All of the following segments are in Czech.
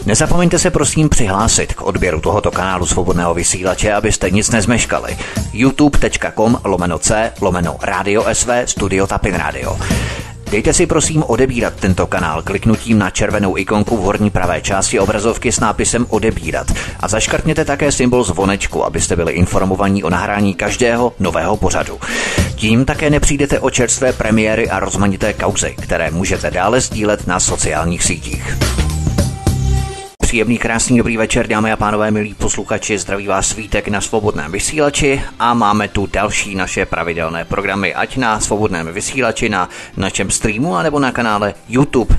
Nezapomeňte se prosím přihlásit k odběru tohoto kanálu Svobodného vysílače, abyste nic nezmeškali. youtube.com/c/Radio SV Studio Tapin Radio. Dejte si prosím odebírat tento kanál kliknutím na červenou ikonku v horní pravé části obrazovky s nápisem odebírat a zaškrtněte také symbol zvonečku, abyste byli informovaní o nahrání každého nového pořadu. Tím také nepřijdete o čerstvé premiéry a rozmanité kauzy, které můžete dále sdílet na sociálních sítích. Příjemný, krásný, dobrý večer, dámy a pánové, milí posluchači, zdraví vás Vítek na Svobodném vysílači a máme tu další naše pravidelné programy, ať na Svobodném vysílači, na našem streamu, anebo na kanále YouTube,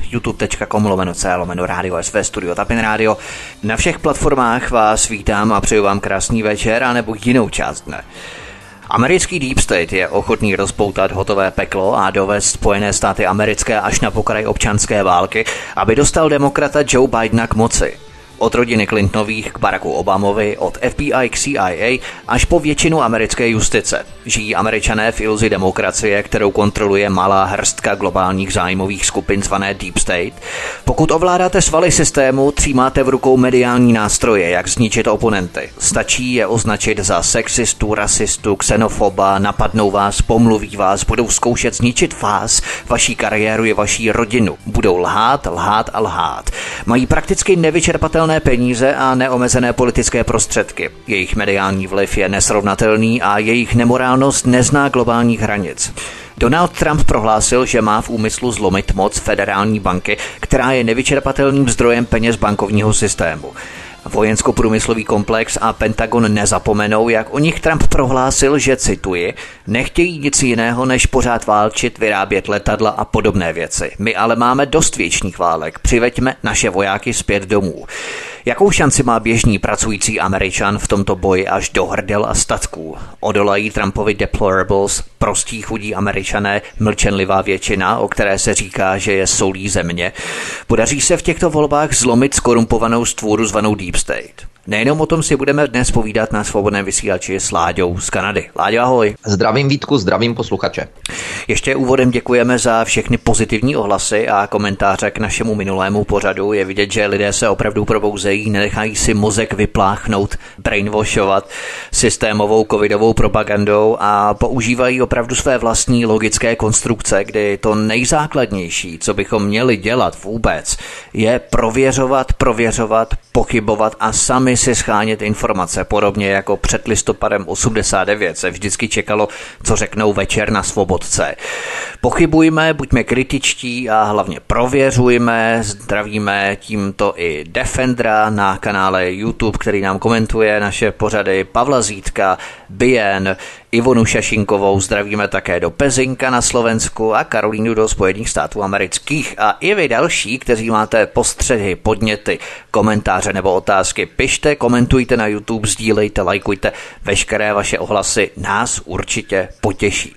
youtube.com/c/Radio SV Studio Tapin Radio. Na všech platformách vás vítám a přeju vám krásný večer, anebo jinou část dne. Americký Deep State je ochotný rozpoutat hotové peklo a dovést Spojené státy americké až na pokraj občanské války, aby dostal demokrata Joe Bidena k moci. Od rodiny Clintonových k Baracku Obamovi, od FBI k CIA až po většinu americké justice. Žijí Američané v iluzi demokracie, kterou kontroluje malá hrstka globálních zájmových skupin zvané Deep State. Pokud ovládáte svaly systému, třímáte v rukou mediální nástroje, jak zničit oponenty. Stačí je označit za sexistu, rasistu, xenofoba, napadnou vás, pomluví vás, budou zkoušet zničit vás, vaší kariéru i vaší rodinu. Budou lhát, lhát a lhát. Mají prakticky nevyčerpatelné peníze a neomezené politické prostředky. Jejich mediální vliv je nesrovnatelný a jejich nemorálnost nezná globálních hranic. Donald Trump prohlásil, že má v úmyslu zlomit moc federální banky, která je nevyčerpatelným zdrojem peněz bankovního systému. Vojensko-průmyslový komplex a Pentagon nezapomenou, jak o nich Trump prohlásil, že, cituji, nechtějí nic jiného, než pořád válčit, vyrábět letadla a podobné věci. My ale máme dost věčných válek, přiveďme naše vojáky zpět domů. Jakou šanci má běžný pracující Američan v tomto boji až do hrdel a statků? Odolají Trumpovi deplorables, prostí chudí Američané, mlčenlivá většina, o které se říká, že je solí země? Podaří se v těchto volbách zlomit skorumpovanou stvůru zvanou Deep State? Nejenom o tom si budeme dnes povídat na Svobodném vysílači s Láďou z Kanady. Láďo, ahoj. Zdravím Vítku, zdravím posluchače. Ještě úvodem děkujeme za všechny pozitivní ohlasy a komentáře k našemu minulému pořadu. Je vidět, že lidé se opravdu probouzejí, nenechají si mozek vypláchnout, brainwashovat systémovou covidovou propagandou a používají opravdu své vlastní logické konstrukce, kdy to nejzákladnější, co bychom měli dělat vůbec, je prověřovat, pochybovat a sami si schánět informace. Podobně jako před listopadem 89 se vždycky čekalo, co řeknou večer na Svobodce. Pochybujme, buďme kritičtí a hlavně prověřujme. Zdravíme tímto i Defendra na kanále YouTube, který nám komentuje naše pořady, Pavla Zítka, Bien, Ivonu Šašinkovou, zdravíme také do Pezinka na Slovensku a Karolínu do Spojených států amerických a i vy další, kteří máte postřehy, podněty, komentáře nebo otázky, pište, komentujte na YouTube, sdílejte, lajkujte, veškeré vaše ohlasy nás určitě potěší.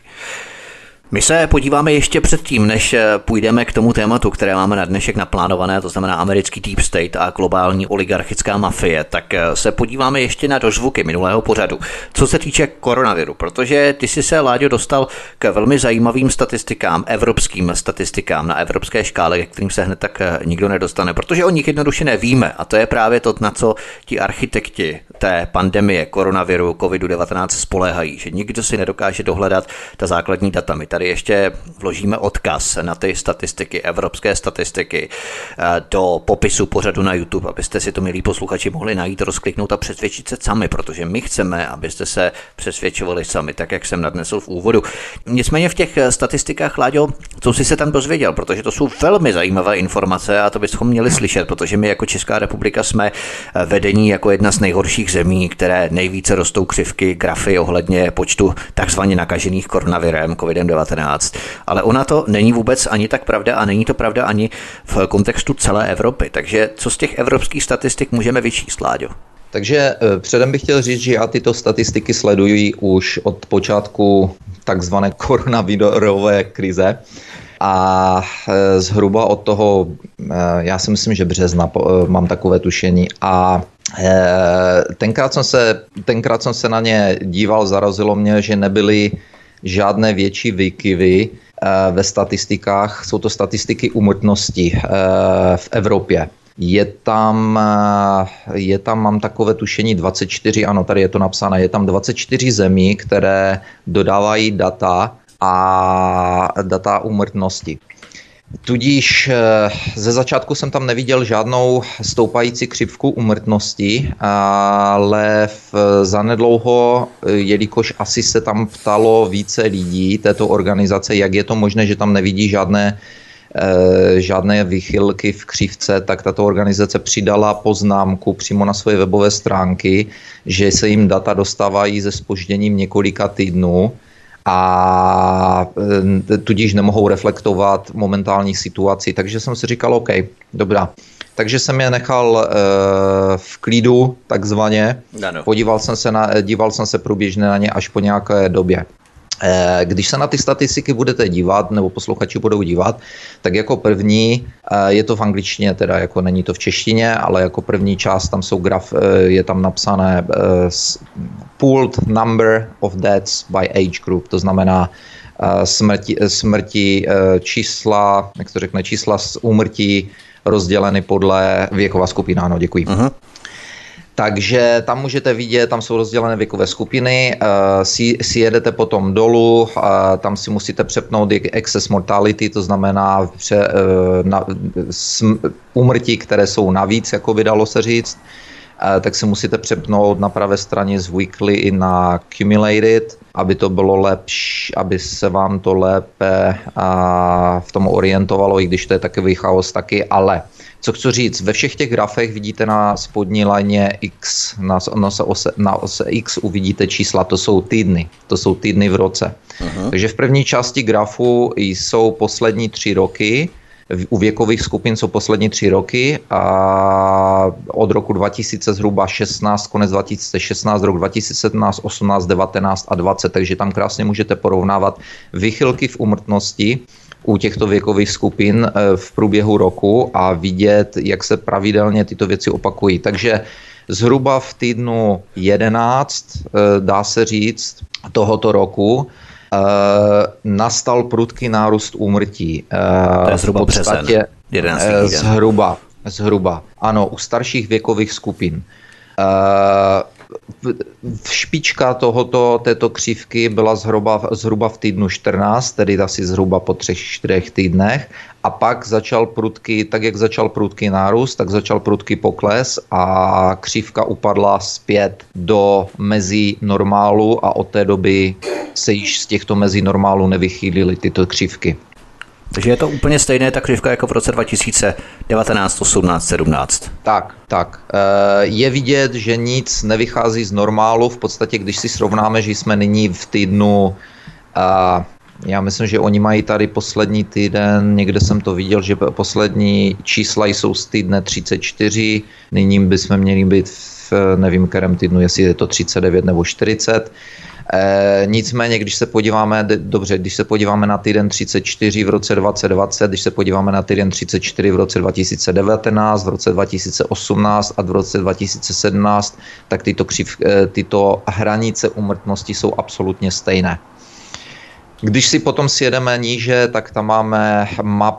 My se podíváme ještě předtím, než půjdeme k tomu tématu, které máme na dnešek naplánované, to znamená americký Deep State a globální oligarchická mafie, tak se podíváme ještě na dozvuky minulého pořadu, co se týče koronaviru, protože ty jsi se, Láďo, dostal k velmi zajímavým statistikám, evropským statistikám na evropské škále, k kterým se hned tak nikdo nedostane, protože o nich jednoduše nevíme a to je právě to, na co ti architekti té pandemie koronaviru COVID-19 spoléhají, že nikdo si nedokáže dohledat ta základní data. My tady ještě vložíme odkaz na ty statistiky, evropské statistiky do popisu pořadu na YouTube, abyste si to, milí posluchači, mohli najít, rozkliknout a přesvědčit se sami, protože my chceme, abyste se přesvědčovali sami, tak jak jsem nadnesl v úvodu. Nicméně v těch statistikách, Láďo, co jsi se tam dozvěděl, protože to jsou velmi zajímavé informace a to bychom měli slyšet, protože my jako Česká republika jsme vedení jako jedna z nejhorších zemí, které nejvíce rostou křivky, grafy ohledně počtu takzvaně nakažených koronavirem, COVID-19. Ale ona to není vůbec ani tak pravda a není to pravda ani v kontextu celé Evropy. Takže co z těch evropských statistik můžeme vyčíst, Láďo? Takže předem bych chtěl říct, že já tyto statistiky sleduji už od počátku takzvané koronavirové krize. A zhruba od toho, já si myslím, že března, mám takové tušení. A tenkrát jsem se na ně díval, zarazilo mě, že nebyly žádné větší výkyvy ve statistikách. Jsou to statistiky úmrtnosti v Evropě. Je tam, mám takové tušení 24, ano, tady je to napsané, je tam 24 zemí, které dodávají data úmrtnosti. Tudíž ze začátku jsem tam neviděl žádnou stoupající křivku úmrtnosti, ale zanedlouho, jelikož asi se tam ptalo více lidí této organizace, jak je to možné, že tam nevidí žádné vychylky v křivce, tak tato organizace přidala poznámku přímo na svoje webové stránky, že se jim data dostávají se zpožděním několika týdnů a tudíž nemohou reflektovat momentální situaci. Takže jsem si říkal, OK, dobrá. Takže jsem je nechal v klidu, takzvaně. Díval jsem se průběžně na ně až po nějaké době. Když se na ty statistiky budete dívat, nebo posluchači budou dívat, tak jako první, je to v angličtině, teda jako není to v češtině, ale jako první část tam jsou je tam napsané pooled number of deaths by age group, to znamená smrti čísla, jak to řekne, čísla z úmrtí rozděleny podle věková skupina, ano, děkuji. Uh-huh. Takže tam můžete vidět, tam jsou rozdělené věkové skupiny, si jedete potom dolů, tam si musíte přepnout excess mortality, to znamená úmrtí, které jsou navíc, jako by dalo se říct, tak si musíte přepnout na pravé straně z weekly i na cumulated, aby to bylo lepší, aby se vám to lépe v tom orientovalo, i když to je takový chaos taky, ale co chci říct, ve všech těch grafech vidíte na spodní lajně X, na ose X uvidíte čísla, to jsou týdny v roce. Uh-huh. Takže v první části grafu jsou poslední 3 roky, u věkových skupin jsou poslední 3 roky a od roku 2000 zhruba 16, konec 2016, rok 2017, 18, 19 a 20, takže tam krásně můžete porovnávat vychylky v úmrtnosti u těchto věkových skupin v průběhu roku a vidět, jak se pravidelně tyto věci opakují. Takže zhruba v týdnu 11, dá se říct, tohoto roku nastal prudký nárůst úmrtí. To je zhruba březen. 11. Zhruba. Ano, u starších věkových skupin. Špička této křivky byla zhruba v týdnu 14, tedy asi zhruba po 3-4 týdnech a pak jak začal prudký nárůst, tak začal prudký pokles a křivka upadla zpět do mezí normálu a od té doby se již z těchto mezí normálu nevychýlily tyto křivky. Takže je to úplně stejné ta křivka jako v roce 2019, 18, 17. Tak. Je vidět, že nic nevychází z normálu. V podstatě, když si srovnáme, že jsme nyní v týdnu, já myslím, že oni mají tady poslední týden, někde jsem to viděl, že poslední čísla jsou z týdne 34, nyní bychom měli být v nevím kterém týdnu, jestli je to 39 nebo 40. Nicméně, když se podíváme na týden 34 v roce 2020, když se podíváme na týden 34 v roce 2019, v roce 2018 a v roce 2017, tak tyto hranice úmrtnosti jsou absolutně stejné. Když si potom sjedeme níže, tak tam máme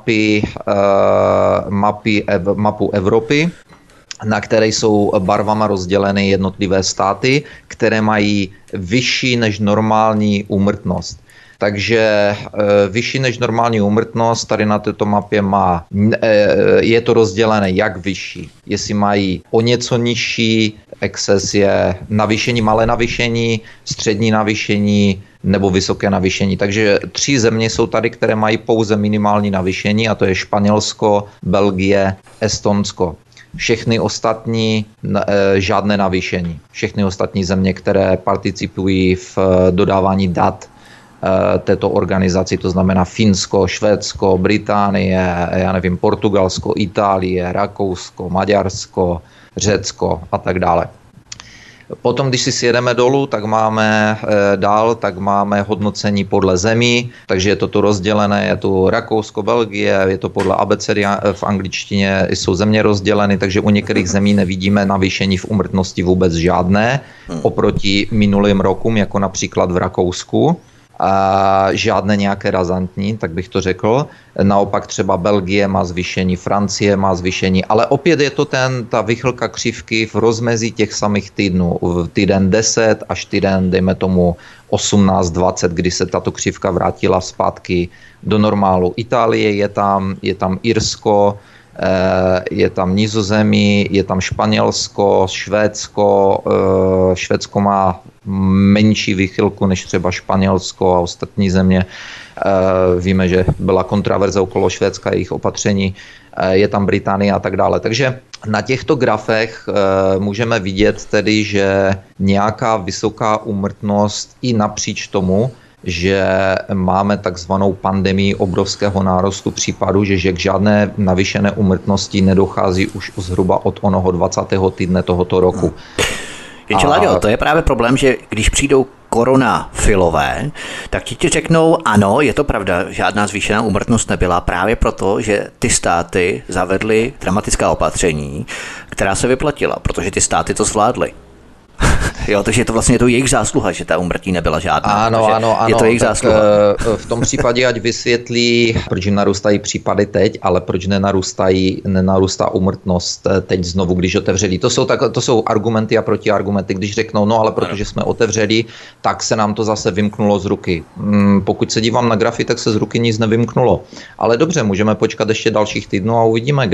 mapu Evropy, na které jsou barvama rozděleny jednotlivé státy, které mají vyšší než normální úmrtnost. Takže vyšší než normální úmrtnost tady na této mapě je to rozdělené jak vyšší. Jestli mají o něco nižší, exces je navýšení, malé navýšení, střední navýšení nebo vysoké navýšení. Takže 3 země jsou tady, které mají pouze minimální navýšení a to je Španělsko, Belgie, Estonsko. Všechny ostatní žádné navýšení. Všechny ostatní země, které participují v dodávání dat této organizaci, to znamená Finsko, Švédsko, Británie, Portugalsko, Itálie, Rakousko, Maďarsko, Řecko a tak dále. Potom, když si sjedeme dolů, tak máme hodnocení podle zemí, takže je to tu rozdělené, je tu Rakousko, Belgie, je to podle abecedy v angličtině, jsou země rozděleny, takže u některých zemí nevidíme navýšení v úmrtnosti vůbec žádné, oproti minulým rokům, jako například v Rakousku. žádné nějaké razantní, tak bych to řekl. Naopak třeba Belgie má zvýšení, Francie má zvýšení, ale opět je to ta vychylka křivky v rozmezí těch samých týdnů. Týden 10 až týden, dejme tomu 18-20, kdy se tato křivka vrátila zpátky do normálu. Itálie je tam Irsko, je tam Nizozemí, je tam Španělsko, Švédsko. Švédsko má menší vychylku než třeba Španělsko a ostatní země. Víme, že byla kontroverze okolo Švédska a jejich opatření. Je tam Británie a tak dále. Takže na těchto grafech můžeme vidět tedy, že nějaká vysoká úmrtnost i napříč tomu, že máme takzvanou pandemii obrovského nárostu případů, že k žádné navýšené úmrtnosti nedochází už zhruba od onoho 20. týdne tohoto roku. Láďo, to je právě problém, že když přijdou koronafilové, tak ti řeknou, ano, je to pravda, žádná zvýšená úmrtnost nebyla právě proto, že ty státy zavedly dramatická opatření, která se vyplatila, protože ty státy to zvládly. Jo, takže je to vlastně jejich zásluha, že ta úmrtí nebyla žádná. Ano. Je to jejich zásluha. V tom případě ať vysvětlí, proč jim narůstají případy teď, ale proč nenarůstá úmrtnost teď znovu, když otevřeli. To jsou argumenty a protiargumenty, když řeknou, no ale protože jsme otevřeli, tak se nám to zase vymknulo z ruky. Pokud se dívám na grafy, tak se z ruky nic nevymknulo. Ale dobře, můžeme počkat ještě dalších týdnů a uvidíme,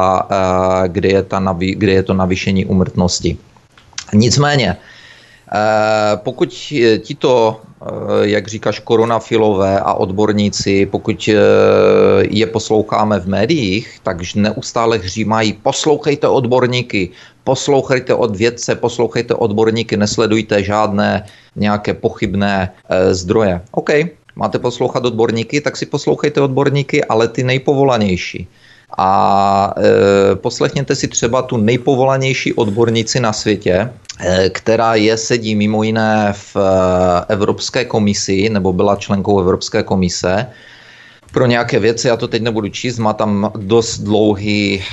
kde je to navýšení úmrtnosti. Nicméně, pokud tito, jak říkáš, koronafilové a odborníci, pokud je posloucháme v médiích, tak neustále hřímají, poslouchejte odborníky, poslouchejte od vědce, poslouchejte odborníky, nesledujte žádné nějaké pochybné zdroje. OK, máte poslouchat odborníky, tak si poslouchejte odborníky, ale ty nejpovolanější. A poslechněte si třeba tu nejpovolanější odbornici na světě, která sedí mimo jiné v Evropské komisi, nebo byla členkou Evropské komise pro nějaké věci, já to teď nebudu číst, má tam dost dlouhý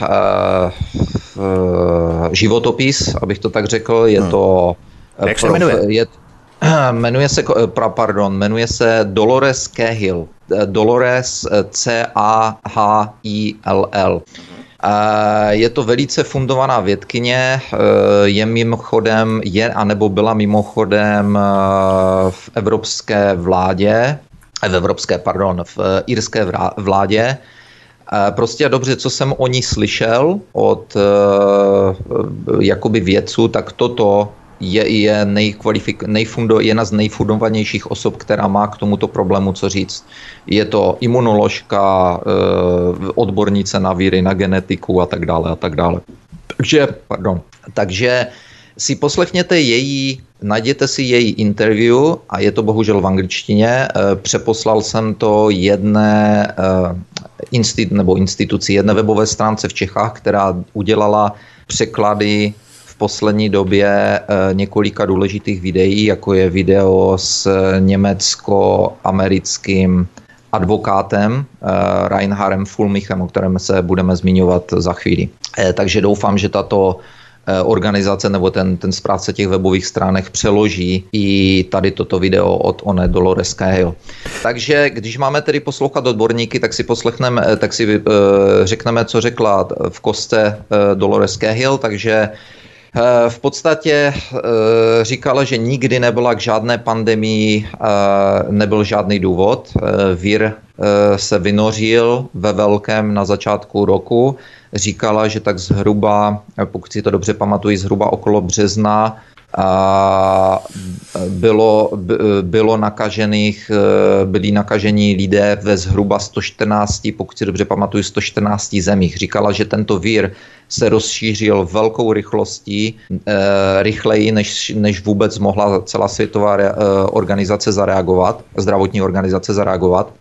životopis, abych to tak řekl, je to... Jak se jmenuje? Jmenuje se Dolores Cahill. Dolores Cahill. Je to velice fundovaná vědkyně, byla mimochodem v irské vládě. Prostě jedna co jsem o ní slyšel od jakoby vědců, tak toto je jedna z nejfundovanějších osob, která má k tomuto problému co říct. Je to imunoložka, odbornice na víry, na genetiku a tak dále. Takže si poslechněte najděte si její interview a je to bohužel v angličtině. Přeposlal jsem to jedné instituci, jedné webové stránce v Čechách, která udělala překlady v poslední době několika důležitých videí, jako je video s německo-americkým advokátem Reinhardem Fulmichem, o kterém se budeme zmiňovat za chvíli. Takže doufám, že tato organizace nebo ten správce těch webových stránek přeloží i tady toto video od one Dolores Cahill. Takže když máme tedy poslouchat odborníky, tak si řekneme, co řekla v kostce Dolores Cahill, takže v podstatě říkala, že nikdy nebyla k žádné pandemii, nebyl žádný důvod. Vir se vynořil ve velkém na začátku roku. Říkala, že tak zhruba, pokud si to dobře pamatuji, zhruba okolo března byli nakažení lidé ve zhruba 114, pokud si dobře pamatuju, 114 zemích. Říkala, že tento vír se rozšířil velkou rychlostí, rychleji, než vůbec mohla celá světová organizace zareagovat, zdravotní organizace zareagovat.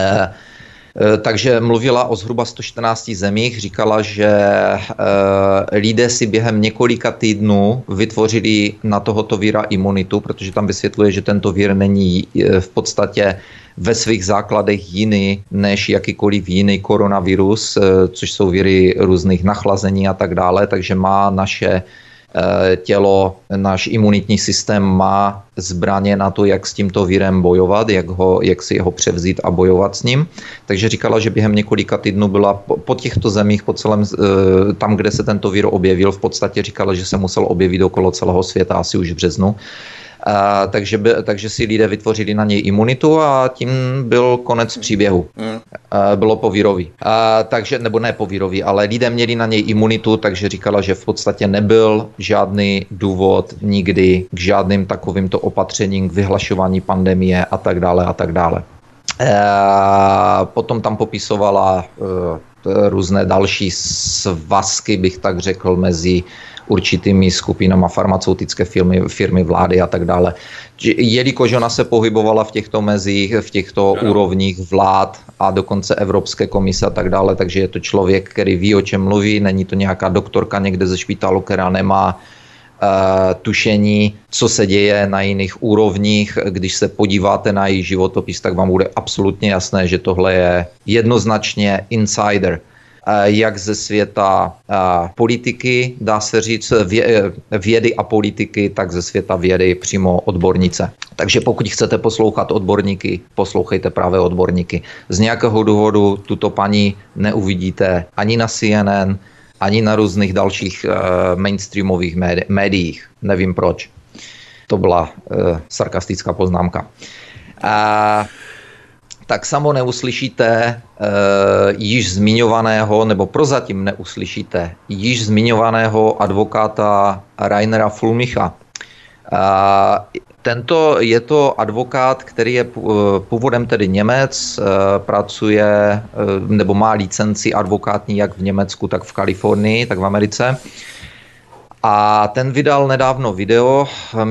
Takže mluvila o zhruba 114 zemích, říkala, že lidé si během několika týdnů vytvořili na tohoto víra imunitu, protože tam vysvětluje, že tento vír není v podstatě ve svých základech jiný než jakýkoliv jiný koronavirus, což jsou víry různých nachlazení a tak dále, takže má naše tělo, náš imunitní systém má zbraně na to, jak s tímto virem bojovat, jak si ho převzít a bojovat s ním. Takže říkala, že během několika týdnů byla po těchto zemích, po celém, tam, kde se tento vir objevil, v podstatě říkala, že se musel objevit okolo celého světa asi už v březnu. Takže si lidé vytvořili na něj imunitu a tím byl konec příběhu. Bylo povírový. Nebo ne povírový, ale lidé měli na něj imunitu, takže říkala, že v podstatě nebyl žádný důvod nikdy k žádným takovýmto opatřením, k vyhlašování pandemie a tak dále a tak dále. Potom tam popisovala různé další svazky, bych tak řekl, mezi určitými skupinami, farmaceutické firmy, vlády a tak dále. Jelikož ona se pohybovala v těchto mezích, v těchto úrovních vlád a dokonce Evropské komise a tak dále, takže je to člověk, který ví, o čem mluví, není to nějaká doktorka někde ze špitálu, která nemá tušení, co se děje na jiných úrovních. Když se podíváte na její životopis, tak vám bude absolutně jasné, že tohle je jednoznačně insider. Jak ze světa politiky, dá se říct, vědy a politiky, tak ze světa vědy přímo odbornice. Takže pokud chcete poslouchat odborníky, poslouchejte právě odborníky. Z nějakého důvodu tuto paní neuvidíte ani na CNN, ani na různých dalších mainstreamových médiích. Nevím proč. To byla sarkastická poznámka. Tak samo neuslyšíte již zmiňovaného, nebo prozatím neuslyšíte již zmiňovaného advokáta Rainera Fulmicha. Je to advokát, který je původem tedy Němec, pracuje nebo má licenci advokátní jak v Německu, tak v Kalifornii, tak v Americe. A ten vydal nedávno video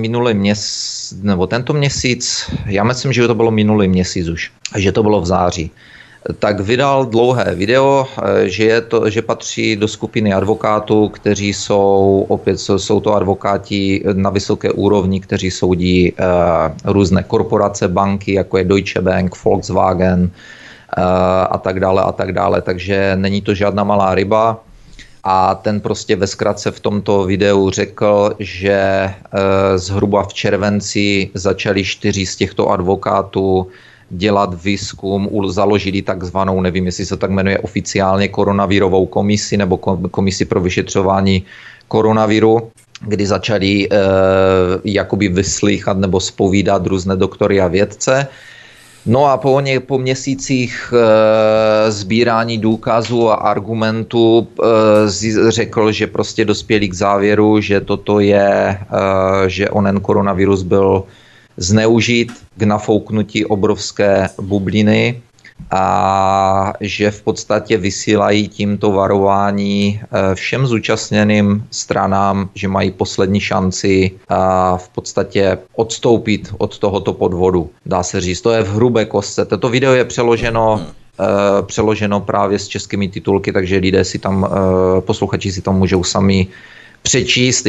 tento měsíc, já myslím, že to bylo minulý měsíc už, že to bylo v září. Tak vydal dlouhé video, že patří do skupiny advokátů, kteří jsou to advokáti na vysoké úrovni, kteří soudí různé korporace, banky, jako je Deutsche Bank, Volkswagen a tak dále. Takže není to žádná malá ryba. A ten prostě ve zkratce v tomto videu řekl, že zhruba v červenci začali 4 z těchto advokátů dělat výzkum, založili takzvanou, nevím, jestli se tak jmenuje oficiálně, koronavirovou komisi nebo komisi pro vyšetřování koronaviru, kdy začali jakoby vyslýchat nebo zpovídat různé doktory a vědce. No a po měsících sbírání důkazů a argumentů řekl, že prostě dospěli k závěru, že že onen koronavirus byl zneužit k nafouknutí obrovské bubliny a že v podstatě vysílají tímto varování všem zúčastněným stranám, že mají poslední šanci v podstatě odstoupit od tohoto podvodu. Dá se říct, to je v hrubé kostce. Toto video je přeloženo právě s českými titulky, takže lidé si tam, posluchači si to můžou sami přečíst.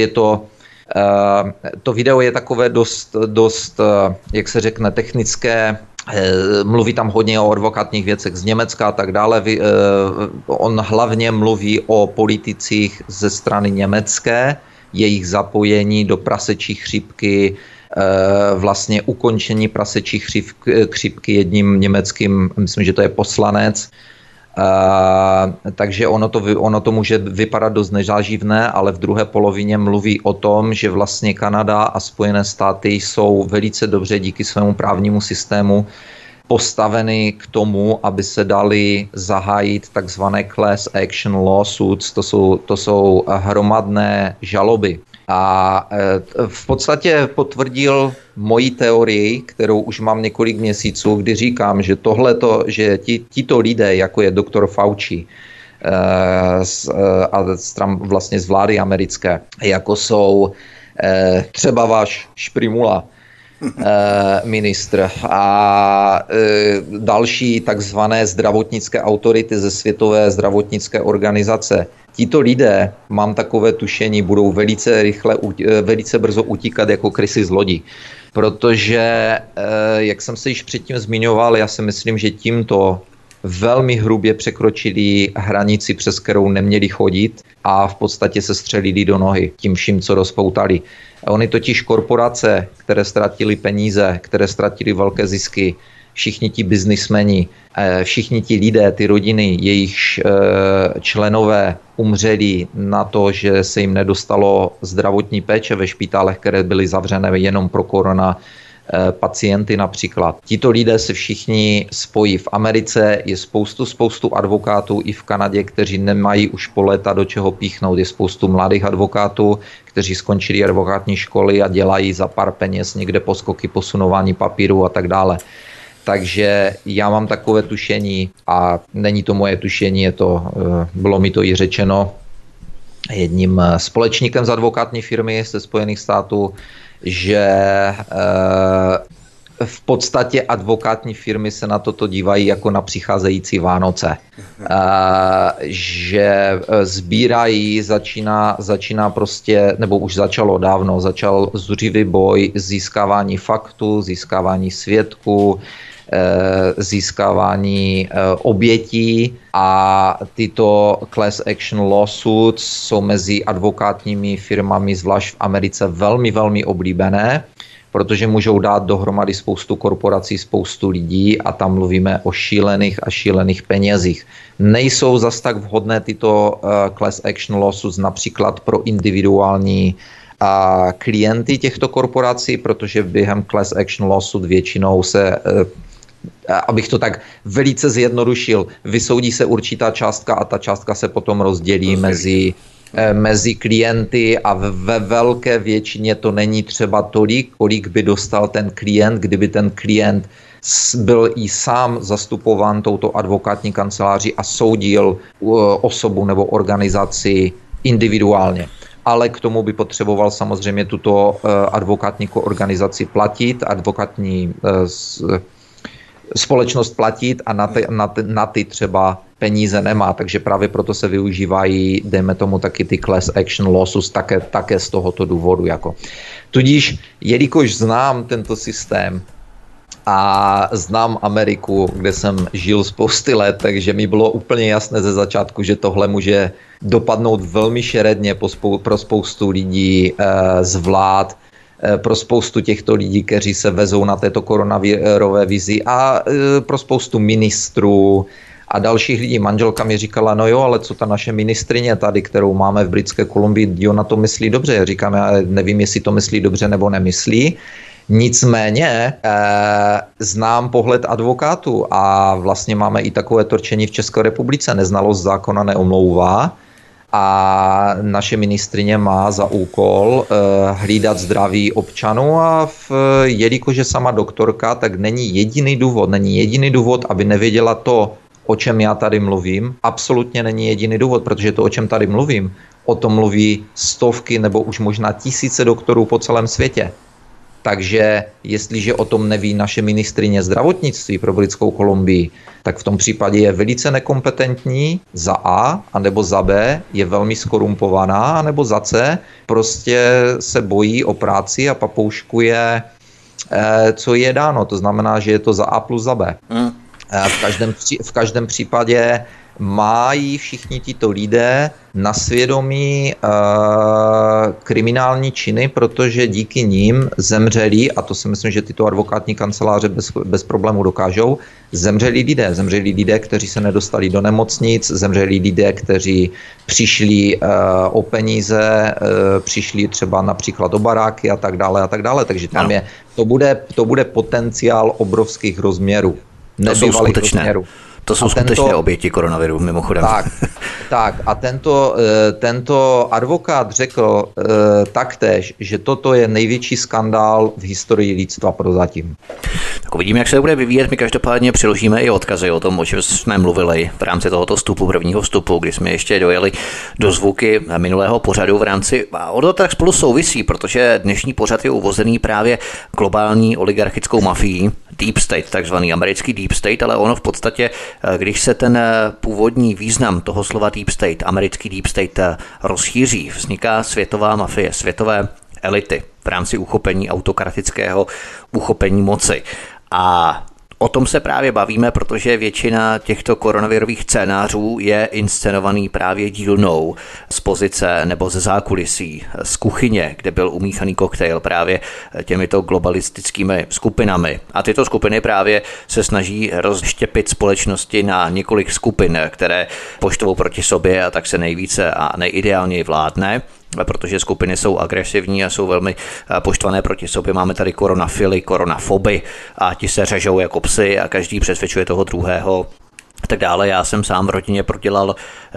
To video je takové dost, jak se řekne, technické. Mluví tam hodně o advokátních věcech z Německa a tak dále. On hlavně mluví o politicích ze strany německé, jejich zapojení do prasečí chřipky, vlastně ukončení prasečí chřipky jedním německým, myslím, že to je poslanec. Takže ono to může vypadat dost nezáživné, ale v druhé polovině mluví o tom, že vlastně Kanada a Spojené státy jsou velice dobře díky svému právnímu systému postaveny k tomu, aby se dali zahájit takzvané class action lawsuits, to jsou hromadné žaloby. A v podstatě potvrdil moji teorii, kterou už mám několik měsíců, kdy říkám, že že tito lidé, jako je doktor Fauci a vlastně z vlády americké, jako jsou třeba váš Šprymula, ministr a další takzvané zdravotnické autority ze Světové zdravotnické organizace. Tito lidé, mám takové tušení, budou velice brzo utíkat jako krysy z lodi. Protože, jak jsem se již předtím zmiňoval, já si myslím, že tímto velmi hrubě překročili hranici, přes kterou neměli chodit a v podstatě se střelili do nohy tím vším, co rozpoutali. Oni totiž korporace, které ztratili peníze, které ztratili velké zisky, všichni ti biznismeni, všichni ti lidé, ty rodiny, jejichž členové umřeli na to, že se jim nedostalo zdravotní péče ve špitálech, které byly zavřené jenom pro korona pacienty například. Tito lidé se všichni spojí. V Americe je spoustu advokátů i v Kanadě, kteří nemají už po léta do čeho píchnout. Je spoustu mladých advokátů, kteří skončili advokátní školy a dělají za pár peněz někde poskoky, posunování papíru a tak dále. Takže já mám takové tušení a není to moje tušení, bylo mi to i řečeno jedním společníkem z advokátní firmy ze Spojených států, že v podstatě advokátní firmy se na toto dívají jako na přicházející Vánoce. Že sbírají, začíná prostě, nebo už začal zuřivý boj, získávání faktů, získávání svědků, získávání obětí a tyto class action lawsuits jsou mezi advokátními firmami, zvlášť v Americe, velmi, velmi oblíbené, protože můžou dát dohromady spoustu korporací, spoustu lidí a tam mluvíme o šílených penězích. Nejsou zas tak vhodné tyto class action lawsuits například pro individuální klienty těchto korporací, protože během class action lawsuit většinou se, abych to tak velice zjednodušil, vysoudí se určitá částka a ta částka se potom rozdělí mezi klienty a ve velké většině to není třeba tolik, kolik by dostal ten klient, kdyby ten klient byl i sám zastupován touto advokátní kanceláří a soudil osobu nebo organizaci individuálně. Ale k tomu by potřeboval samozřejmě tuto advokátní organizaci platit, advokátní společnost platit a na ty třeba peníze nemá, takže právě proto se využívají, dejme tomu, taky ty class action lawsuits také z tohoto důvodu. Tudíž, jelikož znám tento systém a znám Ameriku, kde jsem žil spousty let, takže mi bylo úplně jasné ze začátku, že tohle může dopadnout velmi šeredně pro spoustu lidí z vlád, pro spoustu těchto lidí, kteří se vezou na této koronavirové vizi a pro spoustu ministrů a dalších lidí. Manželka mi říkala, no jo, ale co ta naše ministrině tady, kterou máme v Britské Kolumbii, ona to myslí dobře. Já říkám, já nevím, jestli to myslí dobře nebo nemyslí. Nicméně znám pohled advokátů a vlastně máme i takové torčení v České republice. Neznalost zákona neomlouvá. A naše ministryně má za úkol hlídat zdraví občanů a jelikož je sama doktorka, tak není jediný důvod, aby nevěděla to, o čem já tady mluvím. Absolutně není jediný důvod, protože to, o čem tady mluvím, o tom mluví stovky nebo už možná tisíce doktorů po celém světě. Takže jestliže o tom neví naše ministryně zdravotnictví pro Britskou Kolumbii, tak v tom případě je velice nekompetentní za A, anebo za B je velmi skorumpovaná, anebo za C prostě se bojí o práci a papouškuje, co je dáno. To znamená, že je to za A plus za B. V každém případě mají všichni tito lidé na svědomí kriminální činy, protože díky nim zemřeli, a to si myslím, že tyto advokátní kanceláře bez problému dokážou, zemřeli lidé, kteří se nedostali do nemocnic, zemřeli lidé, kteří přišli o peníze, přišli třeba například o baráky a tak dále. Takže tam to bude potenciál obrovských rozměrů. Nebývalých rozměrů. To jsou skutečné oběti koronaviru, mimochodem. Tak a tento advokát řekl taktéž, že toto je největší skandál v historii lidstva prozatím. Tak uvidíme, jak se to bude vyvíjet. My každopádně přiložíme i odkazy o tom, o čem jsme mluvili v rámci tohoto prvního vstupu, kdy jsme ještě dojeli do zvuky minulého pořadu v rámci, a ono tak spolu souvisí, protože dnešní pořad je uvozený právě globální oligarchickou mafií, Deep State, takzvaný americký Deep State, ale ono v podstatě, když se ten původní význam toho slova Deep State, americký Deep State rozšíří, vzniká světová mafie, světové elity v rámci uchopení autokratického uchopení moci. A O tom se právě bavíme, protože většina těchto koronavirových scénářů je inscenovaný právě dílnou z pozice nebo ze zákulisí, z kuchyně, kde byl umíchaný koktejl právě těmito globalistickými skupinami. A tyto skupiny právě se snaží rozštěpit společnosti na několik skupin, které poštvou proti sobě a tak se nejvíce a nejideálněji vládne. Protože skupiny jsou agresivní a jsou velmi poštvané proti sobě. Máme tady koronafily, koronafoby a ti se řežou jako psy a každý přesvědčuje toho druhého. Tak dále. Já jsem sám v rodině prodělal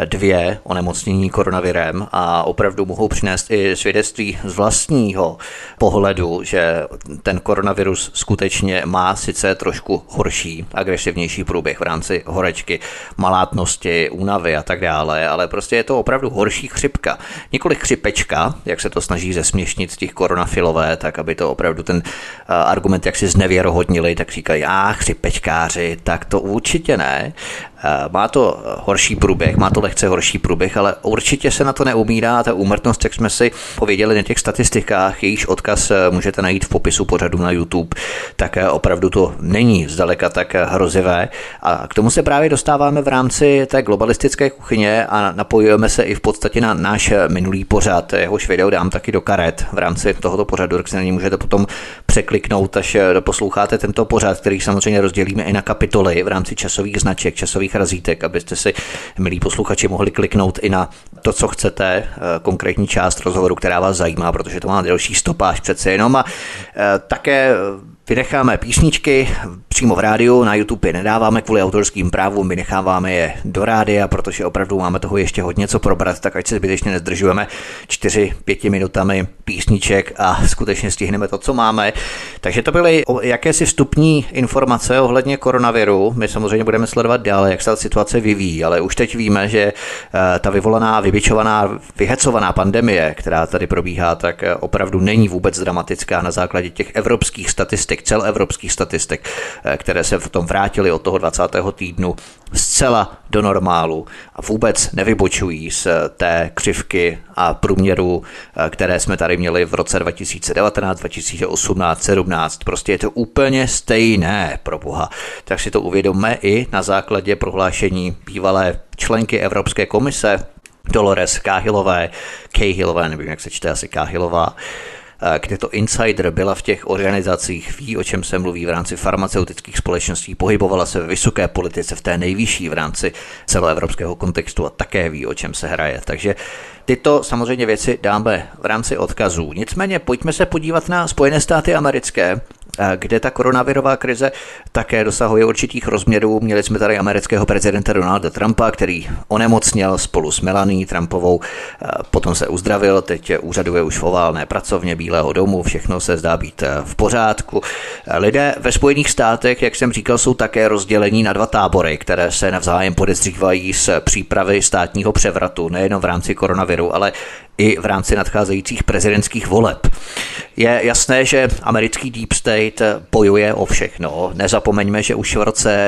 2 onemocnění koronavirem a opravdu mohu přinést i svědectví z vlastního pohledu, že ten koronavirus skutečně má sice trošku horší, agresivnější průběh v rámci horečky, malátnosti, únavy a tak dále, ale prostě je to opravdu horší chřipka. Nikoliv chřipečka, jak se to snaží zesměšnit těch koronafilové, tak aby to opravdu ten argument jak si znevěrohodnili, tak říkají, chřipečkáři, tak to určitě ne. Má to horší průběh, má to lehce horší průběh, ale určitě se na to neumírá. Ta úmrtnost, jak jsme si pověděli na těch statistikách, jejíž odkaz můžete najít v popisu pořadu na YouTube, tak opravdu to není zdaleka tak hrozivé. A k tomu se právě dostáváme v rámci té globalistické kuchyně a napojujeme se i v podstatě na náš minulý pořad. Jehož video dám taky do karet v rámci tohoto pořadu, tak se na něj můžete potom překliknout, až doposloucháte tento pořad, který samozřejmě rozdělíme i na kapitoly v rámci časových značek, časových razítek, abyste si, milí posluchači, mohli kliknout i na to, co chcete, konkrétní část rozhovoru, která vás zajímá, protože to má delší stopáž přece jenom. A také vynecháme písničky přímo v rádiu, na YouTube je nedáváme kvůli autorským právům, my necháváme je do rádia, protože opravdu máme toho ještě hodně co probrat, tak ať se zbytečně nezdržujeme 4-5 minutami písniček a skutečně stihneme to, co máme. Takže to byly jakési vstupní informace ohledně koronaviru. My samozřejmě budeme sledovat dále, jak se ta situace vyvíjí, ale už teď víme, že ta vyvolaná, vybičovaná, vyhecovaná pandemie, která tady probíhá, tak opravdu není vůbec dramatická na základě těch evropských statistik, celoevropských statistik, které se v tom vrátily od toho 20. týdnu zcela do normálu a vůbec nevybočují z té křivky a průměru, které jsme tady měli v roce 2019, 2018, 17. Prostě je to úplně stejné, pro boha. Tak si to uvědomme i na základě prohlášení bývalé členky Evropské komise Dolores Cahillové, nevím, jak se čte, asi Cahilová, kde to insider byla v těch organizacích, ví, o čem se mluví v rámci farmaceutických společností, pohybovala se ve vysoké politice, v té nejvyšší v rámci celoevropského kontextu a také ví, o čem se hraje. Takže tyto samozřejmě věci dáme v rámci odkazů. Nicméně pojďme se podívat na Spojené státy americké, kde ta koronavirová krize také dosahuje určitých rozměrů. Měli jsme tady amerického prezidenta Donalda Trumpa, který onemocněl spolu s Melanie Trumpovou, potom se uzdravil, teď úřaduje už v oválné pracovně Bílého domu, všechno se zdá být v pořádku. Lidé ve Spojených státech, jak jsem říkal, jsou také rozdělení na 2 tábory, které se navzájem podezřívají z přípravy státního převratu, nejenom v rámci koronaviru, ale i v rámci nadcházejících prezidentských voleb. Je jasné, že americký Deep State bojuje o všechno. Nezapomeňme, že už v roce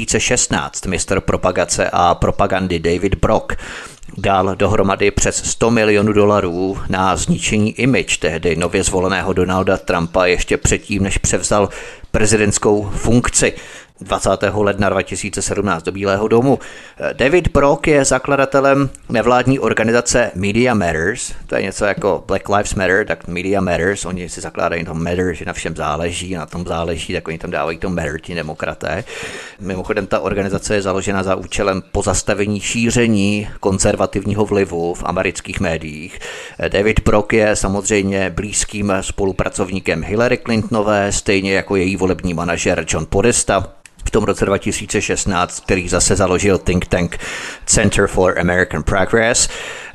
2016 mistr propagace a propagandy David Brock dal dohromady přes $100 milionů na zničení image tehdy nově zvoleného Donalda Trumpa ještě předtím, než převzal prezidentskou funkci 20. ledna 2017 do Bílého domu. David Brock je zakladatelem nevládní organizace Media Matters, to je něco jako Black Lives Matter, tak Media Matters, oni si zakládají to Matter, že na všem záleží, na tom záleží, tak oni tam dávají to Matter, ti demokraté. Mimochodem ta organizace je založena za účelem pozastavení šíření konzervativního vlivu v amerických médiích. David Brock je samozřejmě blízkým spolupracovníkem Hillary Clintonové, stejně jako její volební manažer John Podesta v tom roce 2016, který zase založil think tank Center for American Progress.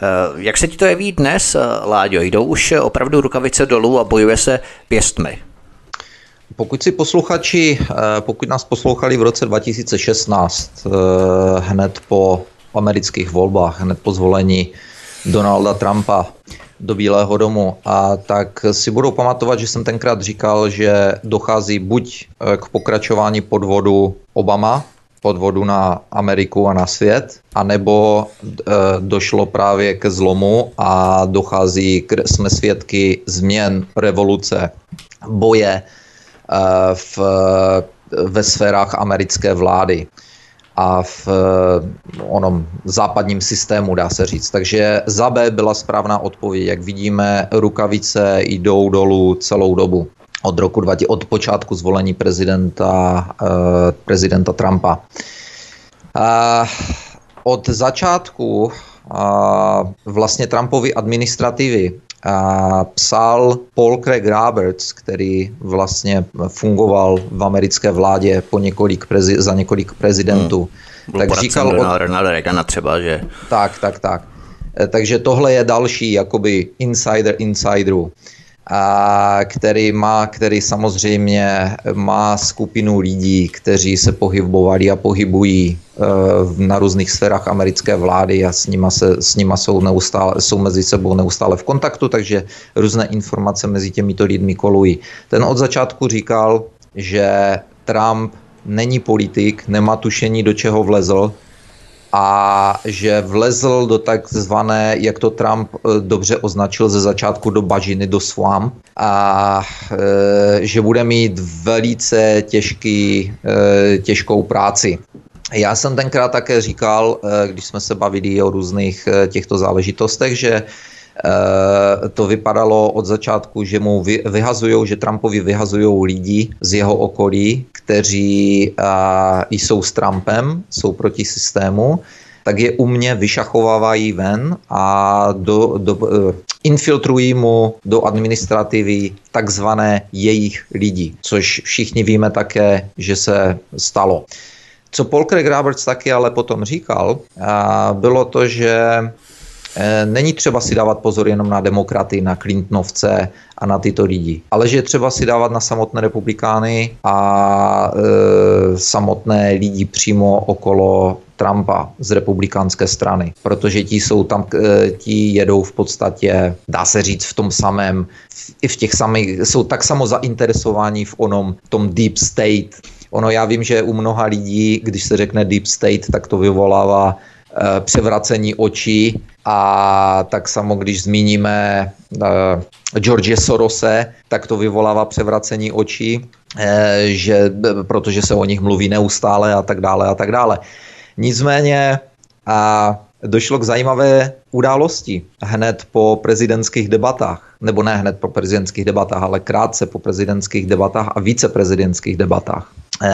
Jak se ti to jeví dnes, Láďo? Jdou už opravdu rukavice dolů a bojuje se pěstmi? Pokud nás poslouchali v roce 2016, hned po amerických volbách, hned po zvolení Donalda Trumpa do Bílého domu, a tak si budou pamatovat, že jsem tenkrát říkal, že dochází buď k pokračování podvodu Obama, podvodu na Ameriku a na svět, anebo došlo právě ke zlomu a jsme svědky změn, revoluce, boje v ve sférách americké vlády a v onom západním systému, dá se říct. Takže za B byla správná odpověď. Jak vidíme, rukavice jdou dolů celou dobu. Od počátku zvolení prezidenta Trumpa. Od začátku vlastně Trumpovy administrativy psal Paul Craig Roberts, který vlastně fungoval v americké vládě za několik prezidentů. Tak říkal Ronalda Reagana třeba, že? Tak. Takže tohle je další jakoby insiderů. Který samozřejmě má skupinu lidí, kteří se pohybovali a pohybují na různých sférách americké vlády a s nima jsou mezi sebou neustále v kontaktu, takže různé informace mezi těmito lidmi kolují. Ten od začátku říkal, že Trump není politik, nemá tušení, do čeho vlezl, a že vlezl do takzvané, jak to Trump dobře označil ze začátku, do bažiny, do swamp, a že bude mít velice těžkou práci. Já jsem tenkrát také říkal, když jsme se bavili o různých těchto záležitostech, že to vypadalo od začátku, že mu že Trumpovi vyhazujou lidi z jeho okolí, kteří jsou s Trumpem, jsou proti systému, tak je umně vyšachovávají ven a infiltrují mu do administrativy takzvané jejich lidi, což všichni víme také, že se stalo. Co Paul Craig Roberts taky ale potom říkal, bylo to, že není třeba si dávat pozor jenom na demokraty, na Clintonovce a na tyto lidi, ale že je třeba si dávat na samotné republikány a samotné lidi přímo okolo Trumpa z republikánské strany, protože ti jedou v podstatě, dá se říct, v tom samém, i v těch samých, jsou tak samo zainteresováni v tom deep state. Já vím, že u mnoha lidí, když se řekne deep state, tak to vyvolává převracení očí, a tak samo, když zmíníme George Sorose, tak to vyvolává převracení očí, protože se o nich mluví neustále a tak dále. Nicméně došlo k zajímavé události hned po prezidentských debatách, nebo ne hned po prezidentských debatách, ale krátce po prezidentských debatách a viceprezidentských debatách.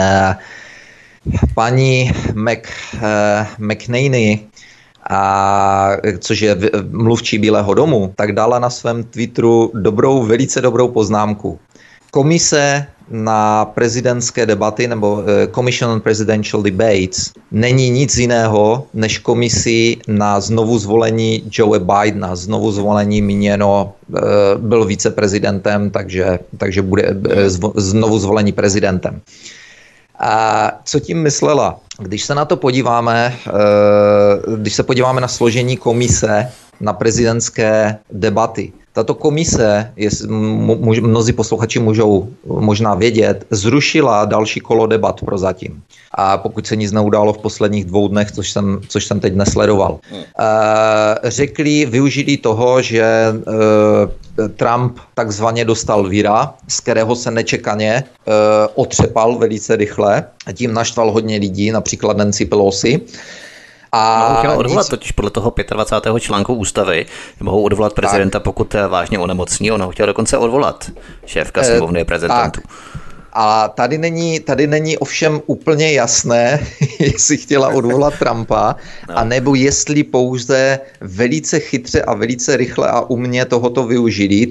Paní McEnany, což je mluvčí Bílého domu, tak dala na svém Twitteru velice dobrou poznámku. Komise na prezidentské debaty nebo Commission on Presidential Debates není nic jiného než komisi na znovu zvolení Joe Bidena. Znovu zvolení míněno, byl viceprezidentem, takže bude znovu zvolení prezidentem. A co tím myslela? Když se na to podíváme, když se podíváme na složení komise na prezidentské debaty, tato komise, mnozí posluchači můžou možná vědět, zrušila další kolo debat prozatím. A pokud se nic neudálo v posledních 2 dnech, což jsem teď nesledoval. Využili toho, že Trump takzvaně dostal vira, z kterého se nečekaně otřepal velice rychle a tím naštval hodně lidí, například Nancy Pelosi. Mohou chtěla odvolat totiž podle toho 25. článku ústavy, mohou odvolat prezidenta, pokud vážně onemocní, ona ho chtěla dokonce odvolat, šéfka sněmovny reprezentantů. A tady není ovšem úplně jasné, jestli chtěla odvolat Trumpa, anebo jestli pouze velice chytře a velice rychle a umně tohoto využili,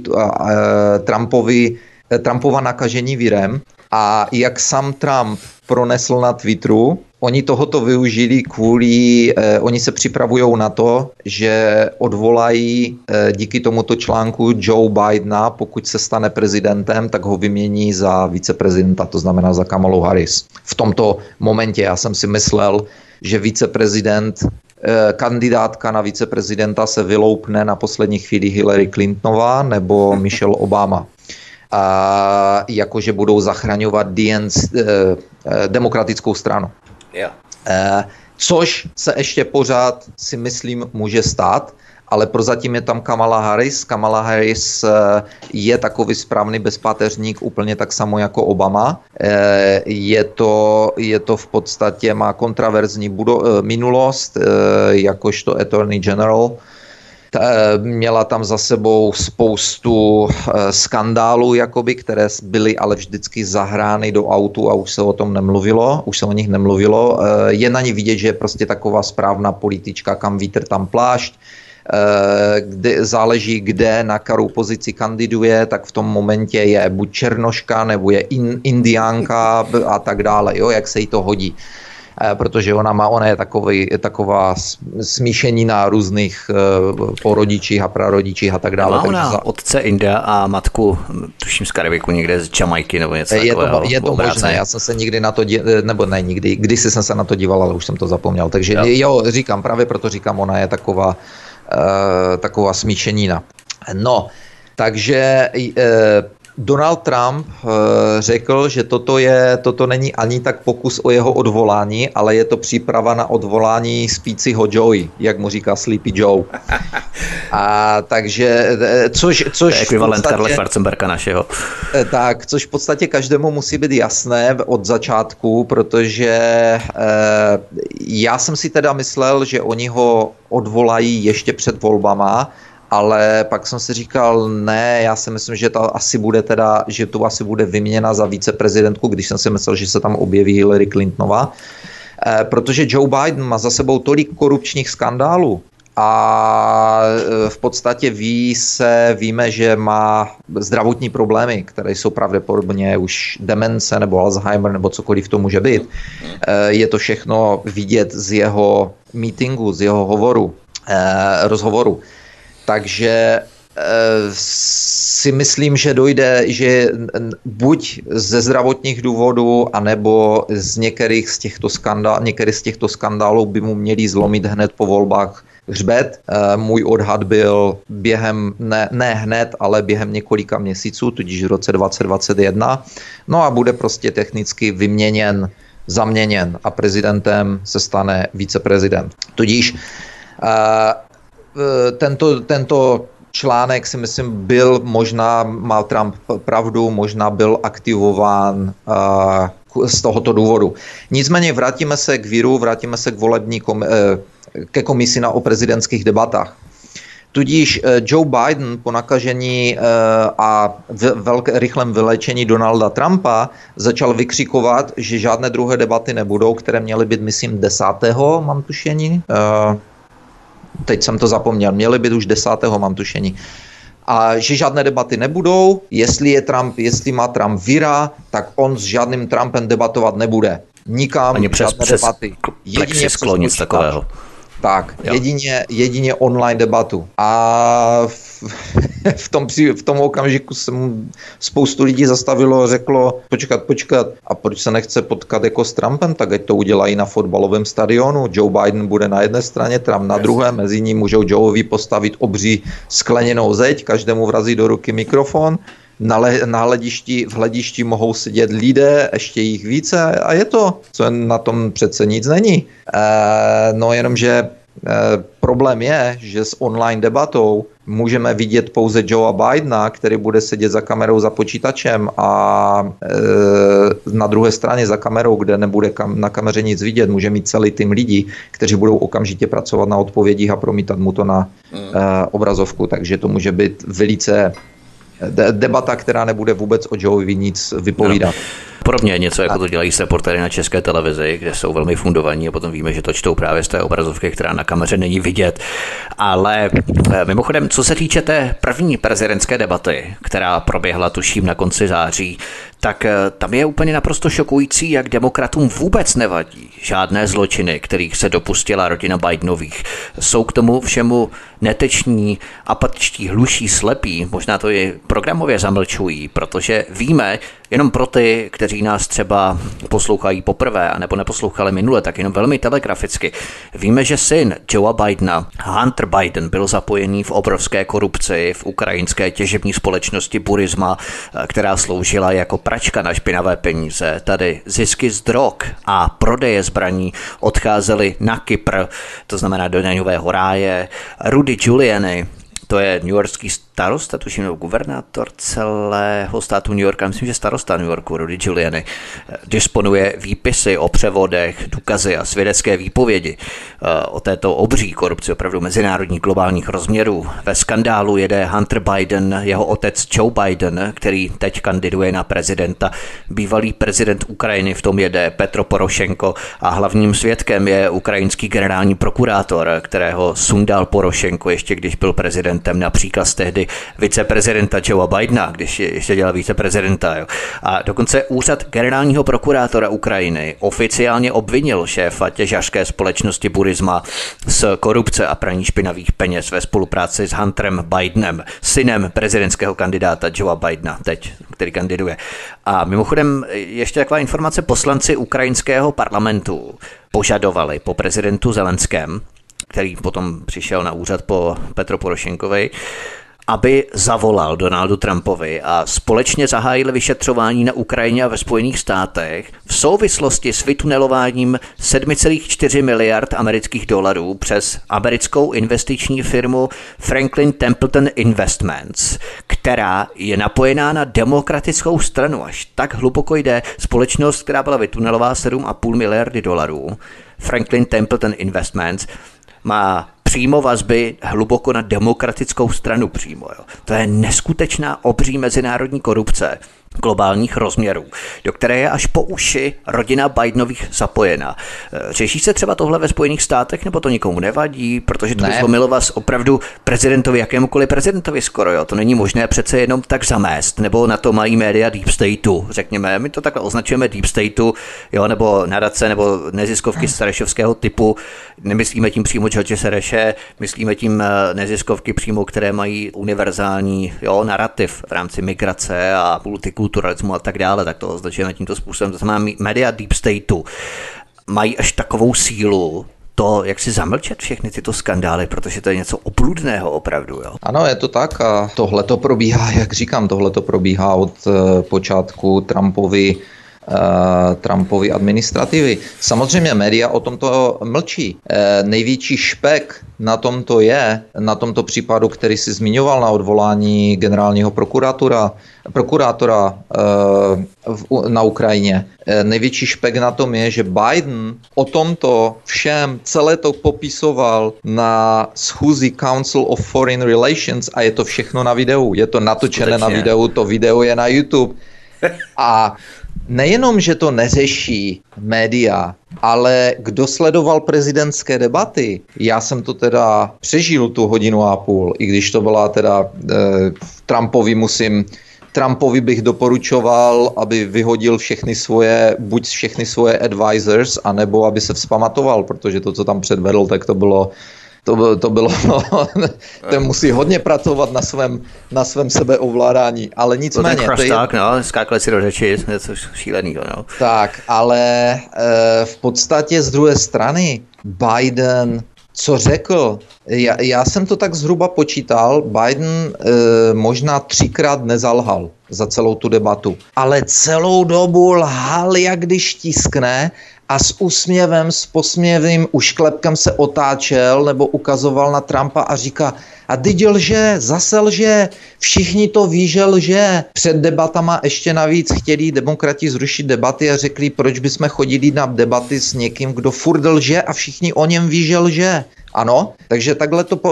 Trumpova nakažení virem, a jak sám Trump pronesl na Twitteru, oni tohoto využili oni se připravují na to, že odvolají díky tomuto článku Joe Bidena, pokud se stane prezidentem, tak ho vymění za viceprezidenta, to znamená za Kamalu Harris. V tomto momentě já jsem si myslel, že kandidátka na viceprezidenta se vyloupne na poslední chvíli Hillary Clintonová nebo Michelle Obama. Jakože budou zachraňovat demokratickou stranu. Yeah. Což se ještě pořád si myslím může stát, ale prozatím je tam Kamala Harris. Kamala Harris je takový správný bezpáteřník, úplně tak samo jako Obama. Je to v podstatě, má kontraverzní minulost, jakožto Attorney General. Měla tam za sebou spoustu skandálů, jakoby, které byly ale vždycky zahrány do autu a už se o nich nemluvilo. Je na ní vidět, že je prostě taková správná politička, kam vítr, tam plášť. Kde záleží, kde na kterou pozici kandiduje, tak v tom momentě je buď černoška, nebo je indiánka a tak dále, jo, jak se jí to hodí. Protože ona je taková smíšenina různých porodičích a prarodičích a tak dále. Má ona otce India a matku, tuším z Karibiku, někde z Jamajky nebo něco takového. Je to možné, já jsem se nikdy na to kdysi jsem se na to díval, ale už jsem to zapomněl. Takže jo, říkám, právě proto říkám, ona je taková smíšenina. No, takže Donald Trump řekl, že toto není ani tak pokus o jeho odvolání, ale je to příprava na odvolání spícího Joey, jak mu říká Sleepy Joe. A takže, což to je ekvivalent Karla Schwarzenberga našeho. Tak, což v podstatě každému musí být jasné od začátku, protože já jsem si teda myslel, že oni ho odvolají ještě před volbama, ale pak jsem si říkal, ne, já si myslím, že to asi bude vyměněna za viceprezidentku, když jsem si myslel, že se tam objeví Hillary Clintonová, protože Joe Biden má za sebou tolik korupčních skandálů a v podstatě víme, že má zdravotní problémy, které jsou pravděpodobně už demence nebo Alzheimer nebo cokoliv to může být. Je to všechno vidět z jeho meetingu, z jeho rozhovoru. Takže si myslím, že dojde, že buď ze zdravotních důvodů, anebo z některých z těchto skandálů by mu měli zlomit hned po volbách hřbet. Můj odhad byl během, ne hned, ale během několika měsíců, tudíž v roce 2021. No a bude prostě technicky zaměněn a prezidentem se stane viceprezident. Tudíž tento článek si myslím má Trump pravdu, možná byl aktivován z tohoto důvodu. Nicméně vrátíme se k víru, vrátíme se k ke komisi o prezidentských debatách. Tudíž Joe Biden po nakažení a rychlém vylečení Donalda Trumpa začal vykřikovat, že žádné druhé debaty nebudou, které měly být, myslím, 10. mám tušení. Teď jsem to zapomněl, měly být už 10. mám tušení. A že žádné debaty nebudou, jestli má Trump víra, tak on s žádným Trumpem debatovat nebude. Nikam ani žádné debaty. Jedině sklo, nic takového. Tak, jedině online debatu. A v tom okamžiku jsem spoustu lidí zastavilo a řeklo, počkat, a proč se nechce potkat jako s Trumpem, tak ať to udělají na fotbalovém stadionu. Joe Biden bude na jedné straně, Trump na druhé, mezi ním můžou Joeovi postavit obří skleněnou zeď, každému vrazí do ruky mikrofon. V hledišti mohou sedět lidé, ještě jich více a je to, co na tom přece nic není. No jenomže problém je, že s online debatou můžeme vidět pouze Joea Bidena, který bude sedět za kamerou za počítačem a na druhé straně za kamerou, kde nebude na kameře nic vidět, může mít celý tým lidí, kteří budou okamžitě pracovat na odpovědích a promítat mu to na obrazovku, takže to může být velice debata, která nebude vůbec o Joeovi nic vypovídat. No. Podobně něco, jako to dělají s reportéry na České televizi, kde jsou velmi fundovaní a potom víme, že to čtou právě z té obrazovky, která na kameře není vidět. Ale mimochodem, co se týče té první prezidentské debaty, která proběhla tuším na konci září, tak tam je úplně naprosto šokující, jak demokratům vůbec nevadí žádné zločiny, kterých se dopustila rodina Bidenových. Jsou k tomu všemu neteční, apatičtí, hluší, slepí, možná to i programově zamlčují, protože víme, jenom pro ty, kteří nás třeba poslouchají poprvé, anebo neposlouchali minule, tak jenom velmi telegraficky. Víme, že syn Joea Bidena, Hunter Biden, byl zapojený v obrovské korupci v ukrajinské těžební společnosti Burisma, která sloužila jako hračka na špinavé peníze. Tady zisky z drog a prodeje zbraní odcházely na Kypr, to znamená do daňového ráje. Rudy Giuliani, to je newyorský starosta, tuším, guvernátor celého státu New Yorka, myslím, že starosta New Yorku, Rudy Giuliani, disponuje výpisy o převodech, důkazy a svědecké výpovědi o této obří korupci opravdu mezinárodních globálních rozměrů. Ve skandálu jede Hunter Biden, jeho otec Joe Biden, který teď kandiduje na prezidenta. Bývalý prezident Ukrajiny v tom jede Petro Porošenko a hlavním svědkem je ukrajinský generální prokurátor, kterého sundal Porošenko ještě když byl prezidentem, například tehdy viceprezidenta Joea Bidena, když ještě dělal viceprezidenta. Jo. A dokonce úřad generálního prokurátora Ukrajiny oficiálně obvinil šéfa těžařské společnosti Burisma z korupce a praní špinavých peněz ve spolupráci s Hunterem Bidenem, synem prezidentského kandidáta Joea Bidena, teď, který kandiduje. A mimochodem ještě taková informace, poslanci ukrajinského parlamentu požadovali po prezidentu Zelenském, který potom přišel na úřad po Petru Porošenkovi, aby zavolal Donaldu Trumpovi a společně zahájili vyšetřování na Ukrajině a ve Spojených státech v souvislosti s vytunelováním 7,4 miliard amerických dolarů přes americkou investiční firmu Franklin Templeton Investments, která je napojená na demokratickou stranu. Až tak hluboko jde společnost, která byla vytunelová 7,5 miliardy dolarů. Franklin Templeton Investments má přímo vazby hluboko na demokratickou stranu přímo. Jo. To je neskutečná obří mezinárodní korupce globálních rozměrů, do které je až po uši rodina Bidenových zapojena. Řeší se třeba tohle ve Spojených státech, nebo to nikomu nevadí, protože to by zlomilo vás opravdu prezidentovi, jakémukoliv prezidentovi skoro, jo. To není možné přece jenom tak zamést, nebo na to mají média Deep Stateu, řekněme, my to takhle označujeme Deep Stateu, jo, nebo nadace, nebo neziskovky Serešovského typu, nemyslíme tím přímo George Sereše, myslíme tím neziskovky přímo, které mají univerzální, jo, narrativ v rámci migrace a multikulturalismu a tak dále, tak to označujeme tímto způsobem. To znamená, média Deep Stateu mají až takovou sílu to, jak si zamlčet všechny tyto skandály, protože to je něco obludného opravdu. Jo? Ano, je to tak a tohle to probíhá, jak říkám, tohle to probíhá od počátku Trumpovy administrativy. Samozřejmě média o tomto mlčí. Největší špek na tomto případu, který si zmiňoval na odvolání generálního prokurátora na Ukrajině. Největší špek na tom je, že Biden o tomto všem celé to popisoval na schůzi Council of Foreign Relations a je to všechno na videu. Je to natočené na videu, to video je na YouTube. A nejenom, že to neřeší média, ale kdo sledoval prezidentské debaty, já jsem to teda přežil tu 1,5 hodiny, i když to byla teda Trumpovi bych doporučoval, aby vyhodil buď všechny svoje advisors, anebo aby se vzpamatoval, protože to, co tam předvedl, tak to bylo ten musí hodně pracovat na svém sebeovládání, ale nicméně. To ten tak, no, skákali si do řeči, něco šílenýho, no. Tak, ale v podstatě z druhé strany Biden, co řekl, já jsem to tak zhruba počítal, Biden možná 3krát nezalhal za celou tu debatu, ale celou dobu lhal, jak když tiskne, a s úsměvem, s posměvným ušklepkem se otáčel nebo ukazoval na Trumpa a říká, a teď lže, zase lže, všichni to ví, že lže. Před debatama ještě navíc chtěli demokrati zrušit debaty a řekli, proč bychom chodili na debaty s někým, kdo furt lže a všichni o něm ví, že lže. Ano, takže takhle to,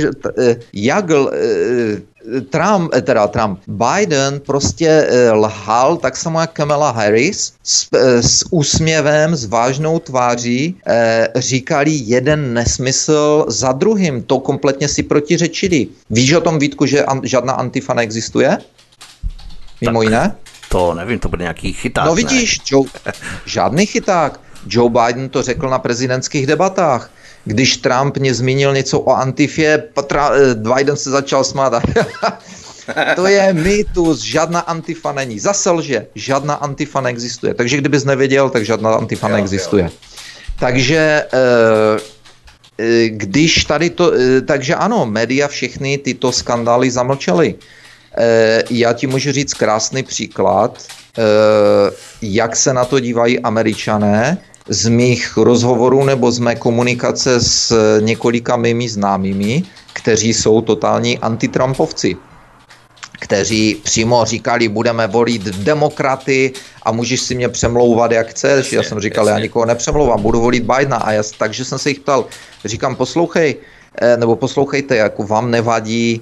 Biden prostě lhal tak samo jak Kamala Harris s úsměvem, s vážnou tváří, říkali jeden nesmysl za druhým, to kompletně si protiřečili. Víš o tom, Vítku, že žádná Antifa neexistuje? Mimo jiné? To nevím, to bude nějaký chyták. No vidíš, žádný chyták. Joe Biden to řekl na prezidentských debatách. Když Trump mě zmínil něco o Antifě, Biden se začal smát. To je mýtus, žádná Antifa není. Zase lže, žádná Antifa neexistuje. Takže kdybys nevěděl, tak žádná Antifa neexistuje. Takže když tady to, takže ano, média všechny tyto skandály zamlčaly. Já ti můžu říct krásný příklad. jak se na to dívají Američané, z mých rozhovorů nebo z mé komunikace s několika mými známými, kteří jsou totální antitrampovci, kteří přímo říkali, budeme volit demokraty a můžeš si mě přemlouvat, jak chceš. Já jsem říkal, já nikoho nepřemlouvám, budu volit Bidena. Takže jsem se jich ptal, říkám, poslouchejte, jako vám nevadí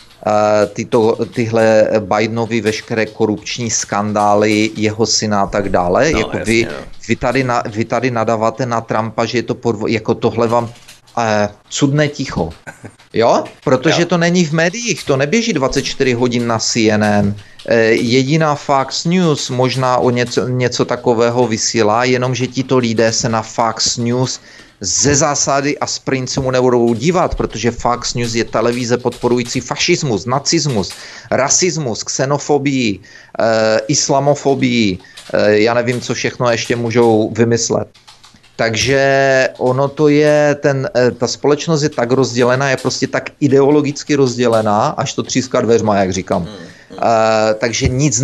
tyhle Bidenovi veškeré korupční skandály, jeho syna a tak dále. No, jako vy tady nadáváte na Trumpa, že je to jako tohle vám cudné ticho. Jo? Protože to není v médiích, to neběží 24 hodin na CNN. Jediná Fox News možná o něco takového vysílá, jenomže tito lidé se na Fox News ze zásady a z principu nebudou dívat, protože Fox News je televize podporující fašismus, nacismus, rasismus, xenofobii, islamofobii, já nevím, co všechno ještě můžou vymyslet. Takže ono to je, ta společnost je tak rozdělená, je prostě tak ideologicky rozdělená, až to tříská dveřma, jak říkám. Takže nic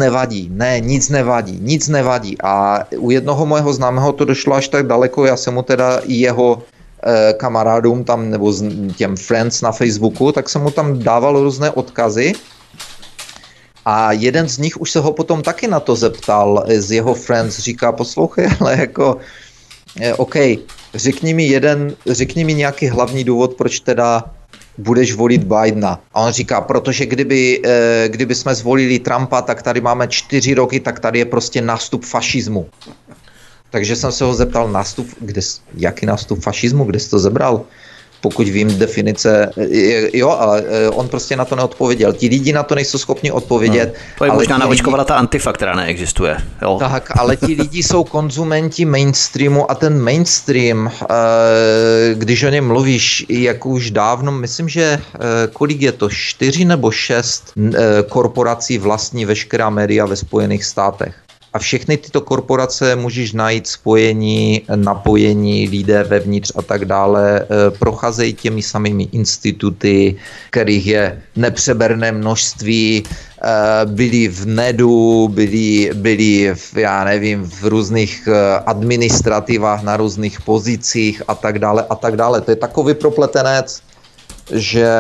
nevadí. A u jednoho mého známého to došlo až tak daleko, já jsem mu teda i jeho kamarádům tam, nebo těm friends na Facebooku, tak jsem mu tam dával různé odkazy. A jeden z nich už se ho potom taky na to zeptal, z jeho friends, říká, poslouchej, ale jako OK, řekni mi nějaký hlavní důvod, proč teda budeš volit Bidena. A on říká, protože kdyby jsme zvolili Trumpa, tak tady máme 4 roky, tak tady je prostě nástup fašismu. Takže jsem se ho zeptal, jaký nástup fašismu, kde jsi to zebral? Pokud vím definice, jo, ale on prostě na to neodpověděl. Ti lidi na to nejsou schopni odpovědět. To je možná naočkovala ta Antifa, která neexistuje. Jo. Tak, ale ti lidi jsou konzumenti mainstreamu a ten mainstream, když o něm mluvíš, jak už dávno, myslím, že kolik je to, 4 nebo 6 korporací vlastní veškerá média ve Spojených státech. A všechny tyto korporace můžeš najít spojení, napojení, lidé vevnitř a tak dále, procházejí těmi samými instituty, kterých je nepřeberné množství, byli v NEDu, byli v různých administrativách na různých pozicích a tak dále. To je takový propletenec, že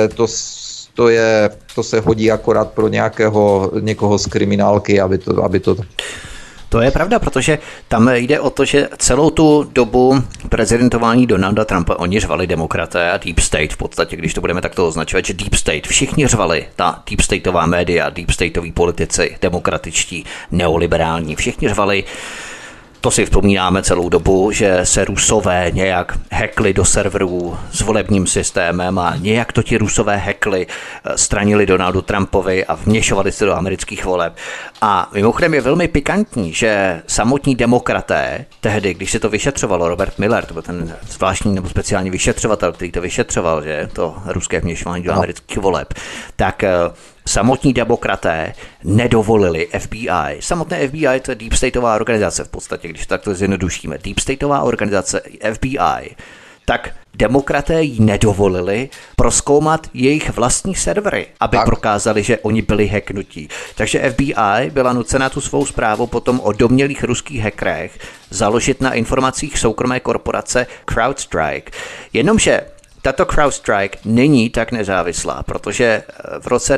to se hodí akorát pro někoho z kriminálky, aby to... To je pravda, protože tam jde o to, že celou tu dobu prezidentování Donalda Trumpa oni řvali demokraté a Deep State v podstatě, když to budeme takto označovat, že Deep State, všichni řvali, ta Deep Stateová média, Deep Stateoví politici, demokratičtí, neoliberální, všichni řvali. To si vzpomínáme celou dobu, že se Rusové nějak hackli do serverů s volebním systémem a nějak to ti Rusové hackli, stranili Donaldu Trumpovi a vměšovali se do amerických voleb. A mimochodem je velmi pikantní, že samotní demokraté, tehdy, když se to vyšetřovalo, Robert Mueller, to byl ten zvláštní nebo speciální vyšetřovatel, který to vyšetřoval, že to ruské vměšování do amerických voleb, tak samotní demokraté nedovolili FBI. Samotné FBI, to je Deep Stateová organizace v podstatě, když to takto zjednodušíme. Deep Stateová organizace FBI, tak demokraté jí nedovolili prozkoumat jejich vlastní servery, aby prokázali, že oni byli hacknutí. Takže FBI byla nucena tu svou zprávu potom o domnělých ruských hackerech založit na informacích soukromé korporace CrowdStrike. Jenomže tato CrowdStrike není tak nezávislá, protože v roce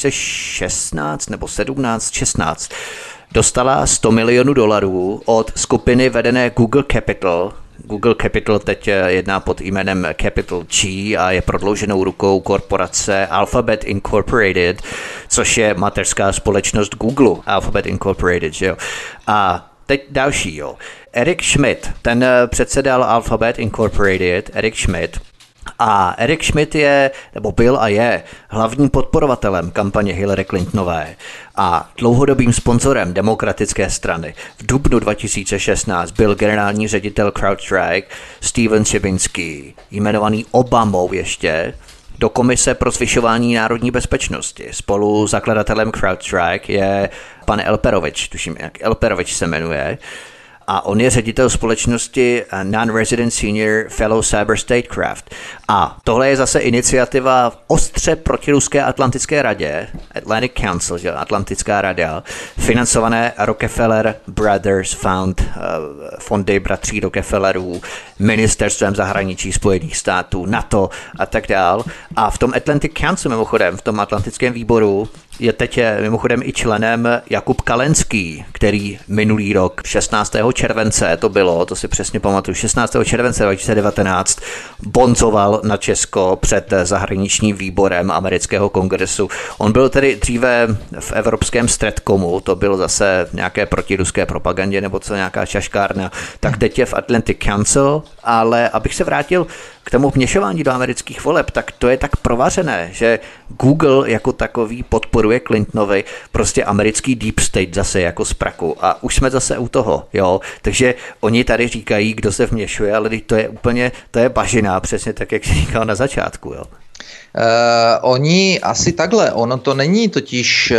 2016 nebo 16 dostala $100 milionů od skupiny vedené Google Capital. Google Capital teď jedná pod jménem Capital G a je prodlouženou rukou korporace Alphabet Incorporated, což je mateřská společnost Google, Alphabet Incorporated, že jo. A teď další, jo. Eric Schmidt, ten předsedal Alphabet Incorporated, Eric Schmidt, a Eric Schmidt je, nebo byl a je hlavním podporovatelem kampaně Hillary Clintonové a dlouhodobým sponzorem demokratické strany. V dubnu 2016 byl generální ředitel CrowdStrike Steven Chbosky jmenovaný Obamou ještě do komise pro zvyšování národní bezpečnosti. Spolu zakladatelem CrowdStrike je pan Alperovich, tuším, jak Alperovich se jmenuje. a on je ředitel společnosti Non-Resident Senior Fellow Cyber Statecraft. A tohle je zase iniciativa ostře protiruské Atlantické radě, Atlantic Council, že? Atlantická rada, financované Rockefeller Brothers Fund, fondy bratří Rockefellerů, ministerstvem zahraničí Spojených států, NATO a tak dál. A v tom Atlantic Council, mimochodem, v tom Atlantickém výboru, je teď mimochodem i členem Jakub Kalenský, který minulý rok 16. července to si přesně pamatuju, 16. července 2019 bonzoval na Česko před zahraničním výborem amerického kongresu. On byl tedy dříve v evropském Stratcomu, to bylo zase nějaké protiruské propagandě nebo co, nějaká šaškárna, tak teď je v Atlantic Council, ale abych se vrátil k tomu vměšování do amerických voleb, tak to je tak provařené, že Google jako takový podporuje Clintonovi prostě americký deep state zase jako z praku. A už jsme zase u toho, jo. Takže oni tady říkají, kdo se vměšuje, ale to je úplně, to je bažina, přesně tak, jak jsi říkal na začátku, jo. Oni asi takhle, ono to není totiž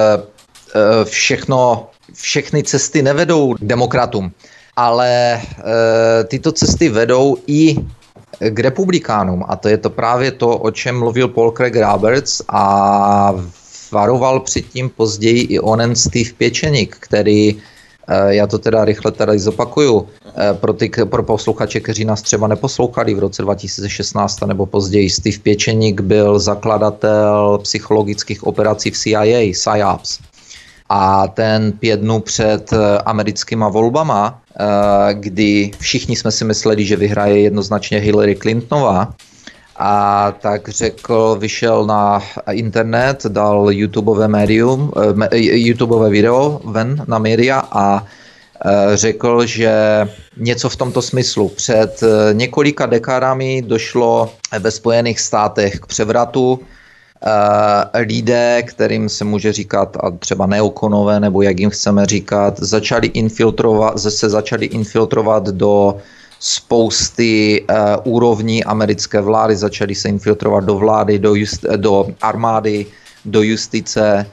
všechny cesty nevedou k demokratům, ale tyto cesty vedou i k republikánům, a to je to právě to, o čem mluvil Paul Craig Roberts a varoval předtím později i onen Steve Pěčeník, který, já to teda rychle tady zopakuju, pro posluchače, kteří nás třeba neposlouchali v roce 2016 nebo později, Steve Pěčeník byl zakladatel psychologických operací v CIA, PSYOPs. A ten 5 dnů před americkýma volbama, kdy všichni jsme si mysleli, že vyhraje jednoznačně Hillary Clintonová, a tak vyšel na internet, dal YouTubeové video ven na média a řekl, že něco v tomto smyslu. Před několika dekádami došlo ve Spojených státech k převratu. Lidé, kterým se může říkat a třeba neokonové, nebo jak jim chceme říkat, se začali infiltrovat do spousty úrovní americké vlády, začali se infiltrovat do vlády, do armády, do justice,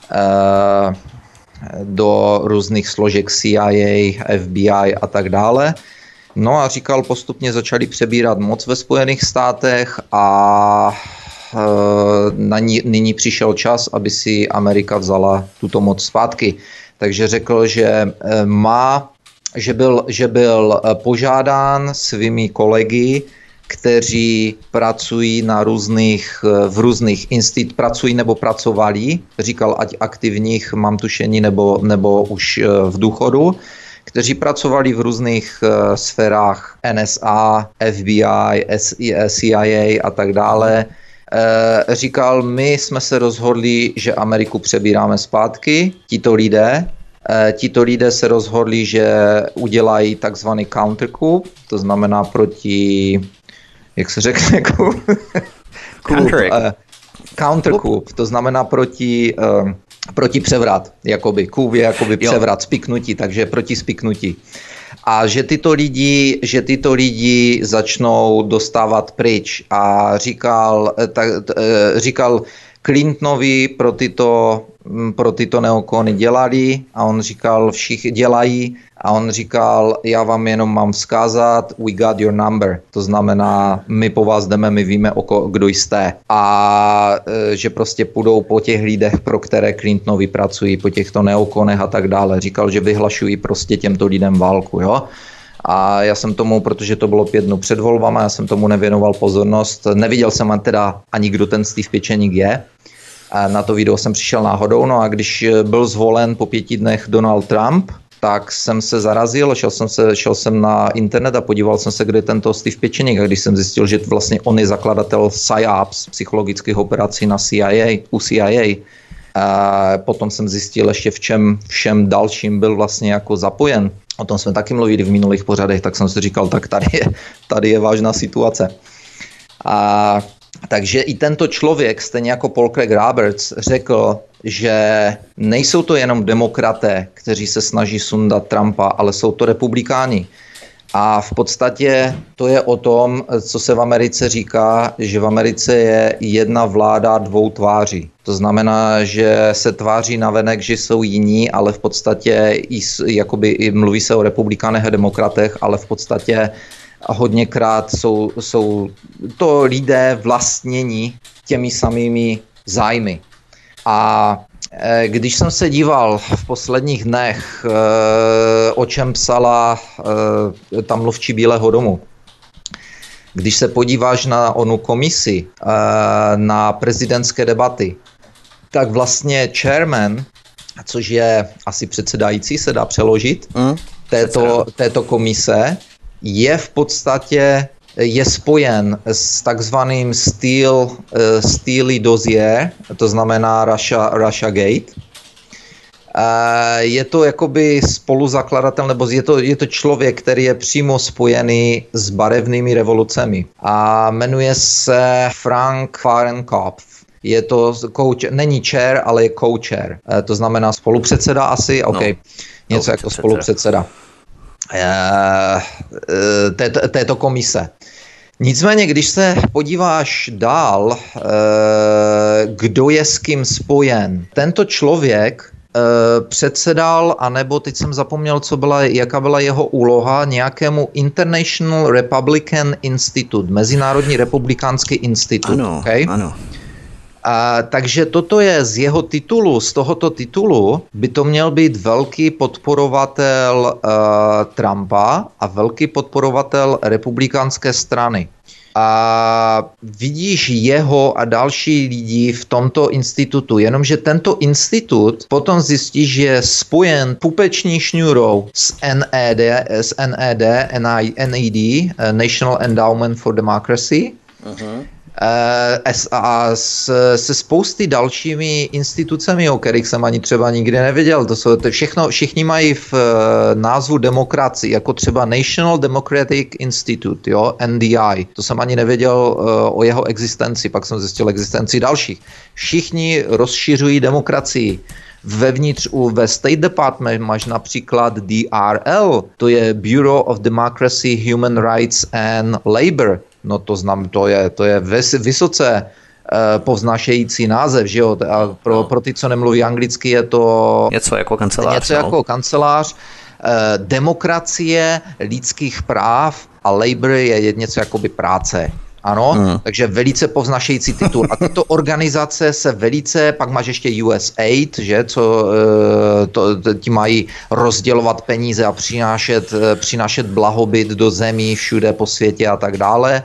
do různých složek CIA, FBI a tak dále. No a říkal, postupně začali přebírat moc ve Spojených státech a nyní přišel čas, aby si Amerika vzala tuto moc zpátky. Takže řekl, že byl požádán svými kolegy, kteří pracují v různých institucích, pracují nebo pracovali, říkal, ať aktivních, mám tušení, nebo už v důchodu, kteří pracovali v různých sférách NSA, FBI, CIA a tak dále. Říkal, my jsme se rozhodli, že Ameriku přebíráme zpátky, Tito lidé se rozhodli, že udělají takzvaný countercoup, to znamená proti, jak se řekne, countercoup, to znamená proti převrat, jakoby. Coup je jakoby převrat, spiknutí, takže proti spiknutí. A že tyto lidi začnou dostávat pryč. A říkal Clintonovi pro tyto neokony dělali a on říkal, všichni dělají a on říkal, já vám jenom mám vzkázat, we got your number. To znamená, my po vás jdeme, my víme, kdo jste. A že prostě půjdou po těch lidech, pro které Clintonovi pracují, po těchto neokonech a tak dále. Říkal, že vyhlašují prostě těmto lidem válku, jo. A já jsem tomu, protože to bylo 5 dnů před volbama, já jsem tomu nevěnoval pozornost. Neviděl jsem teda ani, kdo ten Steve Pěčeník je. A na to video jsem přišel náhodou, no a když byl zvolen po 5 dnech Donald Trump, tak jsem se zarazil, šel jsem na internet a podíval jsem se, kde je tento Steve Pěčeník, a když jsem zjistil, že vlastně on je zakladatel PSYOPs, psychologických operací u CIA, a potom jsem zjistil ještě všem dalším byl vlastně jako zapojen. O tom jsme taky mluvili v minulých pořadech, tak jsem si říkal, tak tady je vážná situace. Takže i tento člověk, stejně jako Paul Craig Roberts, řekl, že nejsou to jenom demokraté, kteří se snaží sundat Trumpa, ale jsou to republikáni. A v podstatě to je o tom, co se v Americe říká, že v Americe je jedna vláda dvou tváří. To znamená, že se tváří navenek, že jsou jiní, ale v podstatě jakoby mluví se o republikánech a demokratech, ale v podstatě hodněkrát jsou to lidé vlastnění těmi samými zájmy. A když jsem se díval v posledních dnech, o čem psala ta mluvčí Bílého domu, když se podíváš na onu komisi, na prezidentské debaty, tak vlastně chairman, což je asi předsedající, se dá přeložit, této komise, je v podstatě spojen s takzvaným Steely dossier, to znamená Russia Gate. Je to jakoby spoluzakladatel, nebo je to člověk, který je přímo spojený s barevnými revolucemi a jmenuje se Frank Fahrenkopf. Je to není chair, ale je co-chair. To znamená spolupředseda asi, něco jako spolupředseda této komise. Nicméně, když se podíváš dál, kdo je s kým spojen, tento člověk předsedal, anebo teď jsem zapomněl, jaká byla jeho úloha, nějakému International Republican Institute, Mezinárodní republikánský institut. Ano, okay? Ano. Takže toto je z jeho titulu, z tohoto titulu by to měl být velký podporovatel Trumpa a velký podporovatel republikánské strany. A vidíš jeho a další lidi v tomto institutu, jenomže tento institut potom zjistíš, že je spojen pupeční šňůrou s NED, National Endowment for Democracy, a se spousty dalšími institucemi, o kterých jsem ani třeba nikdy nevěděl. Všichni mají v názvu demokracii, jako třeba National Democratic Institute, jo, NDI. To jsem ani nevěděl o jeho existenci, pak jsem zjistil existenci dalších. Všichni rozšiřují demokracii. Ve State Department máš například DRL, to je Bureau of Democracy, Human Rights and Labor. No to je vysoce povznášející název, že jo? A pro ty, co nemluví anglicky, je to něco jako kancelář. Jako kancelář. Demokracie, lidských práv a labor je něco jakoby práce. Ano, takže velice povznášející titul. A tyto organizace se velice, pak máš ještě USAID, že, ti mají rozdělovat peníze a přinášet blahobyt do zemí všude po světě a tak dále.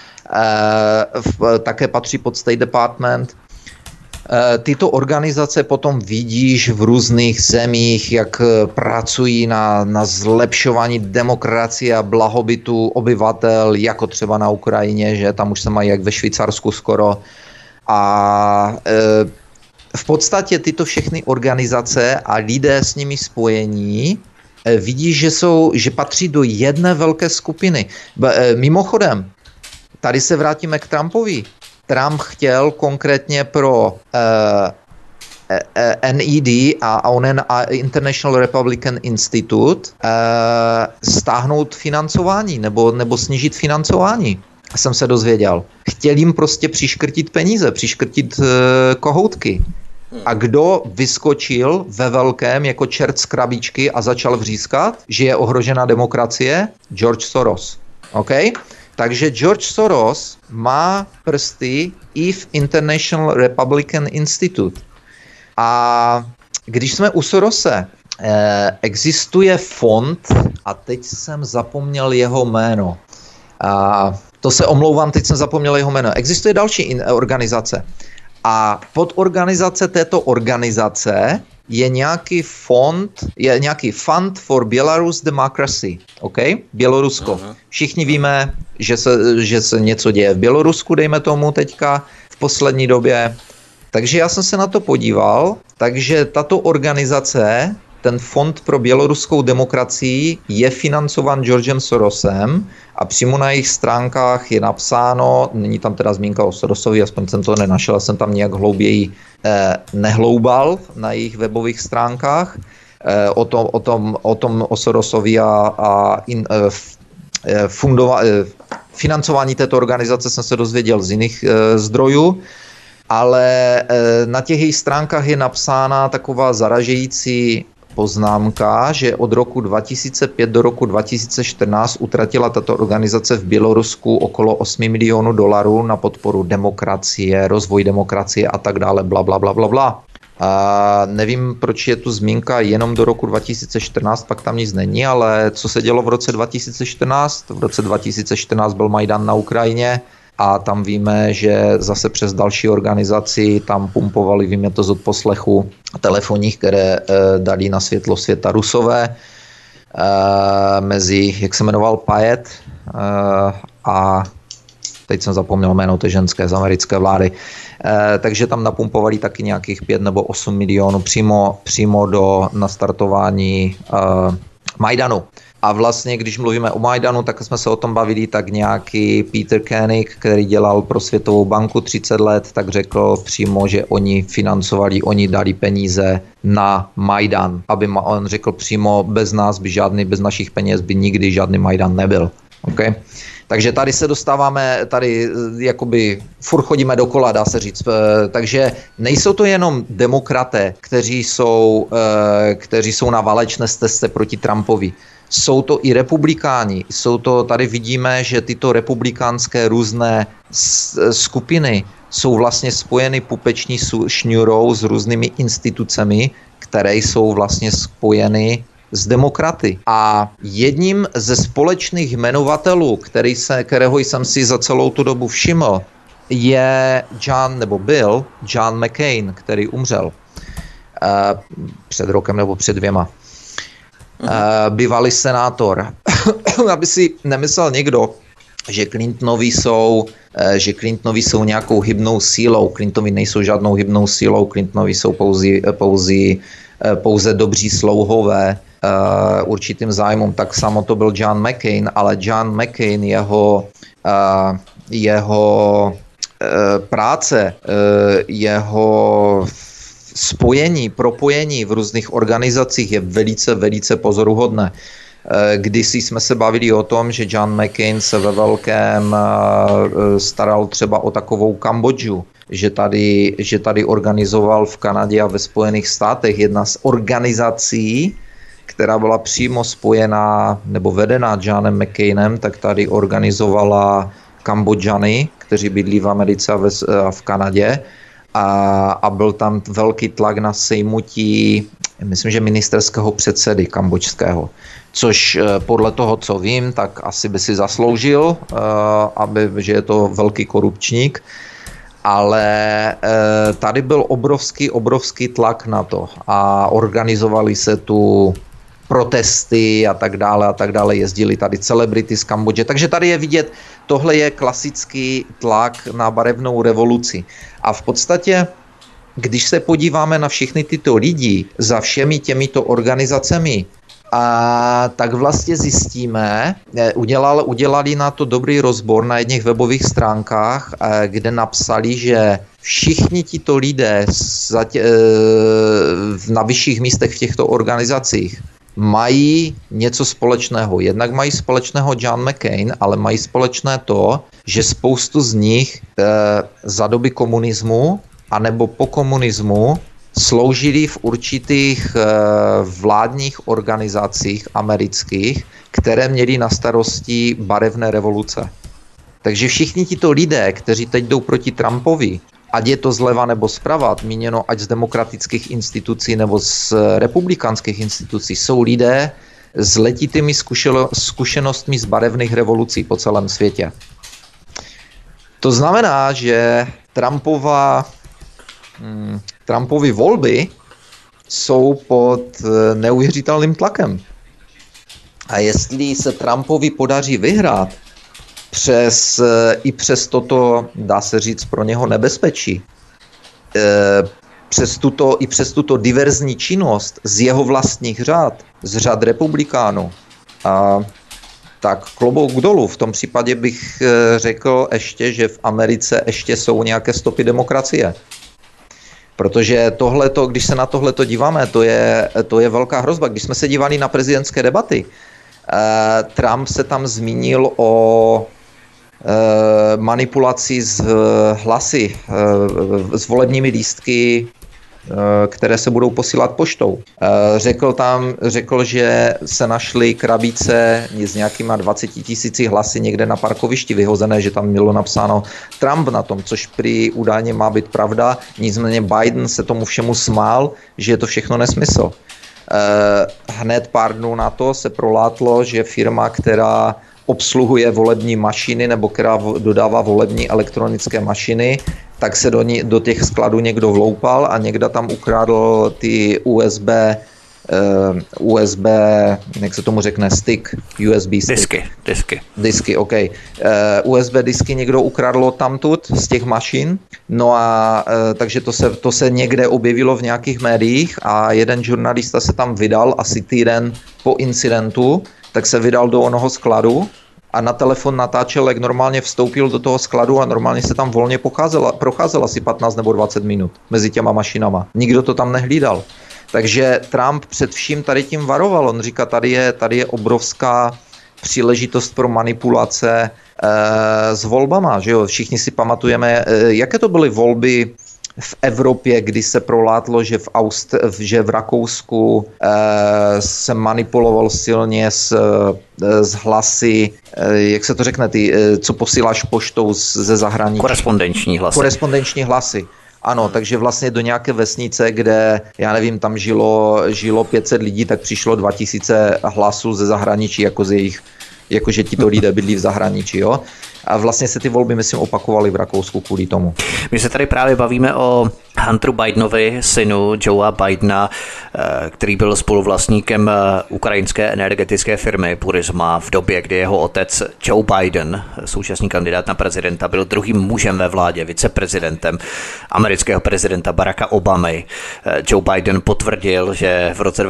Také patří pod State Department. Tyto organizace potom vidíš v různých zemích, jak pracují na zlepšování demokracie a blahobytu obyvatel, jako třeba na Ukrajině, že tam už se mají jak ve Švýcarsku skoro. A v podstatě tyto všechny organizace a lidé s nimi spojení vidíš, že patří do jedné velké skupiny. Mimochodem, tady se vrátíme k Trumpovi. Trump chtěl konkrétně pro NED a International Republican Institute stáhnout financování nebo snížit financování. Jsem se dozvěděl. Chtěl jim prostě přiškrtit peníze, přiškrtit kohoutky. A kdo vyskočil ve velkém jako čert z krabičky a začal vřískat, že je ohrožena demokracie? George Soros. Okay? Takže George Soros má prsty i v International Republican Institute. A když jsme u Sorose, existuje fond, a teď jsem zapomněl jeho jméno. To se omlouvám, teď jsem zapomněl jeho jméno. Existuje další organizace. A podorganizace této organizace je nějaký fund for Belarus Democracy, OK? Bělorusko. Všichni víme, že se něco děje v Bělorusku, dejme tomu teďka v poslední době. Takže já jsem se na to podíval, takže tato organizace, ten fond pro běloruskou demokracii je financován Georgem Sorosem a přímo na jejich stránkách je napsáno, není tam teda zmínka o Sorosovi, aspoň jsem to nenašel, jsem tam nějak hlouběji nehloubal na jejich webových stránkách o Sorosovi a financování této organizace jsem se dozvěděl z jiných zdrojů, ale na těch jejich stránkách je napsána taková zaražející poznámka, že od roku 2005 do roku 2014 utratila tato organizace v Bělorusku okolo $8 milionů na podporu demokracie, rozvoj demokracie a tak dále, bla, bla, bla, bla, bla. A nevím, proč je tu zmínka jenom do roku 2014, pak tam nic není, ale co se dělo v roce 2014? V roce 2014 byl Majdan na Ukrajině a tam víme, že zase přes další organizaci tam pumpovali, víme to z odposlechu telefonních, které dali na světlo světa Rusové, mezi, jak se jmenoval, Payet a teď jsem zapomněl jméno té ženské z americké vlády, takže tam napumpovali taky nějakých 5 nebo 8 milionů přímo do nastartování Majdanu. A vlastně, když mluvíme o Majdanu, tak jsme se o tom bavili, tak nějaký Peter Koenig, který dělal pro Světovou banku 30 let, tak řekl přímo, že oni dali peníze na Majdan. On řekl přímo, bez nás by bez našich peněz by nikdy žádný Majdan nebyl. Okay? Takže tady se dostáváme, tady jakoby furt chodíme dokola, dá se říct. Takže nejsou to jenom demokraté, kteří jsou na válečné stezce proti Trumpovi. Jsou to i republikáni. Tady vidíme, že tyto republikánské různé skupiny jsou vlastně spojeny pupeční šňůrou s různými institucemi, které jsou vlastně spojeny s demokraty. A jedním ze společných jmenovatelů, kterého jsem si za celou tu dobu všiml, byl John McCain, který umřel před rokem nebo před 2. Bývalý senátor. Aby si nemyslel někdo, že Clintonovi jsou nějakou hybnou sílou. Clintonovi nejsou žádnou hybnou sílou, Clintonovi jsou pouze dobří slouhové určitým zájmům. Tak samo to byl John McCain, ale John McCain, jeho práce, jeho propojení v různých organizacích je velice, velice pozoruhodné. Kdysi jsme se bavili o tom, že John McCain se ve velkém staral třeba o takovou Kambodžu, že tady organizoval v Kanadě a ve Spojených státech jedna z organizací, která byla přímo spojená nebo vedená Johnem McCainem, tak tady organizovala Kambodžany, kteří bydlí v Americe a v Kanadě. A byl tam velký tlak na sejmutí, myslím, že ministerského předsedy kambodžského, což podle toho, co vím, tak asi by si zasloužil, že je to velký korupčník, ale tady byl obrovský tlak na to a organizovali se tu protesty a tak dále, jezdili tady celebrity z Kambodže. Takže tady je vidět, tohle je klasický tlak na barevnou revoluci. A v podstatě, když se podíváme na všechny tyto lidi za všemi těmito organizacemi, tak vlastně zjistíme, udělali na to dobrý rozbor na jedných webových stránkách, kde napsali, že všichni tito lidé na vyšších místech v těchto organizacích mají něco společného. Jednak mají společného John McCain, ale mají společné to, že spoustu z nich za doby komunismu anebo po komunismu sloužili v určitých vládních organizacích amerických, které měly na starosti barevné revoluce. Takže všichni tito lidé, kteří teď jdou proti Trumpovi, ať je to zleva nebo zprava, míněno ať z demokratických institucí nebo z republikánských institucí, jsou lidé s letitými zkušenostmi z barevných revolucí po celém světě. To znamená, že Trumpovy volby jsou pod neuvěřitelným tlakem. A jestli se Trumpovi podaří vyhrát i přes toto, dá se říct, pro něho nebezpečí, přes tuto diverzní činnost z jeho vlastních řad, z řad republikánů, tak klobouk dolů. V tom případě bych řekl ještě, že v Americe ještě jsou nějaké stopy demokracie. Protože když se na tohleto díváme, to je velká hrozba. Když jsme se dívali na prezidentské debaty, Trump se tam zmínil o manipulaci s hlasy, s volebními lístky, které se budou posílat poštou. Řekl, že se našly krabice s nějakýma 20 000 hlasy někde na parkovišti vyhozené, že tam bylo napsáno Trump na tom, což prý údajně má být pravda. Nicméně Biden se tomu všemu smál, že je to všechno nesmysl. Hned pár dnů na to se prolátlo, že firma, která obsluhuje volební mašiny nebo která dodává volební elektronické mašiny, tak se do těch skladů někdo vloupal a někdo tam ukradl ty USB, jak se tomu řekne, stick, USB stick. Disky, OK. USB disky někdo ukradlo tamtud z těch mašin, no a takže to se někde objevilo v nějakých médiích a jeden žurnalista se tam vydal asi týden po incidentu, tak se vydal do onoho skladu a na telefon natáčel, jak normálně vstoupil do toho skladu a normálně se tam volně procházel asi 15 nebo 20 minut mezi těma mašinama. Nikdo to tam nehlídal. Takže Trump před vším tady tím varoval. On říká, tady je obrovská příležitost pro manipulace s volbama. Že jo? Všichni si pamatujeme, jaké to byly volby v Evropě, kdy se prolátlo, že v Rakousku se manipuloval silně s hlasy, jak se to řekne, co posíláš poštou ze zahraničí. Korespondenční hlasy. Ano, takže vlastně do nějaké vesnice, kde, já nevím, tam žilo 500 lidí, tak přišlo 2000 hlasů ze zahraničí, jakože tito lidé bydlí v zahraničí, jo. A vlastně se ty volby, myslím, opakovaly v Rakousku kvůli tomu. My se tady právě bavíme o Hunteru Bidenovi, synu Joea Bidena, který byl spoluvlastníkem ukrajinské energetické firmy Burisma v době, kdy jeho otec Joe Biden, současný kandidát na prezidenta, byl druhým mužem ve vládě, viceprezidentem amerického prezidenta Baracka Obamy. Joe Biden potvrdil, že v roce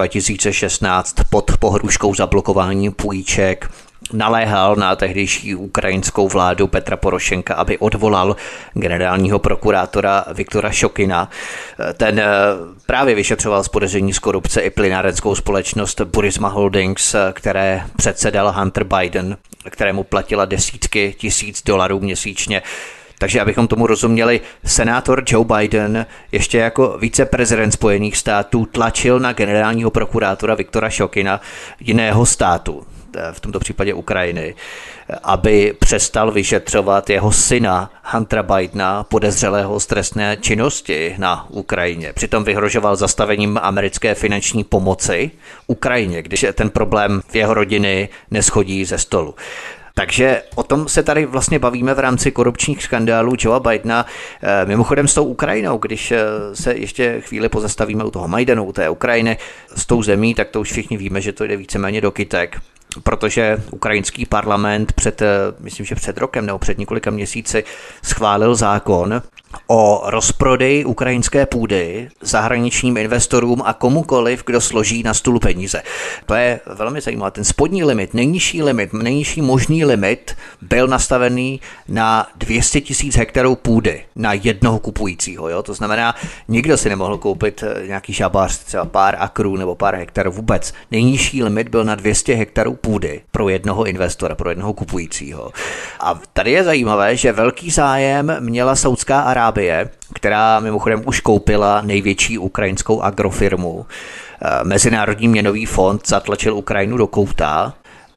2016 pod pohrůžkou zablokování půjček naléhal na tehdejší ukrajinskou vládu Petra Porošenka, aby odvolal generálního prokurátora Viktora Šokina. Ten právě vyšetřoval z podezření z korupce i plynárenskou společnost Burisma Holdings, které předsedal Hunter Biden, kterému platila desítky tisíc dolarů měsíčně. Takže abychom tomu rozuměli, senátor Joe Biden ještě jako viceprezident Spojených států tlačil na generálního prokurátora Viktora Šokina jiného státu, v tomto případě Ukrajiny, aby přestal vyšetřovat jeho syna Huntera Bidena, podezřelého z trestné činnosti na Ukrajině. Přitom vyhrožoval zastavením americké finanční pomoci Ukrajině, když ten problém v jeho rodiny neschodí ze stolu. Takže o tom se tady vlastně bavíme v rámci korupčních skandálů Joea Bidena. Mimochodem s tou Ukrajinou, když se ještě chvíli pozastavíme u toho Majdanu, u té Ukrajiny, s tou zemí, tak to už všichni víme, že to jde víceméně do kytek, protože ukrajinský parlament před rokem nebo před několika měsíci schválil zákon o rozprodeji ukrajinské půdy zahraničním investorům a komukoliv, kdo složí na stůl peníze. To je velmi zajímavé. Ten spodní limit, nejnižší možný limit byl nastavený na 200 000 hektarů půdy na jednoho kupujícího. Jo? To znamená, nikdo si nemohl koupit nějaký žabář, třeba pár akrů nebo pár hektarů vůbec. Nejnižší limit byl na 200 hektarů půdy pro jednoho investora, pro jednoho kupujícího. A tady je zajímavé, že velký zájem měla Saudská Arábie, která mimochodem už koupila největší ukrajinskou agrofirmu. Mezinárodní měnový fond zatlačil Ukrajinu do kouta,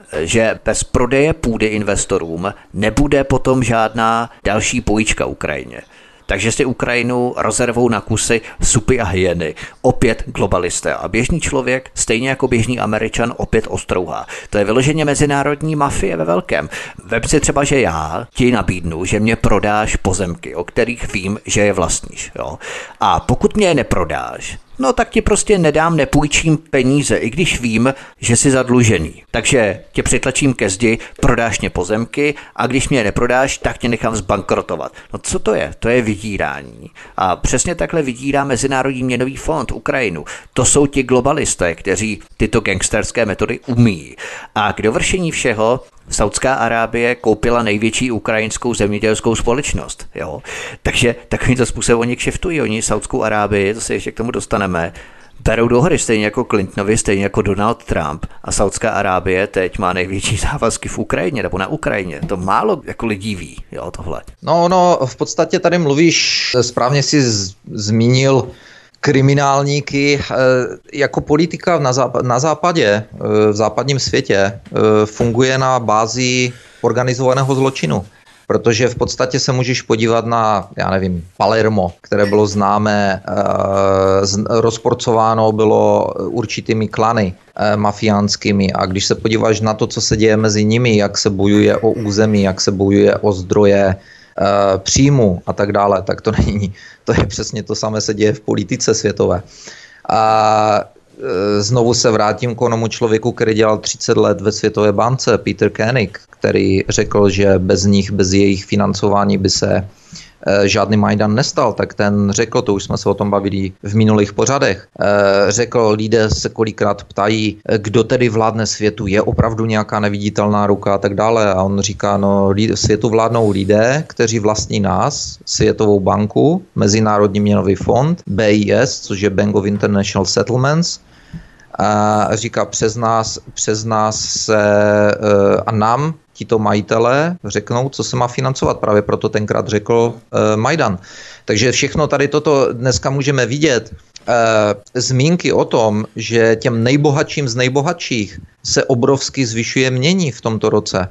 že bez prodeje půdy investorům nebude potom žádná další půjčka Ukrajině. Takže si Ukrajinu rozervou na kusy supy a hyeny. Opět globalisté. A běžný člověk, stejně jako běžný Američan, opět ostrouhá. To je vyloženě mezinárodní mafie ve velkém. Vem si třeba, že já ti nabídnu, že mě prodáš pozemky, o kterých vím, že je vlastníš. Jo? A pokud mě je neprodáš, no tak ti prostě nepůjčím peníze, i když vím, že jsi zadlužený. Takže tě přitlačím ke zdi, prodáš mě pozemky a když mě neprodáš, tak tě nechám zbankrotovat. No co to je? To je vydírání. A přesně takhle vydírá Mezinárodní měnový fond Ukrajinu. To jsou ti globalisté, kteří tyto gangsterské metody umí. A k dovršení všeho Saudská Arábie koupila největší ukrajinskou zemědělskou společnost. Jo? Takže takovýmto způsobem oni kšeftují. Oni Saudskou Arábii, to se ještě k tomu dostaneme, berou do hry stejně jako Clintonovi, stejně jako Donald Trump a Saudská Arábie teď má největší závazky v Ukrajině nebo na Ukrajině. To málo jako lidí ví, jo, tohle. No, v podstatě tady mluvíš, správně si zmínil kriminálníky. Jako politika na západě, v západním světě funguje na bázi organizovaného zločinu. Protože v podstatě se můžeš podívat na, já nevím, Palermo, které bylo známé, rozporcováno bylo určitými klany mafiánskými. A když se podíváš na to, co se děje mezi nimi, jak se bojuje o území, jak se bojuje o zdroje příjmu a tak dále, tak to není. To je přesně to samé se děje v politice světové. A znovu se vrátím k onomu člověku, který dělal 30 let ve Světové bance, Peter Koenig, který řekl, že bez jejich financování by se žádný Majdan nestal, tak ten řekl, to už jsme se o tom bavili v minulých pořadech, řekl, lidé se kolikrát ptají, kdo tedy vládne světu, je opravdu nějaká neviditelná ruka a tak dále. A on říká, no světu vládnou lidé, kteří vlastní nás, Světovou banku, Mezinárodní měnový fond, BIS, což je Bank of International Settlements, a říká, přes nás se a nám tito majitelé řeknou, co se má financovat. Právě proto tenkrát řekl Majdan. Takže všechno tady toto dneska můžeme vidět. Zmínky o tom, že těm nejbohatším z nejbohatších se obrovsky zvyšuje jmění v tomto roce.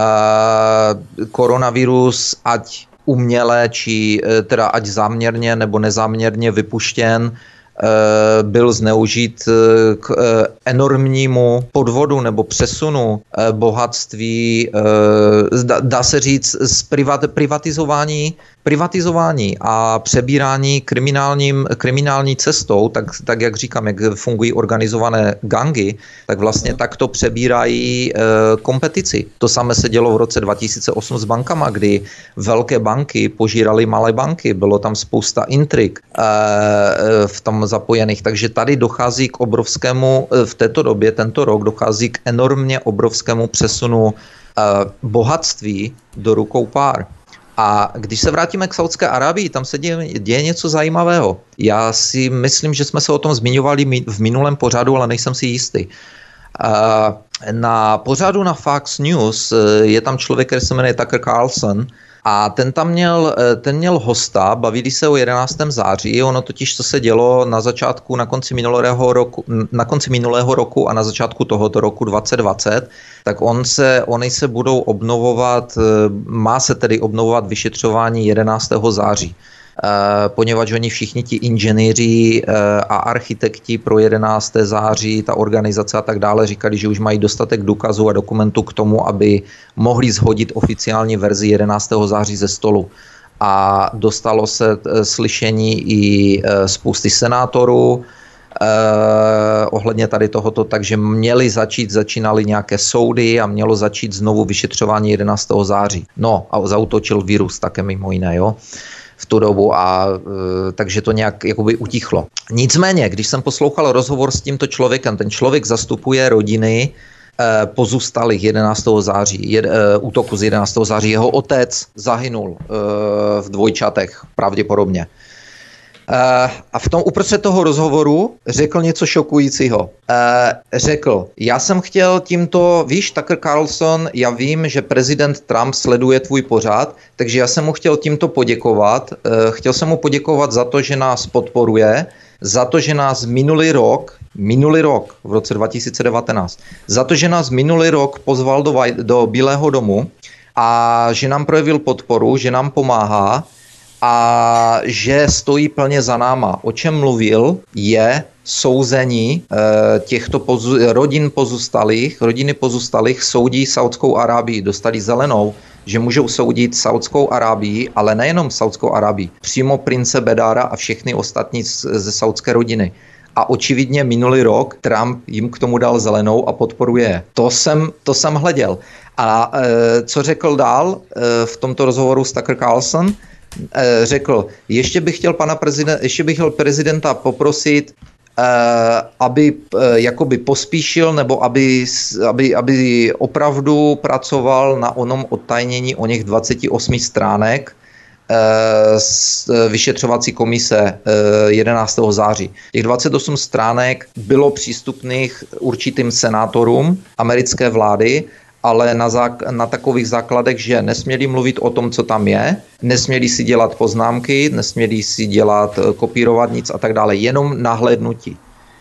Koronavirus, ať uměle, či teda ať záměrně nebo nezáměrně vypuštěn, byl zneužit k enormnímu podvodu nebo přesunu bohatství, dá se říct, z privatizování a přebírání kriminální cestou, tak jak říkám, jak fungují organizované gangy, tak vlastně takto přebírají kompetici. To samé se dělo v roce 2008 s bankama, kdy velké banky požíraly malé banky. Bylo tam spousta intrik v tom zapojených, takže tady dochází k obrovskému, v této době, tento rok, dochází k enormně obrovskému přesunu bohatství do rukou pár. A když se vrátíme k Saudské Arábii, tam se děje něco zajímavého. Já si myslím, že jsme se o tom zmiňovali v minulém pořadu, ale nejsem si jistý. Na pořadu na Fox News je tam člověk, který se jmenuje Tucker Carlson, a ten měl hosta, bavili se o 11. září, ono totiž, co se dělo na konci minulého roku a na začátku tohoto roku 2020, tak oni se budou obnovovat, má se tedy obnovovat vyšetřování 11. září. Poněvadž oni všichni ti inženýři a architekti pro 11. září, ta organizace a tak dále říkali, že už mají dostatek důkazů a dokumentů k tomu, aby mohli shodit oficiální verzi 11. září ze stolu. A dostalo se slyšení i spousty senátorů ohledně tady tohoto, takže začínaly nějaké soudy a mělo začít znovu vyšetřování 11. září. No a zaútočil virus také mimo jiné, jo, v tu dobu, a takže to nějak jakoby utichlo. Nicméně, když jsem poslouchal rozhovor s tímto člověkem, ten člověk zastupuje rodiny pozůstalých 11. září, útoku z 11. září. Jeho otec zahynul v dvojčatech, pravděpodobně. A v tom uprostřed toho rozhovoru řekl něco šokujícího. Řekl, já jsem chtěl tímto, víš, Tucker Carlson, já vím, že prezident Trump sleduje tvůj pořad, takže já jsem mu chtěl tímto poděkovat. Chtěl jsem mu poděkovat za to, že nás podporuje, za to, že nás minulý rok v roce 2019, za to, že nás minulý rok pozval do Bílého domu a že nám projevil podporu, že nám pomáhá a že stojí plně za náma. O čem mluvil je souzení těchto rodiny pozůstalých soudí Saudskou Arábii. Dostali zelenou, že můžou soudit Saudskou Arábii, ale nejenom Saudskou Arábii, přímo prince Bedara a všechny ostatní ze saudské rodiny. A očividně minulý rok Trump jim k tomu dal zelenou a podporuje. To jsem hleděl. A co řekl dál v tomto rozhovoru s Tucker Carlson? Řekl, ještě bych chtěl prezidenta poprosit, aby jakoby pospíšil, nebo aby opravdu pracoval na onom odtajnění o něch 28 stránek vyšetřovací komise 11. září. Těch 28 stránek bylo přístupných určitým senátorům americké vlády, ale na takových základech, že nesměli mluvit o tom, co tam je, nesměli si dělat poznámky, nesměli si kopírovat nic a tak dále, jenom nahlédnutí.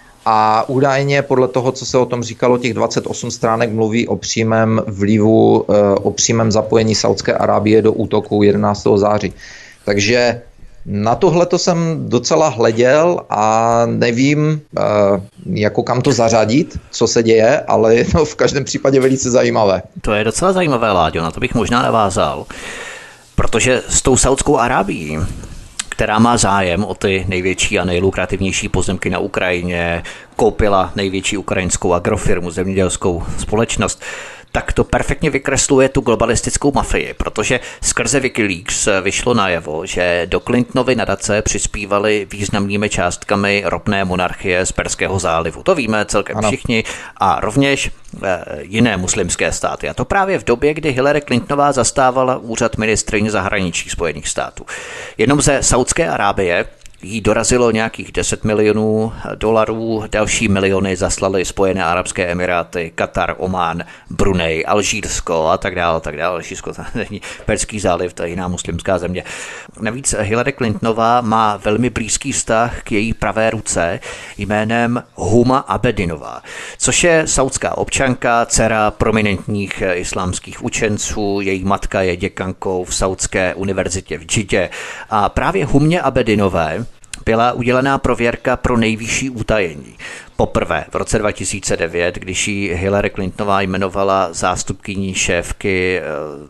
A údajně podle toho, co se o tom říkalo, těch 28 stránek mluví o přímém vlivu, o přímém zapojení Saúdské Arábie do útoku 11. září. Takže na tohleto jsem docela hleděl a nevím, jako kam to zařadit, co se děje, ale je to v každém případě velice zajímavé. To je docela zajímavé, Láďo, na to bych možná navázal, protože s tou Saúdskou Arábií, která má zájem o ty největší a nejlukrativnější pozemky na Ukrajině, koupila největší ukrajinskou agrofirmu, zemědělskou společnost, tak to perfektně vykresluje tu globalistickou mafii, protože skrze Wikileaks vyšlo najevo, že do Clintonovy nadace přispívali významnými částkami ropné monarchie z Perského zálivu. To víme celkem všichni a rovněž jiné muslimské státy. A to právě v době, kdy Hillary Clintonová zastávala úřad ministryně zahraničí Spojených států. Jenom ze Saúdské Arábie jí dorazilo nějakých 10 milionů dolarů, další miliony zaslali Spojené arabské emiráty, Katar, Omán, Brunei, Alžírsko a tak dále, tak dále. Alžírsko to není Perský záliv, to je jiná muslimská země. Navíc Hillary Clintonová má velmi blízký vztah k její pravé ruce jménem Huma Abedinová, což je saudská občanka, dcera prominentních islámských učenců, její matka je děkankou v Saudské univerzitě v Džidě a právě Humě Abedinové byla udělená prověrka pro nejvyšší utajení. Poprvé v roce 2009, když ji Hillary Clintonová jmenovala zástupkyní šéfky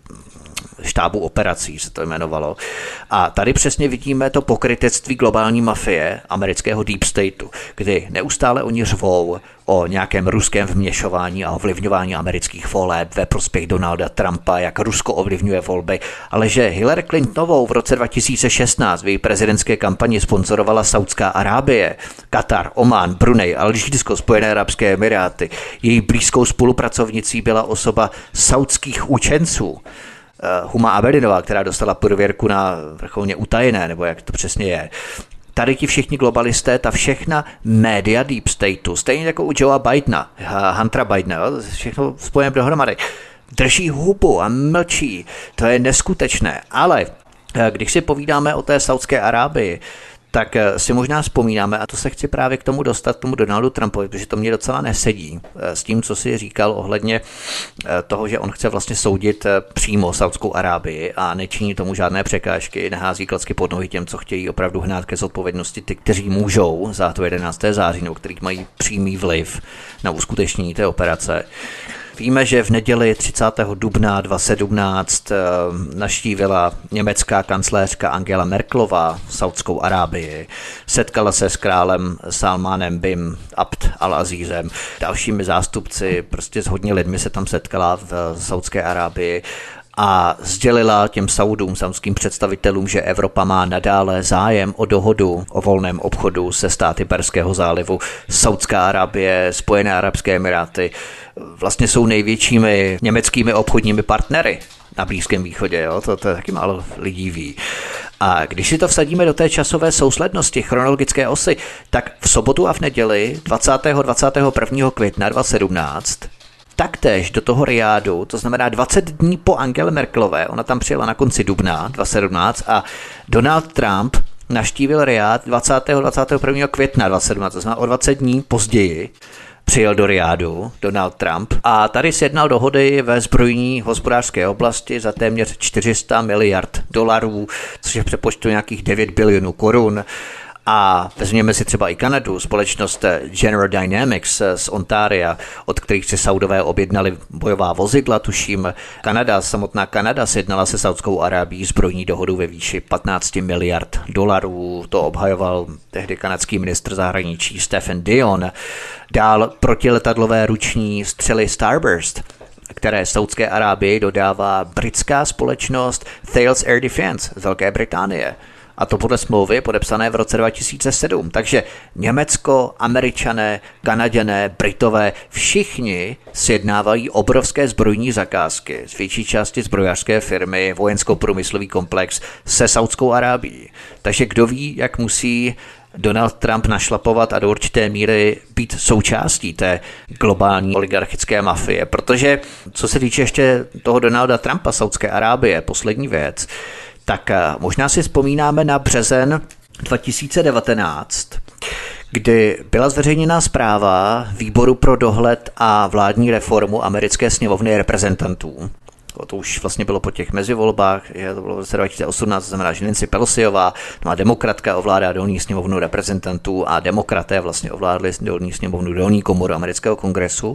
štábu operací, se to jmenovalo. A tady přesně vidíme to pokrytectví globální mafie amerického Deep Stateu, kdy neustále oni řvou o nějakém ruském vměšování a ovlivňování amerických voleb ve prospěch Donalda Trumpa, jak Rusko ovlivňuje volby, ale že Hillary Clintonovou v roce 2016 v její prezidentské kampani sponzorovala Saúdská Arábie, Katar, Omán, Brunei, Alžírsko, Spojené arabské emiráty. Její blízkou spolupracovnicí byla osoba saudských učenců, Huma Abedinová, která dostala prověrku na vrcholně utajené, nebo jak to přesně je. Tady ti všichni globalisté, ta všechna média Deep Stateu, stejně jako u Joea Bidena, Huntera Bidena, všechno spojené dohromady, drží hubu a mlčí. To je neskutečné. Ale když si povídáme o té Saúdské Arábii, tak si možná vzpomínáme, a to se chci právě k tomu dostat, tomu Donaldu Trumpovi, protože to mě docela nesedí s tím, co si říkal ohledně toho, že on chce vlastně soudit přímo Saúdskou Arábii a nečiní tomu žádné překážky, nehází klacky pod nohy těm, co chtějí opravdu hnát ke zodpovědnosti ty, kteří můžou za to 11. září, nebo kteří mají přímý vliv na uskutečnění té operace. Víme, že v neděli 30. dubna 2017 navštívila německá kancléřka Angela Merkelová Saúdskou Arábii. Setkala se s králem Salmánem bin Abd al-Azízem, dalšími zástupci, prostě s hodně lidmi se tam setkala v Saúdské Arábii a sdělila těm Saudům, saudským představitelům, že Evropa má nadále zájem o dohodu o volném obchodu se státy Perského zálivu. Saúdská Arábie, Spojené arabské emiráty vlastně jsou největšími německými obchodními partnery na Blízkém východě, jo? To taky málo lidí ví. A když si to vsadíme do té časové souslednosti, chronologické osy, tak v sobotu a v neděli 21. května 2017 taktéž do toho Riádu, to znamená 20 dní po Angele Merkelové, ona tam přijela na konci dubna 2017 a Donald Trump navštívil Riád 21. května 2017, to znamená o 20 dní později přijel do Riádu Donald Trump a tady sjednal dohody ve zbrojní hospodářské oblasti za téměř 400 miliard dolarů, což je v přepočtu nějakých 9 bilionů korun. A vezměme si třeba i Kanadu, společnost General Dynamics z Ontaria, od kterých si Saudové objednali bojová vozidla, tuším. Samotná Kanada sjednala se Saúdskou Arábií zbrojní dohodu ve výši 15 miliard dolarů. To obhajoval tehdy kanadský ministr zahraničí Stephen Dion. Dál protiletadlové ruční střely Starburst, které Saúdské Arábii dodává britská společnost Thales Air Defence z Velké Británie. A to podle smlouvy podepsané v roce 2007. Takže Německo, Američané, Kanaďané, Britové, všichni sjednávají obrovské zbrojní zakázky, z větší části zbrojařské firmy, vojensko-průmyslový komplex se Saudskou Arábií. Takže kdo ví, jak musí Donald Trump našlapovat a do určité míry být součástí té globální oligarchické mafie, protože co se týče ještě toho Donalda Trumpa, Saudské Arábie, poslední věc, tak možná si vzpomínáme na březen 2019, kdy byla zveřejněná zpráva Výboru pro dohled a vládní reformu americké sněmovny reprezentantů. To už vlastně bylo po těch mezivolbách, to bylo v roce 2018, to znamená, že Nancy Pelosiová, no a demokratka ovládá dolní sněmovnu reprezentantů a demokraté vlastně ovládli dolní sněmovnu, dolní komoru amerického kongresu.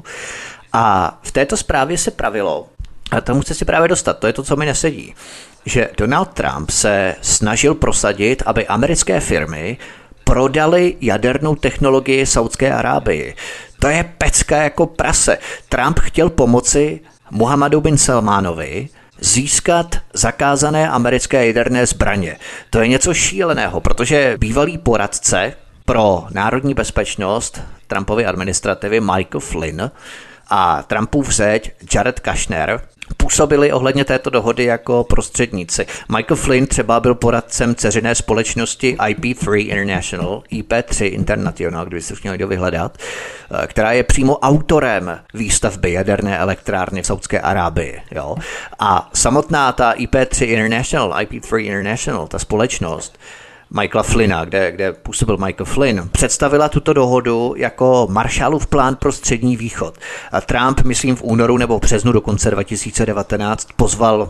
A v této zprávě se pravilo, a tomu chce si právě dostat, to je to, co mi nesedí, že Donald Trump se snažil prosadit, aby americké firmy prodali jadernou technologii Saudské Arábii. To je pecka jako prase. Trump chtěl pomoci Mohammadu bin Salmanovi získat zakázané americké jaderné zbraně. To je něco šíleného, protože bývalý poradce pro národní bezpečnost Trumpovy administrativy Michael Flynn a Trumpův zeď Jared Kushner působili ohledně této dohody jako prostředníci. Michael Flynn třeba byl poradcem dceřiné společnosti IP3 International, IP3 International, kdyby se měl někdo vyhledat, která je přímo autorem výstavby jaderné elektrárny v Saudské Arábii. Jo? A samotná ta IP3 International, IP3 International, ta společnost, Michaela Flynna, kde působil Michael Flynn, představila tuto dohodu jako Marshallův plán pro Střední východ. A Trump, myslím v únoru nebo v březnu dokonce 2019, pozval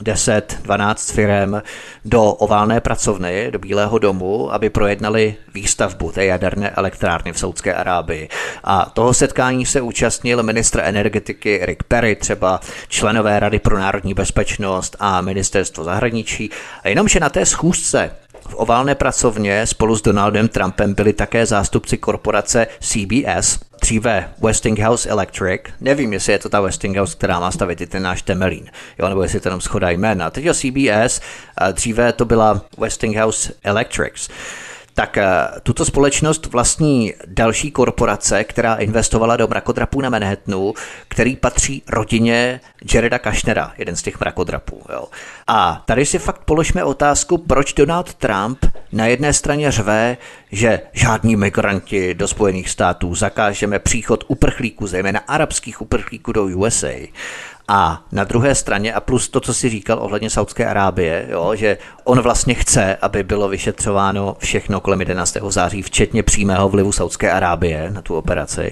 10-12 firem do oválné pracovny, do Bílého domu, aby projednali výstavbu té jaderné elektrárny v Saudské Arábii. A toho setkání se účastnil ministr energetiky Rick Perry, třeba členové Rady pro národní bezpečnost a ministerstvo zahraničí. A jenomže na té schůzce v oválné pracovně spolu s Donaldem Trumpem byli také zástupci korporace CBS, dříve Westinghouse Electric. Nevím, jestli je to ta Westinghouse, která má stavit i ten náš Temelín, jo, nebo jestli to jenom shoda jména. Teď CBS, dříve to byla Westinghouse Electric. Tak tuto společnost vlastní další korporace, která investovala do mrakodrapů na Manhattanu, který patří rodině Jareda Kushnera, jeden z těch mrakodrapů. Jo. A tady si fakt položme otázku, proč Donald Trump na jedné straně řve, že žádní migranti do Spojených států, zakážeme příchod uprchlíků, zejména arabských uprchlíků do USA. A na druhé straně, a plus to, co si říkal ohledně Saudské Arábie, jo, že on vlastně chce, aby bylo vyšetřováno všechno kolem 11. září, včetně přímého vlivu Saudské Arábie na tu operaci.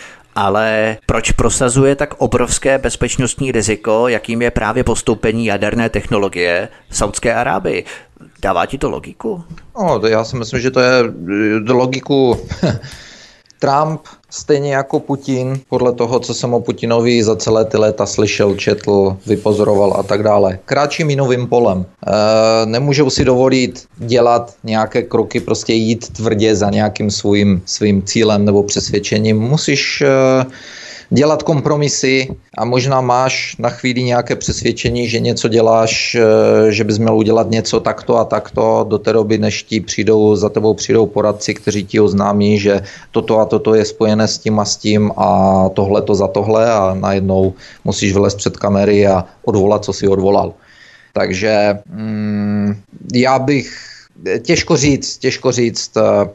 Ale proč prosazuje tak obrovské bezpečnostní riziko, jakým je právě postoupení jaderné technologie Saudské Arábii? Dává ti to logiku? No, já si myslím, že to je logiku. Trump, stejně jako Putin, podle toho, co jsem o Putinovi za celé ty léta slyšel, četl, vypozoroval a tak dále, kráčí minovým polem. Nemůžou si dovolit dělat nějaké kroky, prostě jít tvrdě za nějakým svým cílem nebo přesvědčením. Musíš dělat kompromisy a možná máš na chvíli nějaké přesvědčení, že něco děláš, že bys měl udělat něco takto a takto do té doby, než za tebou přijdou poradci, kteří ti oznámí, že toto a toto je spojené s tím a tohle to za tohle a najednou musíš vylézt před kamery a odvolat, co si odvolal. Takže já bych těžko říct,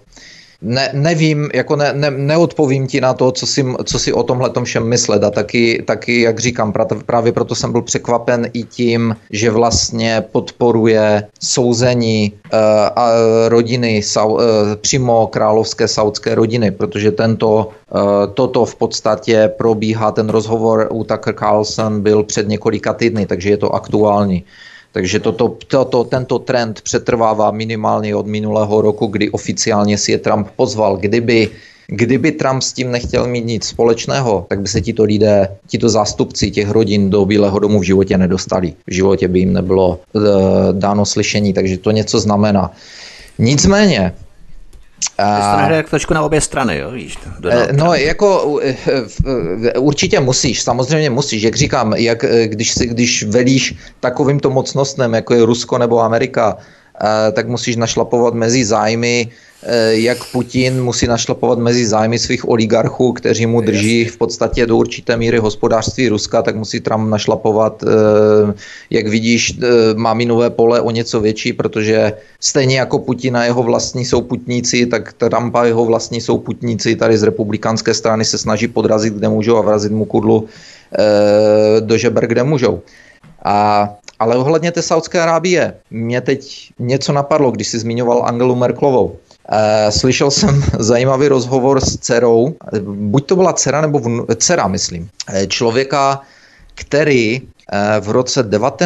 nevím, jako neodpovím ti na to, co si o tomhletom všem myslet. A taky, jak říkám, právě proto jsem byl překvapen i tím, že vlastně podporuje souzení rodiny, přímo královské saudské rodiny, protože toto v podstatě probíhá, ten rozhovor u Tucker Carlson byl před několika týdny, takže je to aktuální. Takže tento trend přetrvává minimálně od minulého roku, kdy oficiálně si je Trump pozval. Kdyby Trump s tím nechtěl mít nic společného, tak by se tito zástupci těch rodin do Bílého domu v životě nedostali. V životě by jim nebylo dáno slyšení, takže to něco znamená. Nicméně, to nehraje trošku na obě strany, jo? Víš, no, jako určitě musíš, samozřejmě musíš, jak říkám, když velíš takovýmto mocnostem, jako je Rusko nebo Amerika, tak musíš našlapovat mezi zájmy, jak Putin musí našlapovat mezi zájmy svých oligarchů, kteří mu drží v podstatě do určité míry hospodářství Ruska, tak musí Trump našlapovat, jak vidíš, má minové pole o něco větší, protože stejně jako Putin a jeho vlastní souputníci, tak Trump a jeho vlastní souputníci tady z republikánské strany se snaží podrazit, kde můžou, a vrazit mu kudlu do žeber, kde můžou. Ale ohledně té Saudské Arábie, mě teď něco napadlo, když jsi zmiňoval Angelu Merkelovou. Slyšel jsem zajímavý rozhovor s dcerou, buď to byla dcera nebo dcera, myslím, člověka, který v roce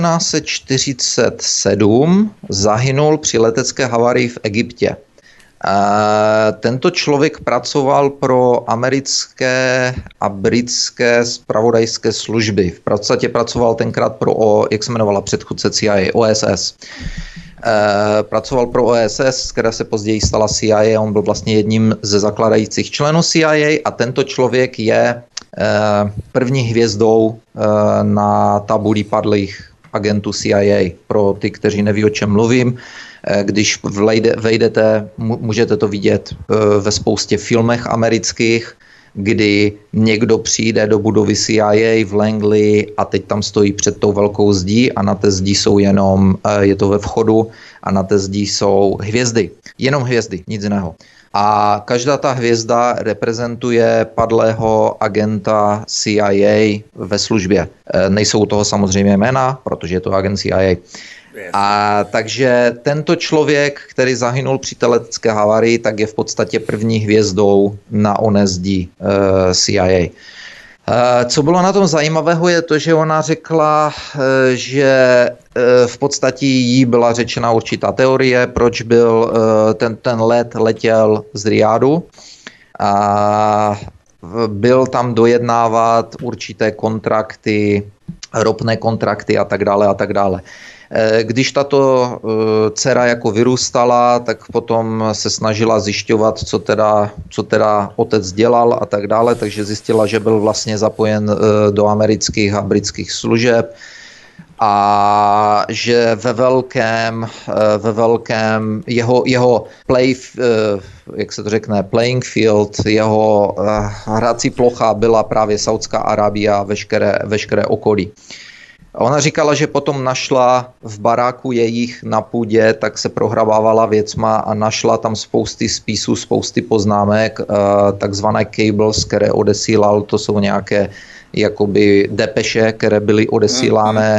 1947 zahynul při letecké havárii v Egyptě. Tento člověk pracoval pro americké a britské zpravodajské služby. V podstatě pracoval tenkrát pro, jak se jmenovala předchůdce CIA, OSS. Pracoval pro OSS, která se později stala CIA. On byl vlastně jedním ze zakladajících členů CIA a tento člověk je první hvězdou na tabuli padlých agentů CIA. Pro ty, kteří neví, o čem mluvím, když vejdete, můžete to vidět ve spoustě filmech amerických, kdy někdo přijde do budovy CIA v Langley a teď tam stojí před tou velkou zdí a na té zdi jsou jenom, je to ve vchodu, a na té zdi jsou hvězdy. Jenom hvězdy, nic jiného. A každá ta hvězda reprezentuje padlého agenta CIA ve službě. Nejsou u toho samozřejmě jména, protože je to agent CIA. A takže tento člověk, který zahynul při té letecké havárii, tak je v podstatě první hvězdou na oné zdi CIA. Co bylo na tom zajímavého, je to, že ona řekla, že v podstatě jí byla řečena určitá teorie, proč byl ten let letěl z Riádu a byl tam dojednávat určité kontrakty, ropné kontrakty a tak dále a tak dále. Když tato dcera jako vyrůstala, tak potom se snažila zjišťovat, co teda otec dělal a tak dále, takže zjistila, že byl vlastně zapojen do amerických a britských služeb a že ve velkém jeho jak se to řekne, playing field, jeho hrací plocha byla právě Saudská Arábie a veškeré okolí. Ona říkala, že potom našla v baráku jejich na půdě, tak se prohrabávala věcma a našla tam spousty spisů, spousty poznámek, takzvané cables, které odesílal, to jsou nějaké jakoby depeše, které byly odesílány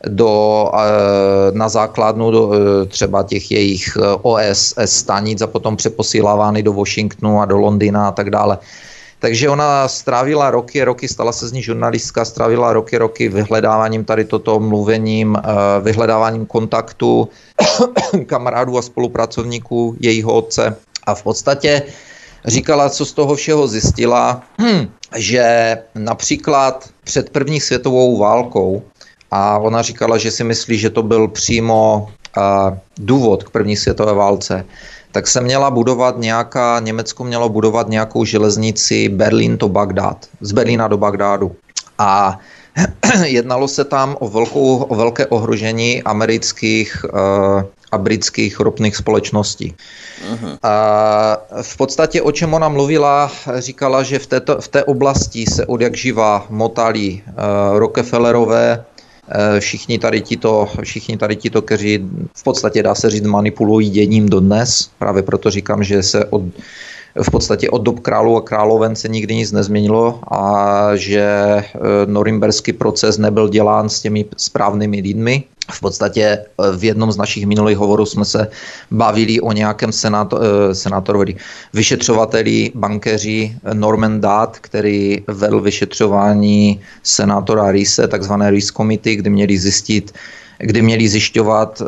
na základnu třeba těch jejich OSS stanic a potom přeposílávány do Washingtonu a do Londýna a tak dále. Takže ona strávila roky, stala se z ní žurnalistka, strávila roky vyhledáváním tady toto, mluvením, vyhledáváním kontaktu kamarádů a spolupracovníků jejího otce. A v podstatě říkala, co z toho všeho zjistila, že například před první světovou válkou, a ona říkala, že si myslí, že to byl přímo důvod k první světové válce, tak se Německo mělo budovat nějakou železnici Berlín to Bagdád, z Berlína do Bagdádu. A jednalo se tam o velké ohrožení amerických a britských ropných společností. A v podstatě, o čem ona mluvila, říkala, že v té oblasti se odjakživa motali Rockefellerové, všichni tady tito, kteří v podstatě, dá se říct, manipulují děním dodnes. Právě proto říkám, že se v podstatě od dob králů a královen se nikdy nic nezměnilo a že norimberský proces nebyl dělán s těmi správnými lidmi. V podstatě v jednom z našich minulých hovorů jsme se bavili o nějakém senátorovi, vyšetřovateli, bankéři Norman Dodd, který vedl vyšetřování senátora Reese, takzvané Reese Committee, kdy měli zjišťovat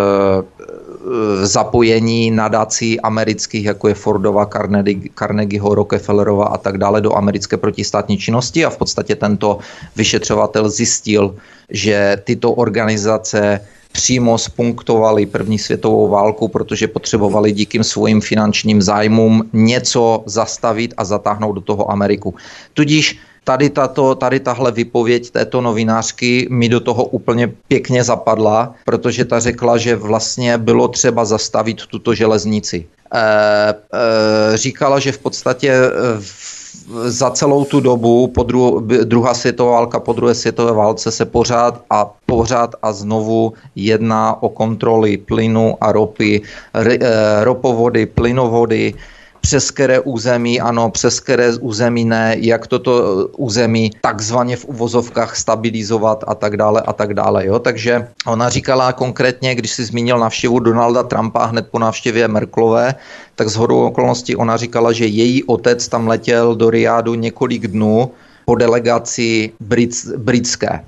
zapojení nadací amerických, jako je Fordova, Carnegieho, Rockefellerova a tak dále, do americké protistátní činnosti, a v podstatě tento vyšetřovatel zjistil, že tyto organizace přímo spunktovali první světovou válku, protože potřebovali díky svým finančním zájmům něco zastavit a zatáhnout do toho Ameriku. Tudíž tady tahle vypověď této novinářky mi do toho úplně pěkně zapadla, protože ta řekla, že vlastně bylo třeba zastavit tuto železnici. Říkala, že v podstatě za celou tu dobu druhá světová válka, po druhé světové válce se pořád a znovu jedná o kontroly plynu a ropy, ropovody, plynovody, přes které území ano, přes které území ne, jak toto území takzvaně v uvozovkách stabilizovat a tak dále. Jo? Takže ona říkala konkrétně, když si zmínil návštěvu Donalda Trumpa hned po návštěvě Merkelové, tak shodou okolností ona říkala, že její otec tam letěl do Riádu několik dnů po delegaci britské.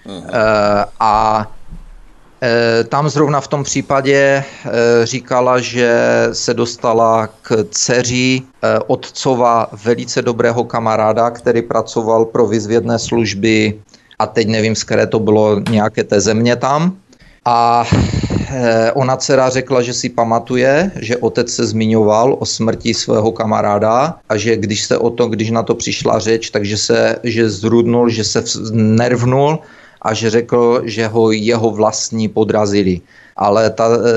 A tam zrovna v tom případě říkala, že se dostala k dceři otcova velice dobrého kamaráda, který pracoval pro vyzvědné služby a teď nevím, z které to bylo nějaké té země tam. A ona dcera řekla, že si pamatuje, že otec se zmiňoval o smrti svého kamaráda a že když na to přišla řeč, takže že zrudnul, že se nervnul a že řekl, že ho jeho vlastní podrazili. Ale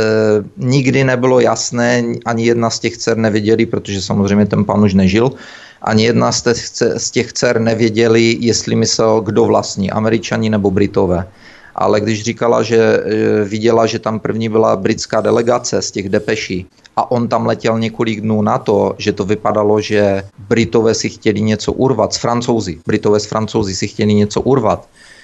nikdy nebylo jasné, ani jedna z těch dcer nevěděli, protože samozřejmě ten pán už nežil, ani jedna z těch dcer nevěděli, jestli myslel, kdo vlastní, Američani nebo Britové. Ale když říkala, že viděla, že tam první byla britská delegace z těch depeší a on tam letěl několik dnů na to, že to vypadalo, že Britové si chtěli něco urvat Britové s Francouzi si chtěli něco urvat,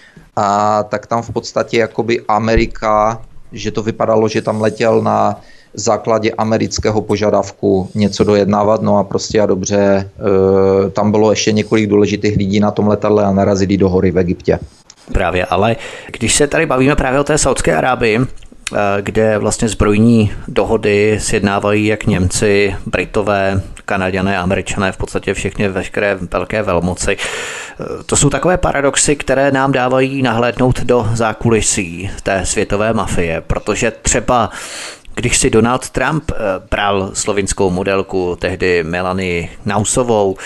a tak tam v podstatě jakoby Amerika, že to vypadalo, že tam letěl na základě amerického požadavku něco dojednávat, no a prostě a dobře, tam bylo ještě několik důležitých lidí na tom letadle a narazili do hory v Egyptě. Právě, ale když se tady bavíme právě o té Saudské Arábii, kde vlastně zbrojní dohody sjednávají jak Němci, Britové, Kanaďané, Američané, v podstatě veškeré velké velmoci. To jsou takové paradoxy, které nám dávají nahlédnout do zákulisí té světové mafie, protože třeba když si Donald Trump bral slovinskou modelku, tehdy Melanie Knausovou,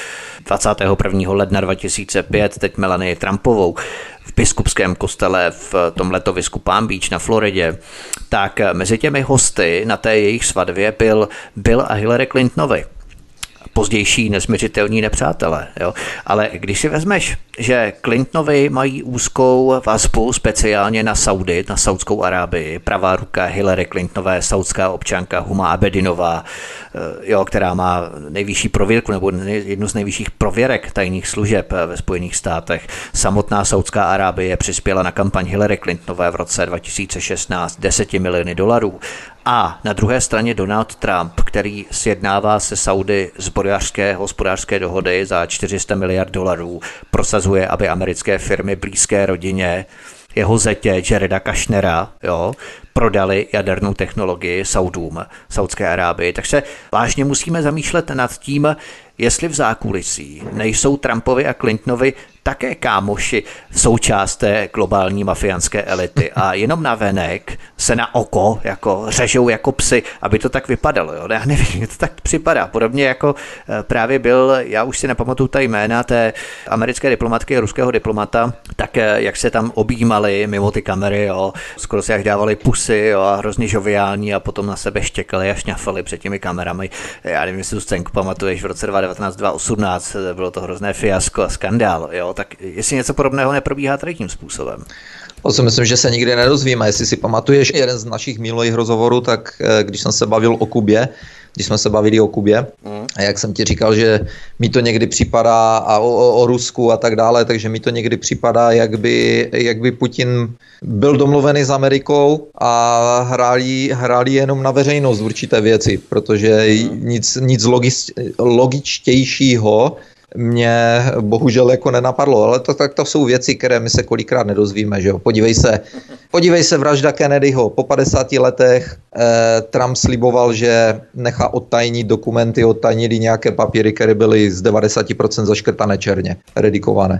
21. ledna 2005, teď Melanie Trumpovou, v biskupském kostele v tom letovisku Palm Beach na Floridě, tak mezi těmi hosty na té jejich svatbě byl Bill a Hillary Clintonovi. Pozdější nesměřitelní nepřátelé. Jo? Ale když si vezmeš, že Clintonovi mají úzkou vazbu speciálně na Saudy, na Saudskou Arábii, pravá ruka Hillary Clintonové, saudská občanka Huma Abedinová, jo, která má nejvyšší prověrku nebo jednu z nejvyšších prověrek tajných služeb ve Spojených státech. Samotná Saudská Arábie přispěla na kampaň Hillary Clintonové v roce 2016 $10 miliony. A na druhé straně Donald Trump, který sjednává se Saudy hospodářské dohody za $400 miliard, prosazuje, aby americké firmy blízké rodině jeho zetě Jareda Kushnera, prodali jadernou technologii Saudům, Saudské Arábii. Takže vážně musíme zamýšlet nad tím, jestli v zákulisí nejsou Trumpovi a Clintonovi také kámoši součást té globální mafiánské elity a jenom navenek se na oko jako řežou jako psy, aby to tak vypadalo. Jo? Já nevím, to tak připadá. Podobně jako právě byl, já už si nepamatuju ta jména té americké diplomatky a ruského diplomata, tak jak se tam objímali mimo ty kamery, jo? Skoro se jak dávali pusy, jo? A hrozně žoviální a potom na sebe štěkali a šňafali před těmi kamerami. Já nevím, jestli tu scénku pamatuješ, v roce 2018 bylo to hrozné fiasko a skandál. Jo? Tak jestli něco podobného neprobíhá tady tím způsobem. To si myslím, že se nikdy nedozvíme. Jestli si pamatuješ jeden z našich minulých rozhovorů, tak když jsem se bavil o Kubě, když jsme se bavili o Kubě, a jak jsem ti říkal, že mi to někdy připadá a o Rusku a tak dále, takže mi to někdy připadá, jak by Putin byl domluvený s Amerikou a hráli jenom na veřejnost určité věci, protože nic logičtějšího mě bohužel jako nenapadlo, ale to jsou věci, které my se kolikrát nedozvíme, že jo. Podívej se vražda Kennedyho. Po 50 letech Trump sliboval, že nechá odtajnit dokumenty, odtajnili nějaké papíry, které byly z 90% zaškrtané černě, redikované.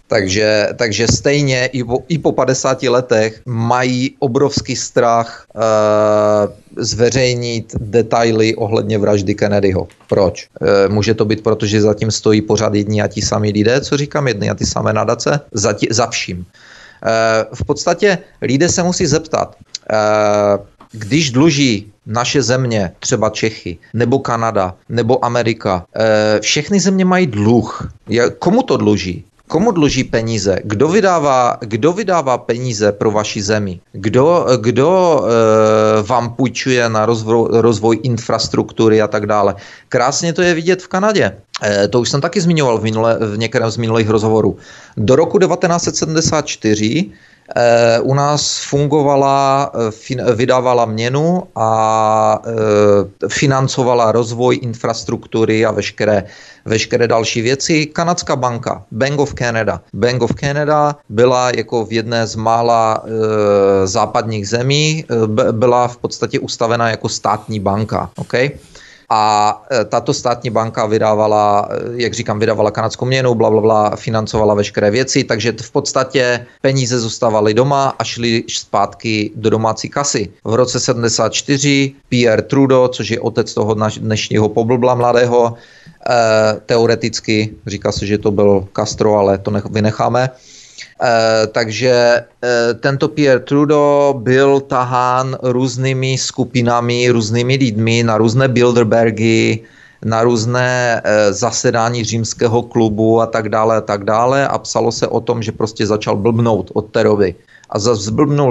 Takže stejně i po 50 letech mají obrovský strach zveřejnit detaily ohledně vraždy Kennedyho. Proč? Může to být, protože zatím stojí pořád jedni a ti samí lidé, co říkám, jedny a ty samé nadace, za vším. V podstatě lidé se musí zeptat, když dluží naše země, třeba Čechy, nebo Kanada, nebo Amerika, všechny země mají dluh. Komu to dluží? Komu dluží peníze? Kdo vydává peníze pro vaši zemi? Kdo vám půjčuje na rozvoj infrastruktury a tak dále? Krásně to je vidět v Kanadě. To už jsem taky zmiňoval v některém z minulých rozhovorů. Do roku 1974 u nás vydávala měnu a financovala rozvoj infrastruktury a veškeré další věci. Kanadská banka, Bank of Canada. Bank of Canada byla jako v jedné z mála západních zemí, byla v podstatě ustavena jako státní banka. Okay? A tato státní banka vydávala, jak říkám, vydávala kanadskou měnu, blablabla, financovala veškeré věci, takže v podstatě peníze zůstávaly doma a šly zpátky do domácí kasy. V roce 74 Pierre Trudeau, což je otec toho dnešního poblbla mladého, teoreticky, říká se, že to byl Castro, ale to vynecháme. Takže tento Pierre Trudeau byl tahán různými skupinami, různými lidmi na různé Bilderbergy, na různé zasedání římského klubu a tak dále a psalo se o tom, že prostě začal blbnout od té doby. A zblbnul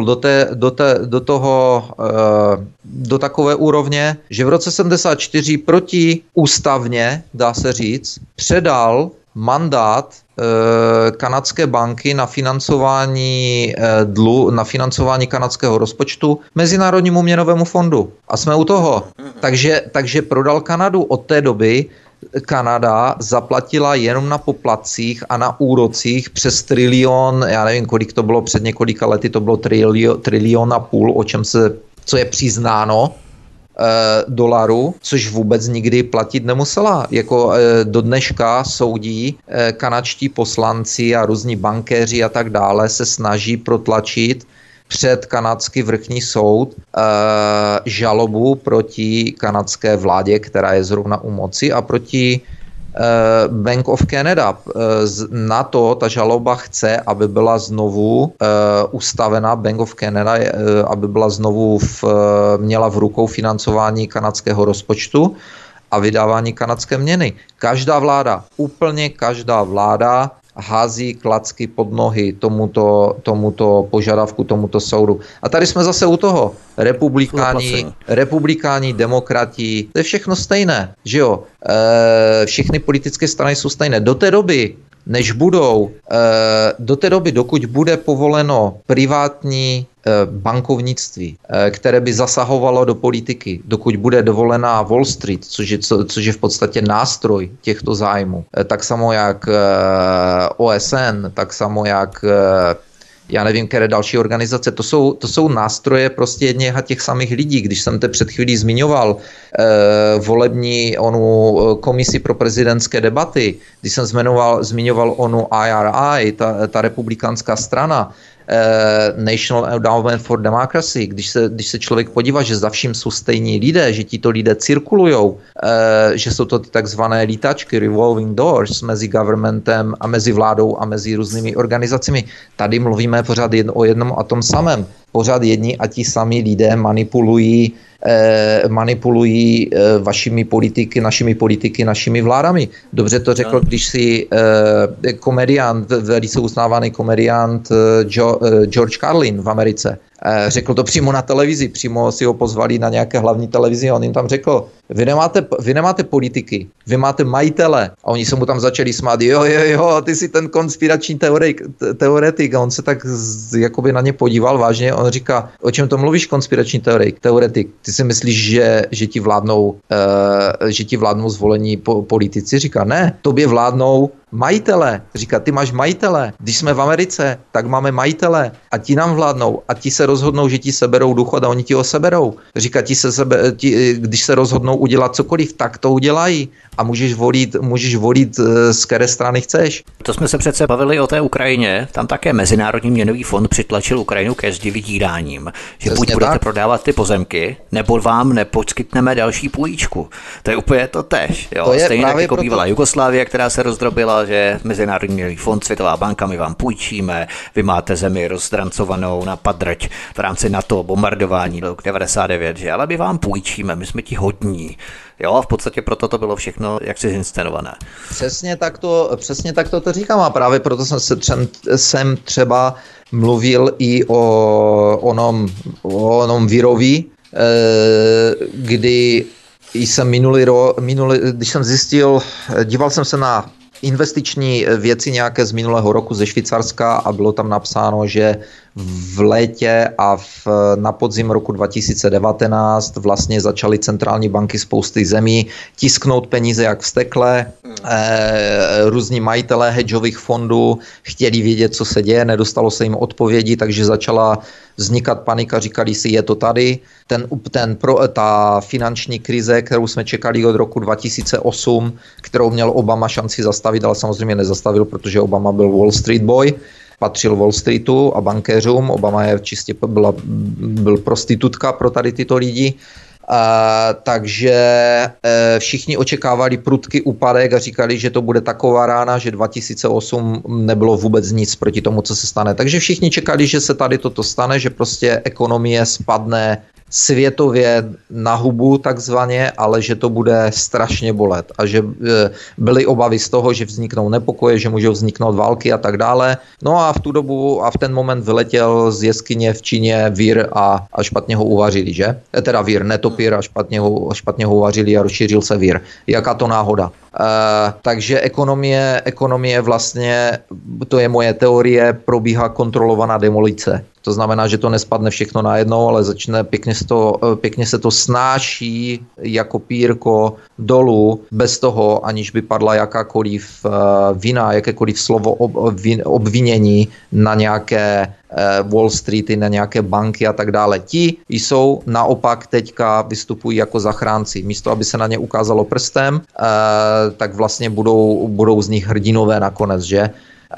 do takové úrovně, že v roce 74 protiústavně, dá se říct, předal mandát kanadské banky na financování kanadského rozpočtu Mezinárodnímu měnovému fondu. A jsme u toho. Takže prodal Kanadu. Od té doby Kanada zaplatila jenom na poplatcích a na úrocích přes trilion, já nevím, kolik to bylo před několika lety, to bylo trilion a půl, co je přiznáno, dolarů, což vůbec nikdy platit nemusela. Jako do dneška soudí kanadští poslanci a různí bankéři a tak dále se snaží protlačit před kanadský vrchní soud žalobu proti kanadské vládě, která je zrovna u moci, a proti Bank of Canada. Na to ta žaloba chce, aby byla znovu ustavena Bank of Canada, aby byla znovu měla v rukou financování kanadského rozpočtu a vydávání kanadské měny. Každá vláda, úplně každá vláda hází klacky pod nohy tomuto požadavku, tomuto soudu. A tady jsme zase u toho. Republikáni, demokrati, to je všechno stejné, že jo? Všechny politické strany jsou stejné. Do té doby, dokud bude povoleno privátní bankovnictví, které by zasahovalo do politiky, dokud bude dovolená Wall Street, což je v podstatě nástroj těchto zájmů, tak samo jak OSN, tak samo jak já nevím, které další organizace, to jsou nástroje prostě jedněch a těch samých lidí. Když jsem te před chvílí zmiňoval onu komisi pro prezidentské debaty, když jsem zmiňoval onu IRI, ta republikánská strana, National Endowment for Democracy, když se člověk podívá, že za vším jsou stejní lidé, že tito lidé cirkulujou, že jsou to ty takzvané lítačky, revolving doors mezi governmentem a mezi vládou a mezi různými organizacemi. Tady mluvíme pořád o jednom a tom samém. Pořád jedni a ti samí lidé manipulují vašimi politiky, našimi vládami. Dobře to řekl, když si komediant, velice uznávaný komediant George Carlin v Americe. Řekl to přímo na televizi, přímo si ho pozvali na nějaké hlavní televizi a on jim tam řekl, vy nemáte politiky, vy máte majitele. A oni se mu tam začali smát, jo, ty jsi ten konspirační teoretik. A on se tak jakoby na ně podíval vážně. On říká, o čem to mluvíš, konspirační teoretik? Ty si myslíš, že ti vládnou zvolení politici? Říká, ne, tobě vládnou Majitele, říká, ty máš majitele, když jsme v Americe, tak máme majitele a ti nám vládnou a ti se rozhodnou, že ti seberou důchod a oni ti ho seberou. Říká, když se rozhodnou udělat cokoliv, tak to udělají a můžeš volit z které strany chceš. To jsme se přece bavili o té Ukrajině, tam také Mezinárodní měnový fond přitlačil Ukrajinu ke zdi vydíráním, že buď budete prodávat ty pozemky, nebo vám neposkytneme další půjčku. To je úplně to též. Jo? Stejně tak jako bývalá Jugoslávie, která se rozdrobila, že Mezinárodní měnový fond, Světová banka, my vám půjčíme, vy máte zemi rozdrancovanou na padrť v rámci NATO, bombardování rok 99, že? Ale my vám půjčíme, my jsme ti hodní. Jo, v podstatě proto to bylo všechno jaksi zinscenované. Přesně tak to říkám a právě proto jsem třeba mluvil i o onom Vírovi, kdy jsem když jsem díval jsem se na investiční věci nějaké z minulého roku ze Švýcarska a bylo tam napsáno, že v létě a na podzim roku 2019 vlastně začaly centrální banky spousty zemí tisknout peníze jak vztekle. Různí majitelé hedžových fondů chtěli vědět, co se děje, nedostalo se jim odpovědi, takže začala vznikat panika, říkali si, je to tady. Ta finanční krize, kterou jsme čekali od roku 2008, kterou měl Obama šanci zastavit, ale samozřejmě nezastavil, protože Obama byl Wall Street boy, patřil Wall Streetu a bankéřům. Obama byl prostitutka pro tady tyto lidi. Takže všichni očekávali prudký úpadek a říkali, že to bude taková rána, že 2008 nebylo vůbec nic proti tomu, co se stane. Takže všichni čekali, že se tady toto stane, že prostě ekonomie spadne světově na hubu takzvaně, ale že to bude strašně bolet a že byly obavy z toho, že vzniknou nepokoje, že můžou vzniknout války a tak dále. No a v tu dobu a v ten moment vyletěl z jeskyně v Číně vír a špatně ho uvařili, že? Teda vír, netopír a špatně ho uvařili a rozšířil se vír. Jaká to náhoda? Takže ekonomie vlastně, to je moje teorie, probíhá kontrolovaná demolice. To znamená, že to nespadne všechno najednou, ale začne pěkně se to snáší jako pírko dolů, bez toho, aniž by padla jakákoliv vina, jakékoliv slovo obvinění na nějaké Wall Streety, na nějaké banky a tak dále. Ti jsou naopak teďka vystupují jako zachránci. Místo, aby se na ně ukázalo prstem, tak vlastně budou z nich hrdinové nakonec, že?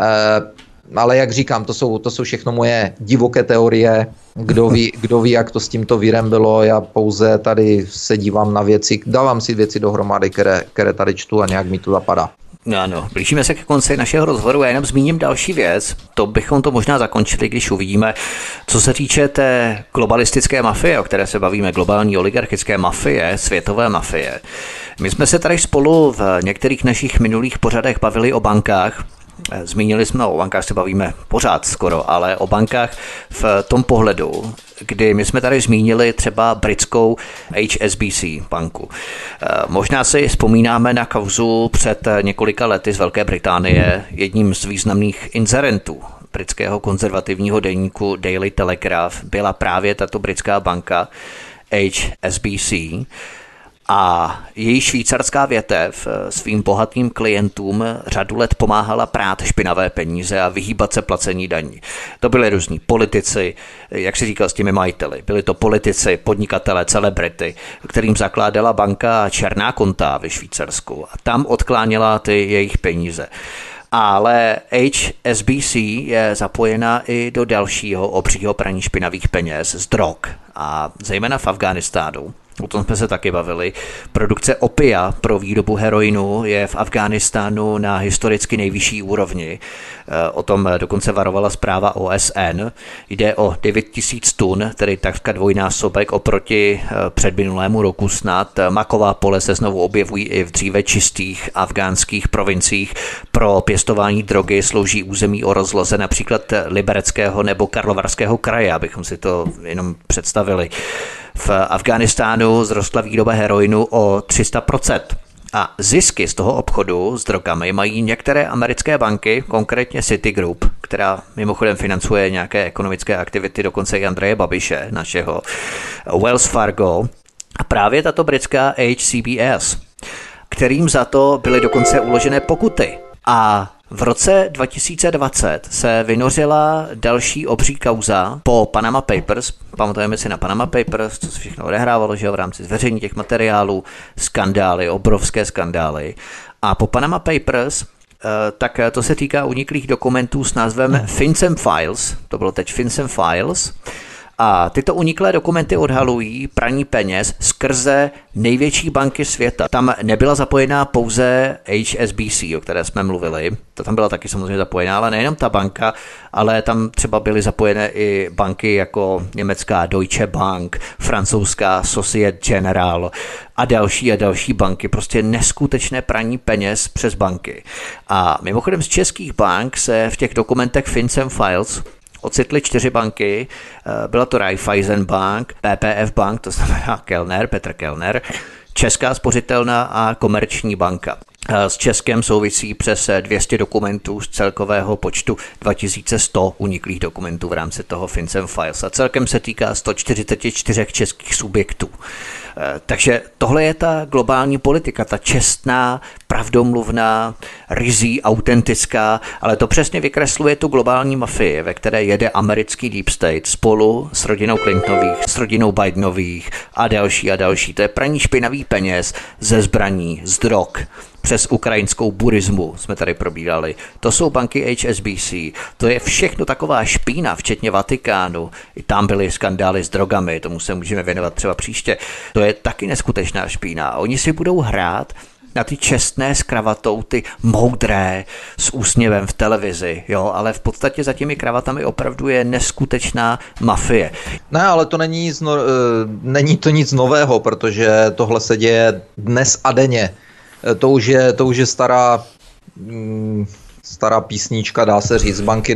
Ale jak říkám, to jsou všechno moje divoké teorie. Kdo ví, jak to s tímto vírem bylo. Já pouze tady se dívám na věci, dávám si věci dohromady, které tady čtu a nějak mi to zapadá. Ano, blížíme se ke konci našeho rozhovoru a jenom zmíním další věc. To bychom to možná zakončili, když uvidíme, co se týče té globalistické mafie, o které se bavíme, globální oligarchické mafie, světové mafie. My jsme se tady spolu v některých našich minulých pořadech bavili o bankách. Zmínili jsme, o bankách se bavíme pořád skoro, ale o bankách v tom pohledu, kdy my jsme tady zmínili třeba britskou HSBC banku. Možná si vzpomínáme na kauzu před několika lety z Velké Británie. Jedním z významných inzerentů britského konzervativního deníku Daily Telegraph byla právě tato britská banka HSBC. A její švýcarská větev svým bohatým klientům řadu let pomáhala prát špinavé peníze a vyhýbat se placení daní. To byli různí politici, jak si říkal s těmi majiteli. Byli to politici, podnikatele, celebrity, kterým zakládala banka černá konta ve Švýcarsku a tam odkláněla ty jejich peníze. Ale HSBC je zapojena i do dalšího obřího praní špinavých peněz z drog a zejména v Afghánistánu. O tom jsme se taky bavili. Produkce opia pro výrobu heroinu je v Afghánistánu na historicky nejvyšší úrovni. O tom dokonce varovala zpráva OSN. Jde o 9 000 tun, tedy takřka dvojnásobek oproti předminulému roku snad. Maková pole se znovu objevují i v dříve čistých afgánských provinciích. Pro pěstování drogy slouží území o rozloze například Libereckého nebo Karlovarského kraje, abychom si to jenom představili. V Afghánistánu zrostla výroba heroinu o 300%. A zisky z toho obchodu s drogami mají některé americké banky, konkrétně Citigroup, která mimochodem financuje nějaké ekonomické aktivity, dokonce i Andreje Babiše, našeho, Wells Fargo a právě tato britská HCBS, kterým za to byly dokonce uložené pokuty. A v roce 2020 se vynořila další obří kauza po Panama Papers. Pamatujeme si na Panama Papers, co se všechno odehrávalo, že v rámci zveřejnění těch materiálů, skandály, obrovské skandály. A po Panama Papers, tak to se týká uniklých dokumentů s názvem FinCEN Files, to bylo teď FinCEN Files. A tyto uniklé dokumenty odhalují praní peněz skrze největší banky světa. Tam nebyla zapojená pouze HSBC, o které jsme mluvili. To tam byla taky samozřejmě zapojená, ale nejenom ta banka, ale tam třeba byly zapojené i banky jako německá Deutsche Bank, francouzská Societe Generale a další banky. Prostě neskutečné praní peněz přes banky. A mimochodem z českých bank se v těch dokumentech FinCEN Files ocitly 4 banky, byla to Raiffeisen Bank, PPF Bank, to znamená Petr Kellner, Česká spořitelna a Komerční banka. S Českem souvisí přes 200 dokumentů z celkového počtu 2100 uniklých dokumentů v rámci toho FinCEN Files a celkem se týká 144 českých subjektů. Takže tohle je ta globální politika, ta čestná, pravdomluvná, ryzí, autentická, ale to přesně vykresluje tu globální mafii, ve které jede americký deep state spolu s rodinou Clintonových, s rodinou Bidenových a další. To je praní špinavý peněz ze zbraní, z drog, přes ukrajinskou burismu jsme tady probírali. To jsou banky HSBC. To je všechno taková špína, včetně Vatikánu. I tam byly skandály s drogami, tomu se můžeme věnovat třeba příště. To je taky neskutečná špína. Oni si budou hrát na ty čestné s kravatou, ty moudré s úsměvem v televizi, jo, ale v podstatě za těmi kravatami opravdu je neskutečná mafie. Ne, ale to není to nic nového, protože tohle se děje dnes a denně. To už je stará písnička, dá se říct. Banky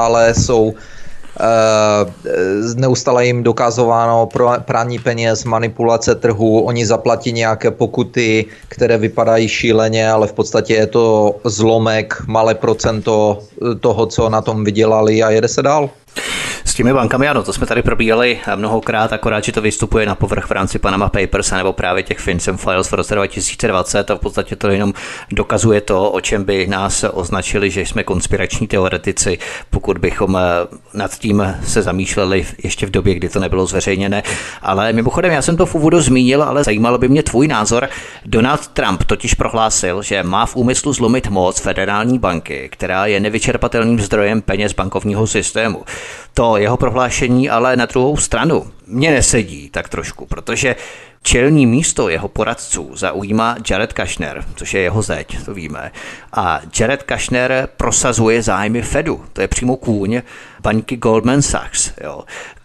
neustále jim dokazováno prání peněz, manipulace trhu, oni zaplatí nějaké pokuty, které vypadají šíleně, ale v podstatě je to zlomek, malé procento toho, co na tom vydělali a jede se dál. S těmi bankami, ano, to jsme tady probíhali mnohokrát, akorát, že to vystupuje na povrch v rámci Panama Papers nebo právě těch FinCEN Files v roce 2020 a v podstatě to jenom dokazuje to, o čem by nás označili, že jsme konspirační teoretici, pokud bychom nad tím se zamýšleli ještě v době, kdy to nebylo zveřejněné. Ale mimochodem, já jsem to v úvodu zmínil, ale zajímalo by mě tvůj názor. Donald Trump totiž prohlásil, že má v úmyslu zlomit moc federální banky, která je nevyčerpatelným zdrojem peněz bankovního systému. To jeho prohlášení ale na druhou stranu mně nesedí tak trošku, protože čelní místo jeho poradců zaujímá Jared Kushner, což je jeho zeď, to víme. A Jared Kushner prosazuje zájmy Fedu, to je přímo kůň baňky Goldman Sachs. Jo.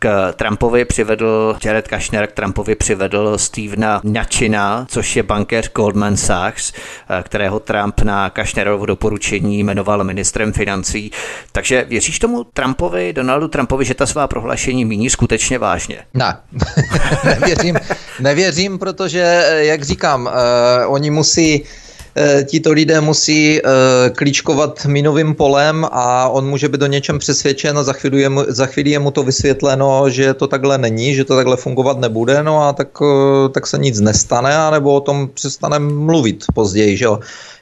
Jared Kushner k Trumpovi přivedl Stevena Mnuchina, což je bankéř Goldman Sachs, kterého Trump na Kushnerovo doporučení jmenoval ministrem financí. Takže věříš tomu Donaldu Trumpovi, že ta svá prohlášení míní skutečně vážně? Ne, nevěřím, protože, jak říkám, tito lidé musí klíčkovat minovým polem a on může být do něčem přesvědčen a za chvíli je mu to vysvětleno, že to takhle není, že to takhle fungovat nebude, no a tak se nic nestane, anebo o tom přestaneme mluvit později, že jo.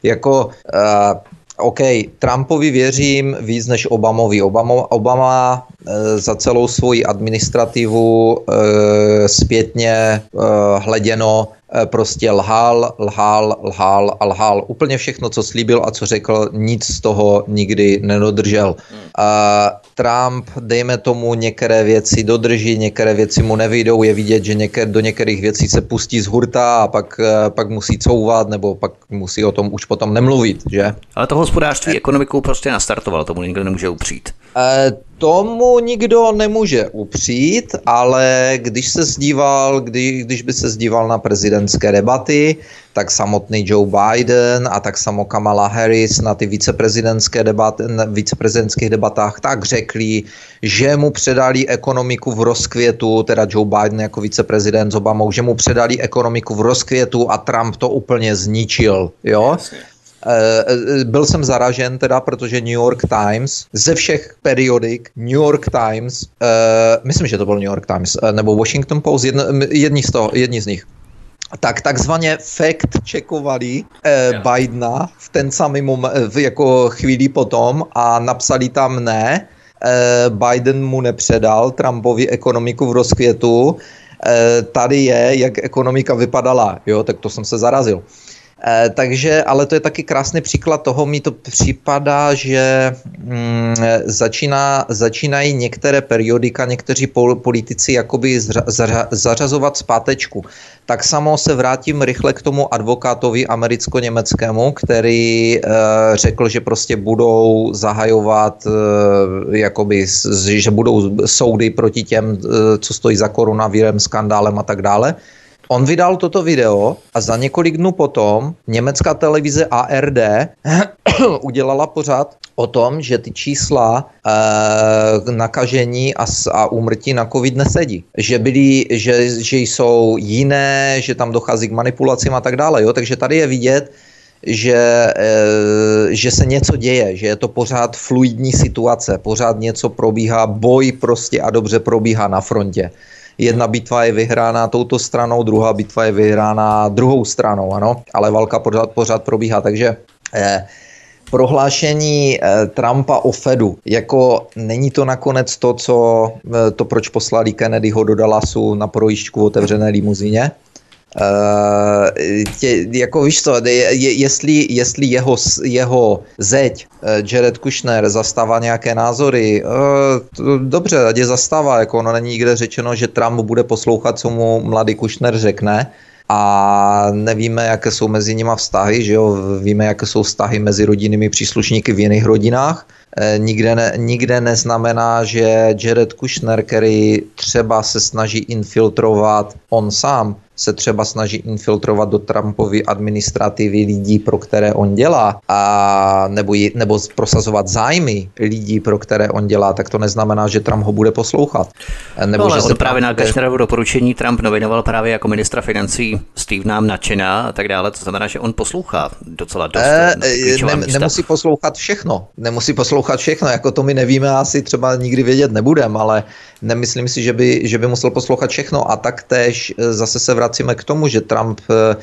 OK, Trumpovi věřím víc než Obamovi. Obama za celou svoji administrativu zpětně hleděno prostě lhal. Úplně všechno, co slíbil a co řekl, nic z toho nikdy nedodržel. Trump, dejme tomu, některé věci dodrží, některé věci mu nevyjdou, je vidět, že do některých věcí se pustí z hurta a pak musí couvat, nebo pak musí o tom už potom nemluvit, že? Ale to hospodářství ekonomikou prostě nastartoval, tomu nikdo nemůže upřít. Tomu nikdo nemůže upřít, ale když by se zdíval na prezidentské debaty, tak samotný Joe Biden a tak samo Kamala Harris na ty viceprezidentských debatách tak řekli, že mu předali ekonomiku v rozkvětu, teda Joe Biden jako viceprezident s Obamou, že mu předali ekonomiku v rozkvětu a Trump to úplně zničil, jo? Jasně. Byl jsem zaražen teda, protože New York Times, ze všech periodik New York Times, myslím, že to byl New York Times, nebo Washington Post, jedni z nich, tak takzvaně fact-checkovali Bidena v ten samý moment, jako chvíli potom a napsali tam ne, Biden mu nepředal Trumpovi ekonomiku v rozkvětu, tady je, jak ekonomika vypadala, jo, tak to jsem se zarazil. Takže, ale to je taky krásný příklad toho, mi to připadá, že začínají některé periodika, někteří politici jakoby zařazovat zpátečku. Tak samo se vrátím rychle k tomu advokátovi americko-německému, který řekl, že prostě budou zahajovat, jakoby, že budou soudy proti těm, co stojí za koronavirem, skandálem a tak dále. On vydal toto video a za několik dnů potom německá televize ARD udělala pořad o tom, že ty čísla nakažení a úmrtí na covid nesedí. Že jsou jiné, že tam dochází k manipulacím a tak dále. Jo? Takže tady je vidět, že se něco děje, že je to pořád fluidní situace, pořád něco probíhá, boj prostě a dobře probíhá na frontě. Jedna bitva je vyhrána touto stranou, druhá bitva je vyhrána druhou stranou, ano, ale válka pořád probíhá, takže prohlášení Trumpa o Fedu, jako není to nakonec to, proč poslali Kennedyho do Dallasu na projížďku v otevřené limuzíně. Jako víš co, jestli jeho zeď Jared Kushner zastává nějaké názory, dobře, ať je zastává, jako ono není nikde řečeno, že Trump bude poslouchat, co mu mladý Kushner řekne. A nevíme, jaké jsou mezi nimi vztahy, že jo? Víme, jaké jsou vztahy mezi rodinnými příslušníky v jiných rodinách. Nikde neznamená, že Jared Kushner, který třeba se snaží infiltrovat on sám, se třeba snaží infiltrovat do Trumpovy administrativy lidí, pro které on dělá, nebo prosazovat zájmy lidí, pro které on dělá, tak to neznamená, že Trump ho bude poslouchat. Nebo ale on právě na Kushnerovo doporučení Trump nominoval právě jako ministra financí Stevena Mnuchina a tak dále, to znamená, že on poslouchá docela dost. Nemusí poslouchat všechno, jako to my nevíme, asi třeba nikdy vědět nebudeme, ale nemyslím si, že by musel poslouchat všechno a taktéž zase se vracíme k tomu, že Trump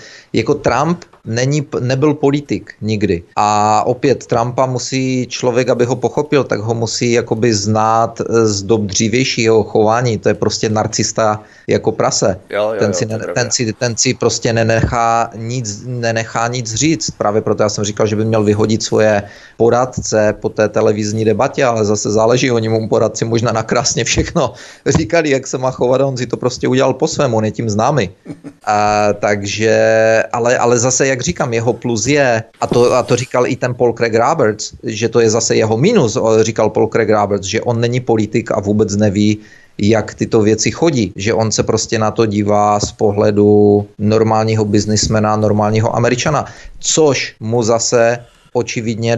nebyl politik nikdy. A opět Trumpa musí člověk, aby ho pochopil, tak ho musí jakoby znát z dob dřívějšího chování. To je prostě narcista jako prase. Ten si prostě nenechá nic říct. Právě proto já jsem říkal, že by měl vyhodit svoje poradce po té televizní debatě, ale zase záleží, oni mu poradci možná nakrásně všechno říkali, jak se má chovat a on si to prostě udělal po svému, on je tím známý. Takže, ale zase, jak říkám, jeho plus je, a to říkal i ten Paul Craig Roberts, že to je zase jeho minus, říkal Paul Craig Roberts, že on není politik a vůbec neví, jak tyto věci chodí, že on se prostě na to dívá z pohledu normálního biznismena, normálního Američana, což mu zase očividně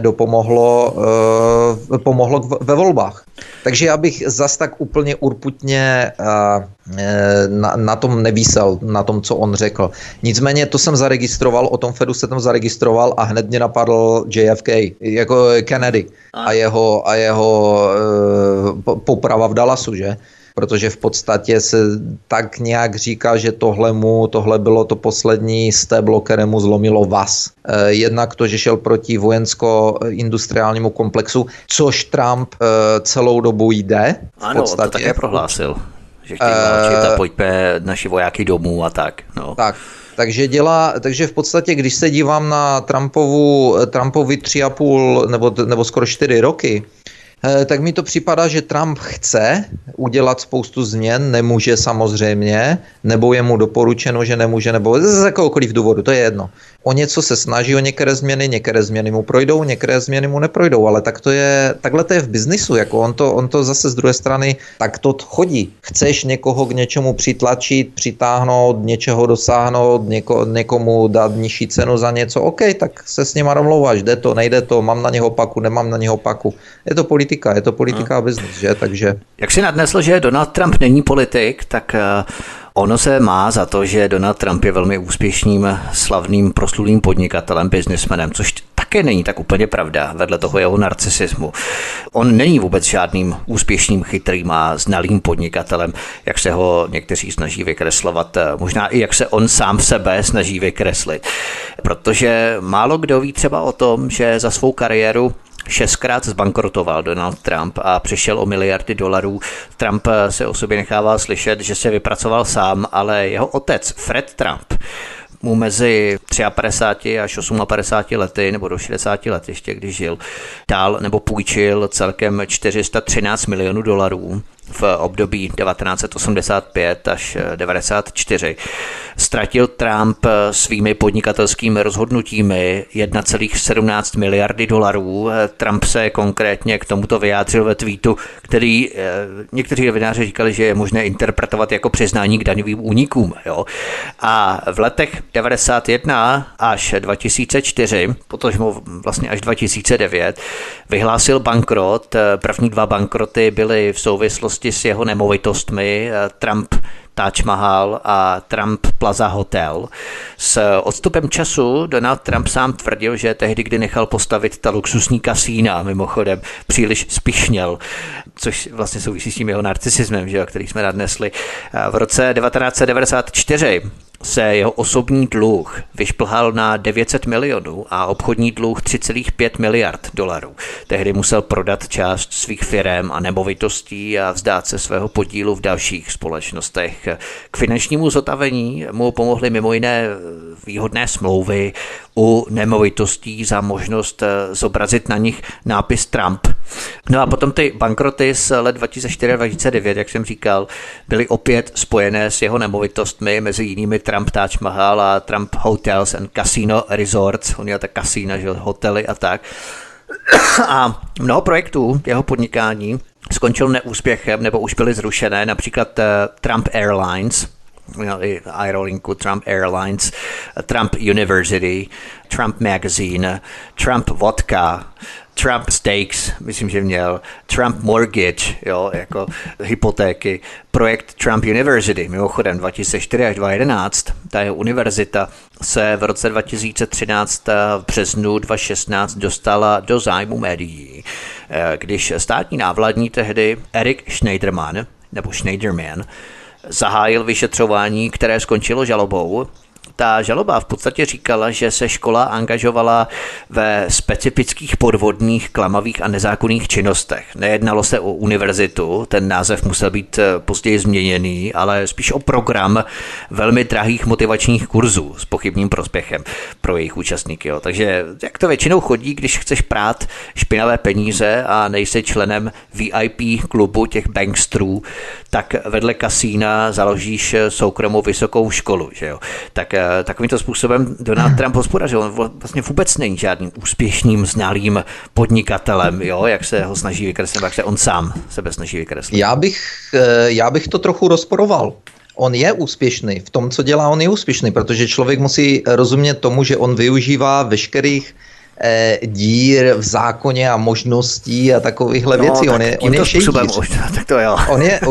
pomohlo ve volbách. Takže já bych zas tak úplně urputně na tom nevísel, na tom, co on řekl. Nicméně to jsem zaregistroval, o tom Fedu se tam zaregistroval a hned mě napadl JFK, jako Kennedy a jeho poprava v Dallasu, že? Protože v podstatě se tak nějak říká, že tohle bylo to poslední stéblo, kterému zlomilo vaz. Jednak to, že šel proti vojensko-industriálnímu komplexu, což Trump celou dobu jde. Ano, to také prohlásil, že chtějí válčit a pojďme naši vojáky domů a tak. No. Tak. Takže v podstatě, když se dívám na Trumpovi 3,5 nebo skoro 4 roky, tak mi to připadá, že Trump chce udělat spoustu změn, nemůže samozřejmě, nebo je mu doporučeno, že nemůže, nebo z jakoukoliv důvodu, to je jedno. O něco se snaží, o některé změny mu projdou, některé změny mu neprojdou, ale takhle to je v biznisu, jako on to zase z druhé strany, tak to chodí. Chceš někoho k něčemu přitlačit, přitáhnout, něčeho dosáhnout, někomu dát nižší cenu za něco, OK, tak se s nima domlouváš, jde to, nejde to, mám na něho paku, nemám na něho paku. Je to politika. politika, a business, že? Takže... Jak si nadnesl, že Donald Trump není politik, tak ono se má za to, že Donald Trump je velmi úspěšným, slavným, proslulým podnikatelem, biznismenem, což také není tak úplně pravda vedle toho jeho narcisismu. On není vůbec žádným úspěšným, chytrým a znalým podnikatelem, jak se ho někteří snaží vykreslovat, možná i jak se on sám sebe snaží vykreslit. Protože málo kdo ví třeba o tom, že za svou kariéru 6krát zbankrotoval Donald Trump a přišel o miliardy dolarů. Trump se o sobě nechával slyšet, že se vypracoval sám, ale jeho otec Fred Trump mu mezi 53 až 58 lety, nebo do 60 let ještě, když žil, dal nebo půjčil celkem 413 milionů dolarů v období 1985 až 1994. Ztratil Trump svými podnikatelskými rozhodnutími 1,17 miliardy dolarů. Trump se konkrétně k tomuto vyjádřil ve tweetu, který někteří novináři říkali, že je možné interpretovat jako přiznání k daňovým únikům. Jo? A v letech 1991 až 2004, potažmo vlastně až 2009, vyhlásil bankrot. První 2 bankroty byly v souvislosti s jeho nemovitostmi, Trump Taj Mahal a Trump Plaza Hotel. S odstupem času Donald Trump sám tvrdil, že tehdy, kdy nechal postavit ta luxusní kasína, mimochodem příliš spišněl, což vlastně souvisí s tím jeho narcisismem, že jo, který jsme nadnesli. V roce 1994 se jeho osobní dluh vyšplhal na 900 milionů a obchodní dluh 3,5 miliard dolarů. Tehdy musel prodat část svých firem a nemovitostí a vzdát se svého podílu v dalších společnostech. K finančnímu zotavení mu pomohly mimo jiné výhodné smlouvy u nemovitostí za možnost zobrazit na nich nápis Trump. No a potom ty bankroty z let 2004 a 2009, jak jsem říkal, byly opět spojené s jeho nemovitostmi, mezi jinými Trump Taj Mahal a Trump Hotels and Casino Resorts. On měl tak kasína, že hotely a tak. A mnoho projektů jeho podnikání skončil neúspěchem nebo už byly zrušené, například Trump Airlines, aerolinku Trump Airlines, Trump University, Trump Magazine, Trump Vodka, Trump Steaks, myslím, že měl, Trump Mortgage, jo, jako hypotéky, projekt Trump University, mimochodem 2004 až 2011, ta jeho univerzita se v roce 2013 v březnu 2016 dostala do zájmu médií, když státní návladní tehdy Eric Schneiderman, nebo Schneiderman, zahájil vyšetřování, které skončilo žalobou. Ta žaloba v podstatě říkala, že se škola angažovala ve specifických podvodných, klamavých a nezákonných činnostech. Nejednalo se o univerzitu, ten název musel být později změněný, ale spíš o program velmi drahých motivačních kurzů s pochybným prospěchem pro jejich účastníky. Jo. Takže jak to většinou chodí, když chceš prát špinavé peníze a nejsi členem VIP klubu těch bankstrů, tak vedle kasína založíš soukromou vysokou školu. Že jo. Tak takovýmto způsobem Donald Trump hospodařil. On vlastně vůbec není žádným úspěšným, znalým podnikatelem, jo, jak se ho snaží vykreslit, jak se on sám sebe snaží vykreslit. Já bych to trochu rozporoval. On je úspěšný, v tom, co dělá, on je úspěšný, protože člověk musí rozumět tomu, že on využívá veškerých dír v zákoně a možností a takovýchhle věcí. On je šejdíř. Tak to jo.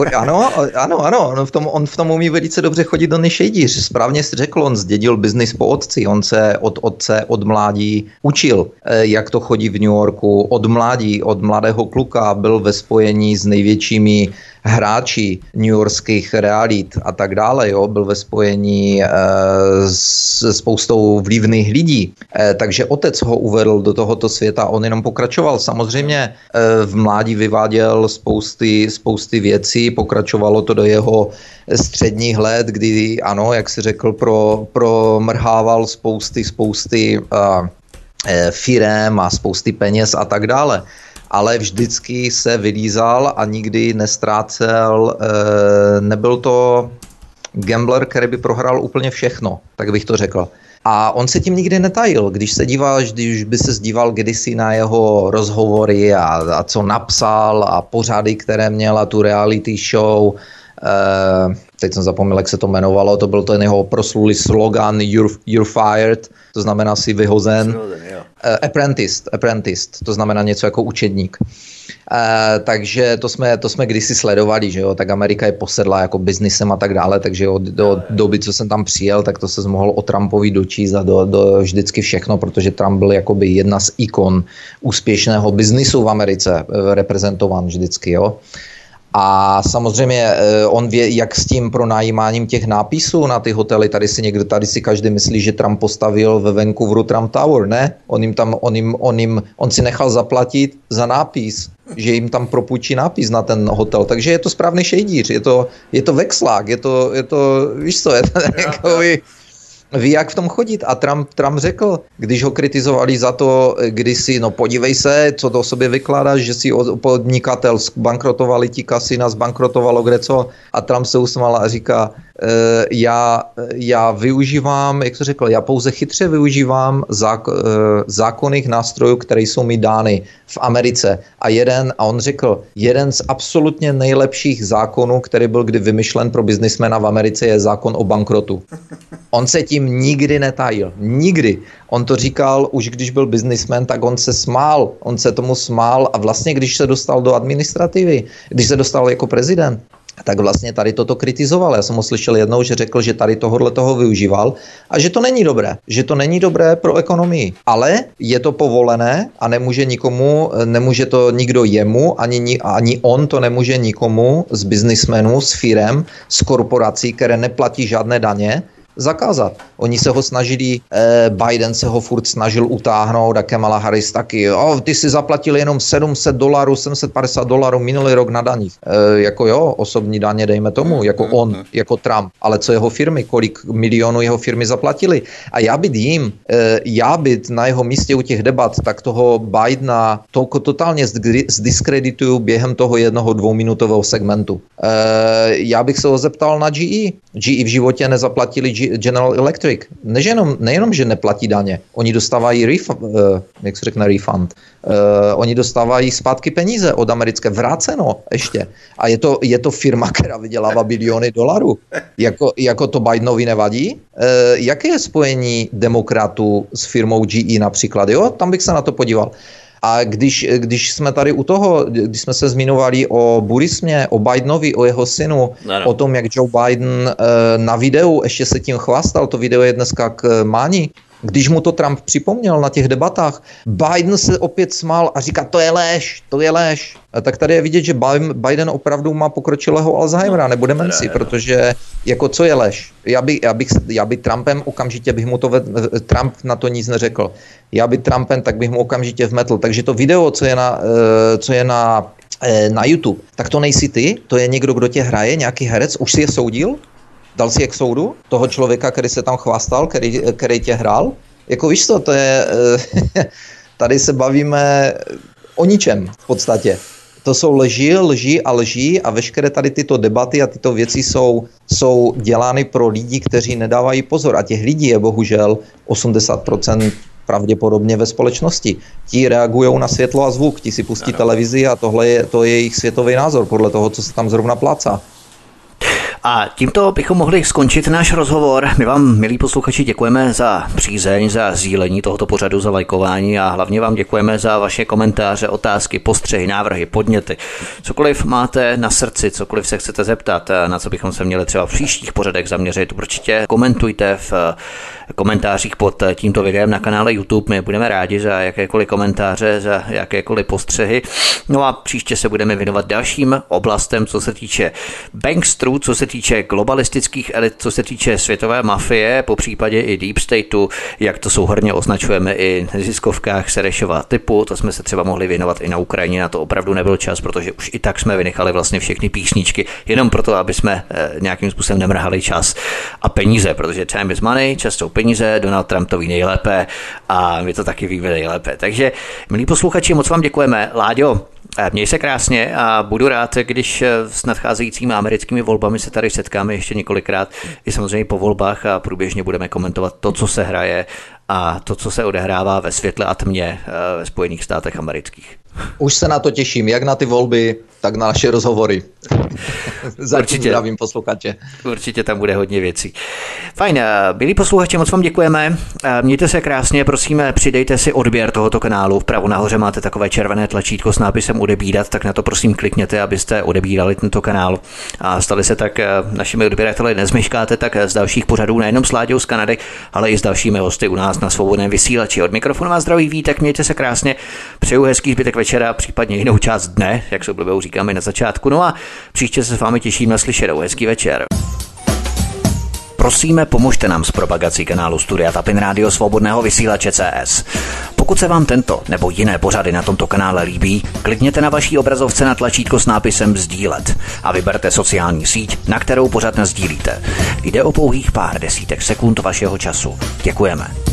Ano, on v tom umí velice dobře chodit, on je šejdíř. Správně jsi řekl, on zdědil biznis po otci, on se od otce od mládí učil, jak to chodí v New Yorku, od mladého kluka byl ve spojení s největšími hráči newyorských realit a tak dále, jo, byl ve spojení s spoustou vlivných lidí, takže otec ho uvedl do tohoto světa, on jenom pokračoval. Samozřejmě v mládí vyváděl spousty věcí, pokračovalo to do jeho středních let, kdy ano, jak jsi řekl, promrhával spousty firem a spousty peněz a tak dále. Ale vždycky se vylízal a nikdy nestrácel, nebyl to gambler, který by prohrál úplně všechno, tak bych to řekl. A on se tím nikdy netajil, když by se díval kdysi na jeho rozhovory a co napsal a pořady, které měl a tu reality show, teď jsem zapomněl, jak se to jmenovalo, to byl ten jeho proslulý slogan You're fired, to znamená si vyhozen. Apprentice, to znamená něco jako učedník. Takže to jsme kdysi sledovali, že jo, tak Amerika je posedlá jako biznisem a tak dále, takže od doby, co jsem tam přijel, tak to se mohl o Trumpovi dočíst a do vždycky všechno, protože Trump byl jakoby jedna z ikon úspěšného biznisu v Americe, reprezentovan vždycky, jo. A samozřejmě on ví, jak s tím pronajímáním těch nápisů na ty hotely. Tady si každý myslí, že Trump postavil ve Vancouveru Trump Tower. Ne, on si nechal zaplatit za nápis, že jim tam propůjčí nápis na ten hotel. Takže je to správný šejdíř, je to vexlák, je to víš co, je to takový... Ví, jak v tom chodit. A Trump řekl, když ho kritizovali za to, kdysi, no podívej se, co to o sobě vykládáš, že si podnikatel, zbankrotovali ti kasina, zbankrotovalo kde co. A Trump se usmál a říká, já využívám, jak to řekl, já pouze chytře využívám zákonných nástrojů, které jsou mi dány v Americe. A on řekl, jeden z absolutně nejlepších zákonů, který byl kdy vymyšlen pro biznismena v Americe, je zákon o bankrotu. On se tím nikdy netajil. Nikdy. On to říkal, už když byl biznismen, tak on se tomu smál a vlastně, když se dostal do administrativy, když se dostal jako prezident, tak vlastně tady toto kritizoval. Já jsem ho slyšel jednou, že řekl, že tady toho využíval a že to není dobré. Že to není dobré pro ekonomii. Ale je to povolené a nemůže to nikdo jemu, ani on to nemůže nikomu z biznismenů, z firem, z korporací, které neplatí žádné daně, zakázat. Oni se ho snažili, Biden se ho furt snažil utáhnout a Kamala Harris taky. Ty si zaplatil jenom $700, $750 minulý rok na daních. Jako jo, osobní daně dejme tomu, jako on, jako Trump. Ale co jeho firmy, kolik milionů jeho firmy zaplatili. A já být na jeho místě u těch debat, tak toho Bidena totálně zdiskredituju během toho 1-2minutového segmentu. Já bych se ho zeptal na GE. GE v životě nezaplatili General Electric. Nejenom, že neplatí daně, oni dostávají refund. Oni dostávají zpátky peníze od americké, vráceno ještě. A je to firma, která vydělává biliony dolarů. Jako to Bidenovi nevadí? Jaké je spojení demokratů s firmou GE například? Jo, tam bych se na to podíval. A když jsme tady u toho, když jsme se zmiňovali o Burismě, o Bidenovi, o jeho synu, o tom, jak Joe Biden na videu ještě se tím chvástal, to video je dneska k máni, když mu to Trump připomněl na těch debatách, Biden se opět smál a říká, to je lež. A tak tady je vidět, že Biden opravdu má pokročilého Alzheimera nebo demenci, protože jako co je lež? Já by Trumpem okamžitě bych mu to Trump na to nic neřekl. Já by Trumpem, tak bych mu okamžitě vmetl. Takže to video, co je na YouTube, tak to nejsi ty, to je někdo, kdo tě hraje, nějaký herec, už si je soudil? Dal si je k soudu? Toho člověka, který se tam chvástal, který tě hrál? Jako víš co, to je... tady se bavíme o ničem v podstatě. To jsou lži a veškeré tady tyto debaty a tyto věci jsou dělány pro lidi, kteří nedávají pozor. A těch lidí je bohužel 80% pravděpodobně ve společnosti. Ti reagují na světlo a zvuk, ti si pustí televizi a to je jejich světový názor podle toho, co se tam zrovna plácá. A tímto bychom mohli skončit náš rozhovor. My vám, milí posluchači, děkujeme za přízeň, za sdílení tohoto pořadu, za lajkování a hlavně vám děkujeme za vaše komentáře, otázky, postřehy, návrhy, podněty. Cokoliv máte na srdci, cokoliv se chcete zeptat, na co bychom se měli třeba v příštích pořadech zaměřit, určitě komentujte v komentářích pod tímto videem na kanále YouTube. My budeme rádi za jakékoliv komentáře, za jakékoliv postřehy. No a příště se budeme věnovat dalším oblastem, co se týče bankstrů, co se týče globalistických elit, co se týče světové mafie, po případě i deep stateu, jak to souhrnně označujeme i v neziskovkách Serešova typu, to jsme se třeba mohli věnovat i na Ukrajině, na to opravdu nebyl čas, protože už i tak jsme vynechali vlastně všechny písničky, jenom proto, aby jsme nějakým způsobem nemrhali čas a peníze, protože time is money, čas jsou peníze, Donald Trump to ví nejlépe a my to taky víme nejlépe. Takže, milí posluchači, moc vám děkujeme. Láďo, měj se krásně a budu rád, když s nadcházejícími americkými volbami se tady setkáme ještě několikrát, i samozřejmě po volbách a průběžně budeme komentovat to, co se hraje a to, co se odehrává ve světle a tmě ve Spojených státech amerických. Už se na to těším, jak na ty volby, tak na naše rozhovory. Zatím zdravím posluchače. Určitě tam bude hodně věcí. Fajn, milí posluchači, moc vám děkujeme. Mějte se krásně, prosíme, přidejte si odběr tohoto kanálu. Vpravo nahoře máte takové červené tlačítko s nápisem odebírat, tak na to prosím klikněte, abyste odebírali tento kanál a stali se tak našimi odběrateli. Nezmeškáte tak z dalších pořadů nejenom s Láďou z Kanady, ale i s dalšími hosty u nás na Svobodném vysílači. Od mikrofonu vás zdraví Vítek, mějte se krásně, přeju hezký zbytek večera, případně jinou část dne, jak se blbou říkáme na začátku. No a příště se s vámi těším na slyšenou. Hezký večer. Prosíme, pomožte nám s propagací kanálu Studia Tapin Rádio Svobodného vysílače CS. Pokud se vám tento nebo jiné pořady na tomto kanále líbí, klikněte na vaší obrazovce na tlačítko s nápisem sdílet a vyberte sociální síť, na kterou pořad nasdílíte. Jde o pouhých pár desítek sekund vašeho času. Děkujeme.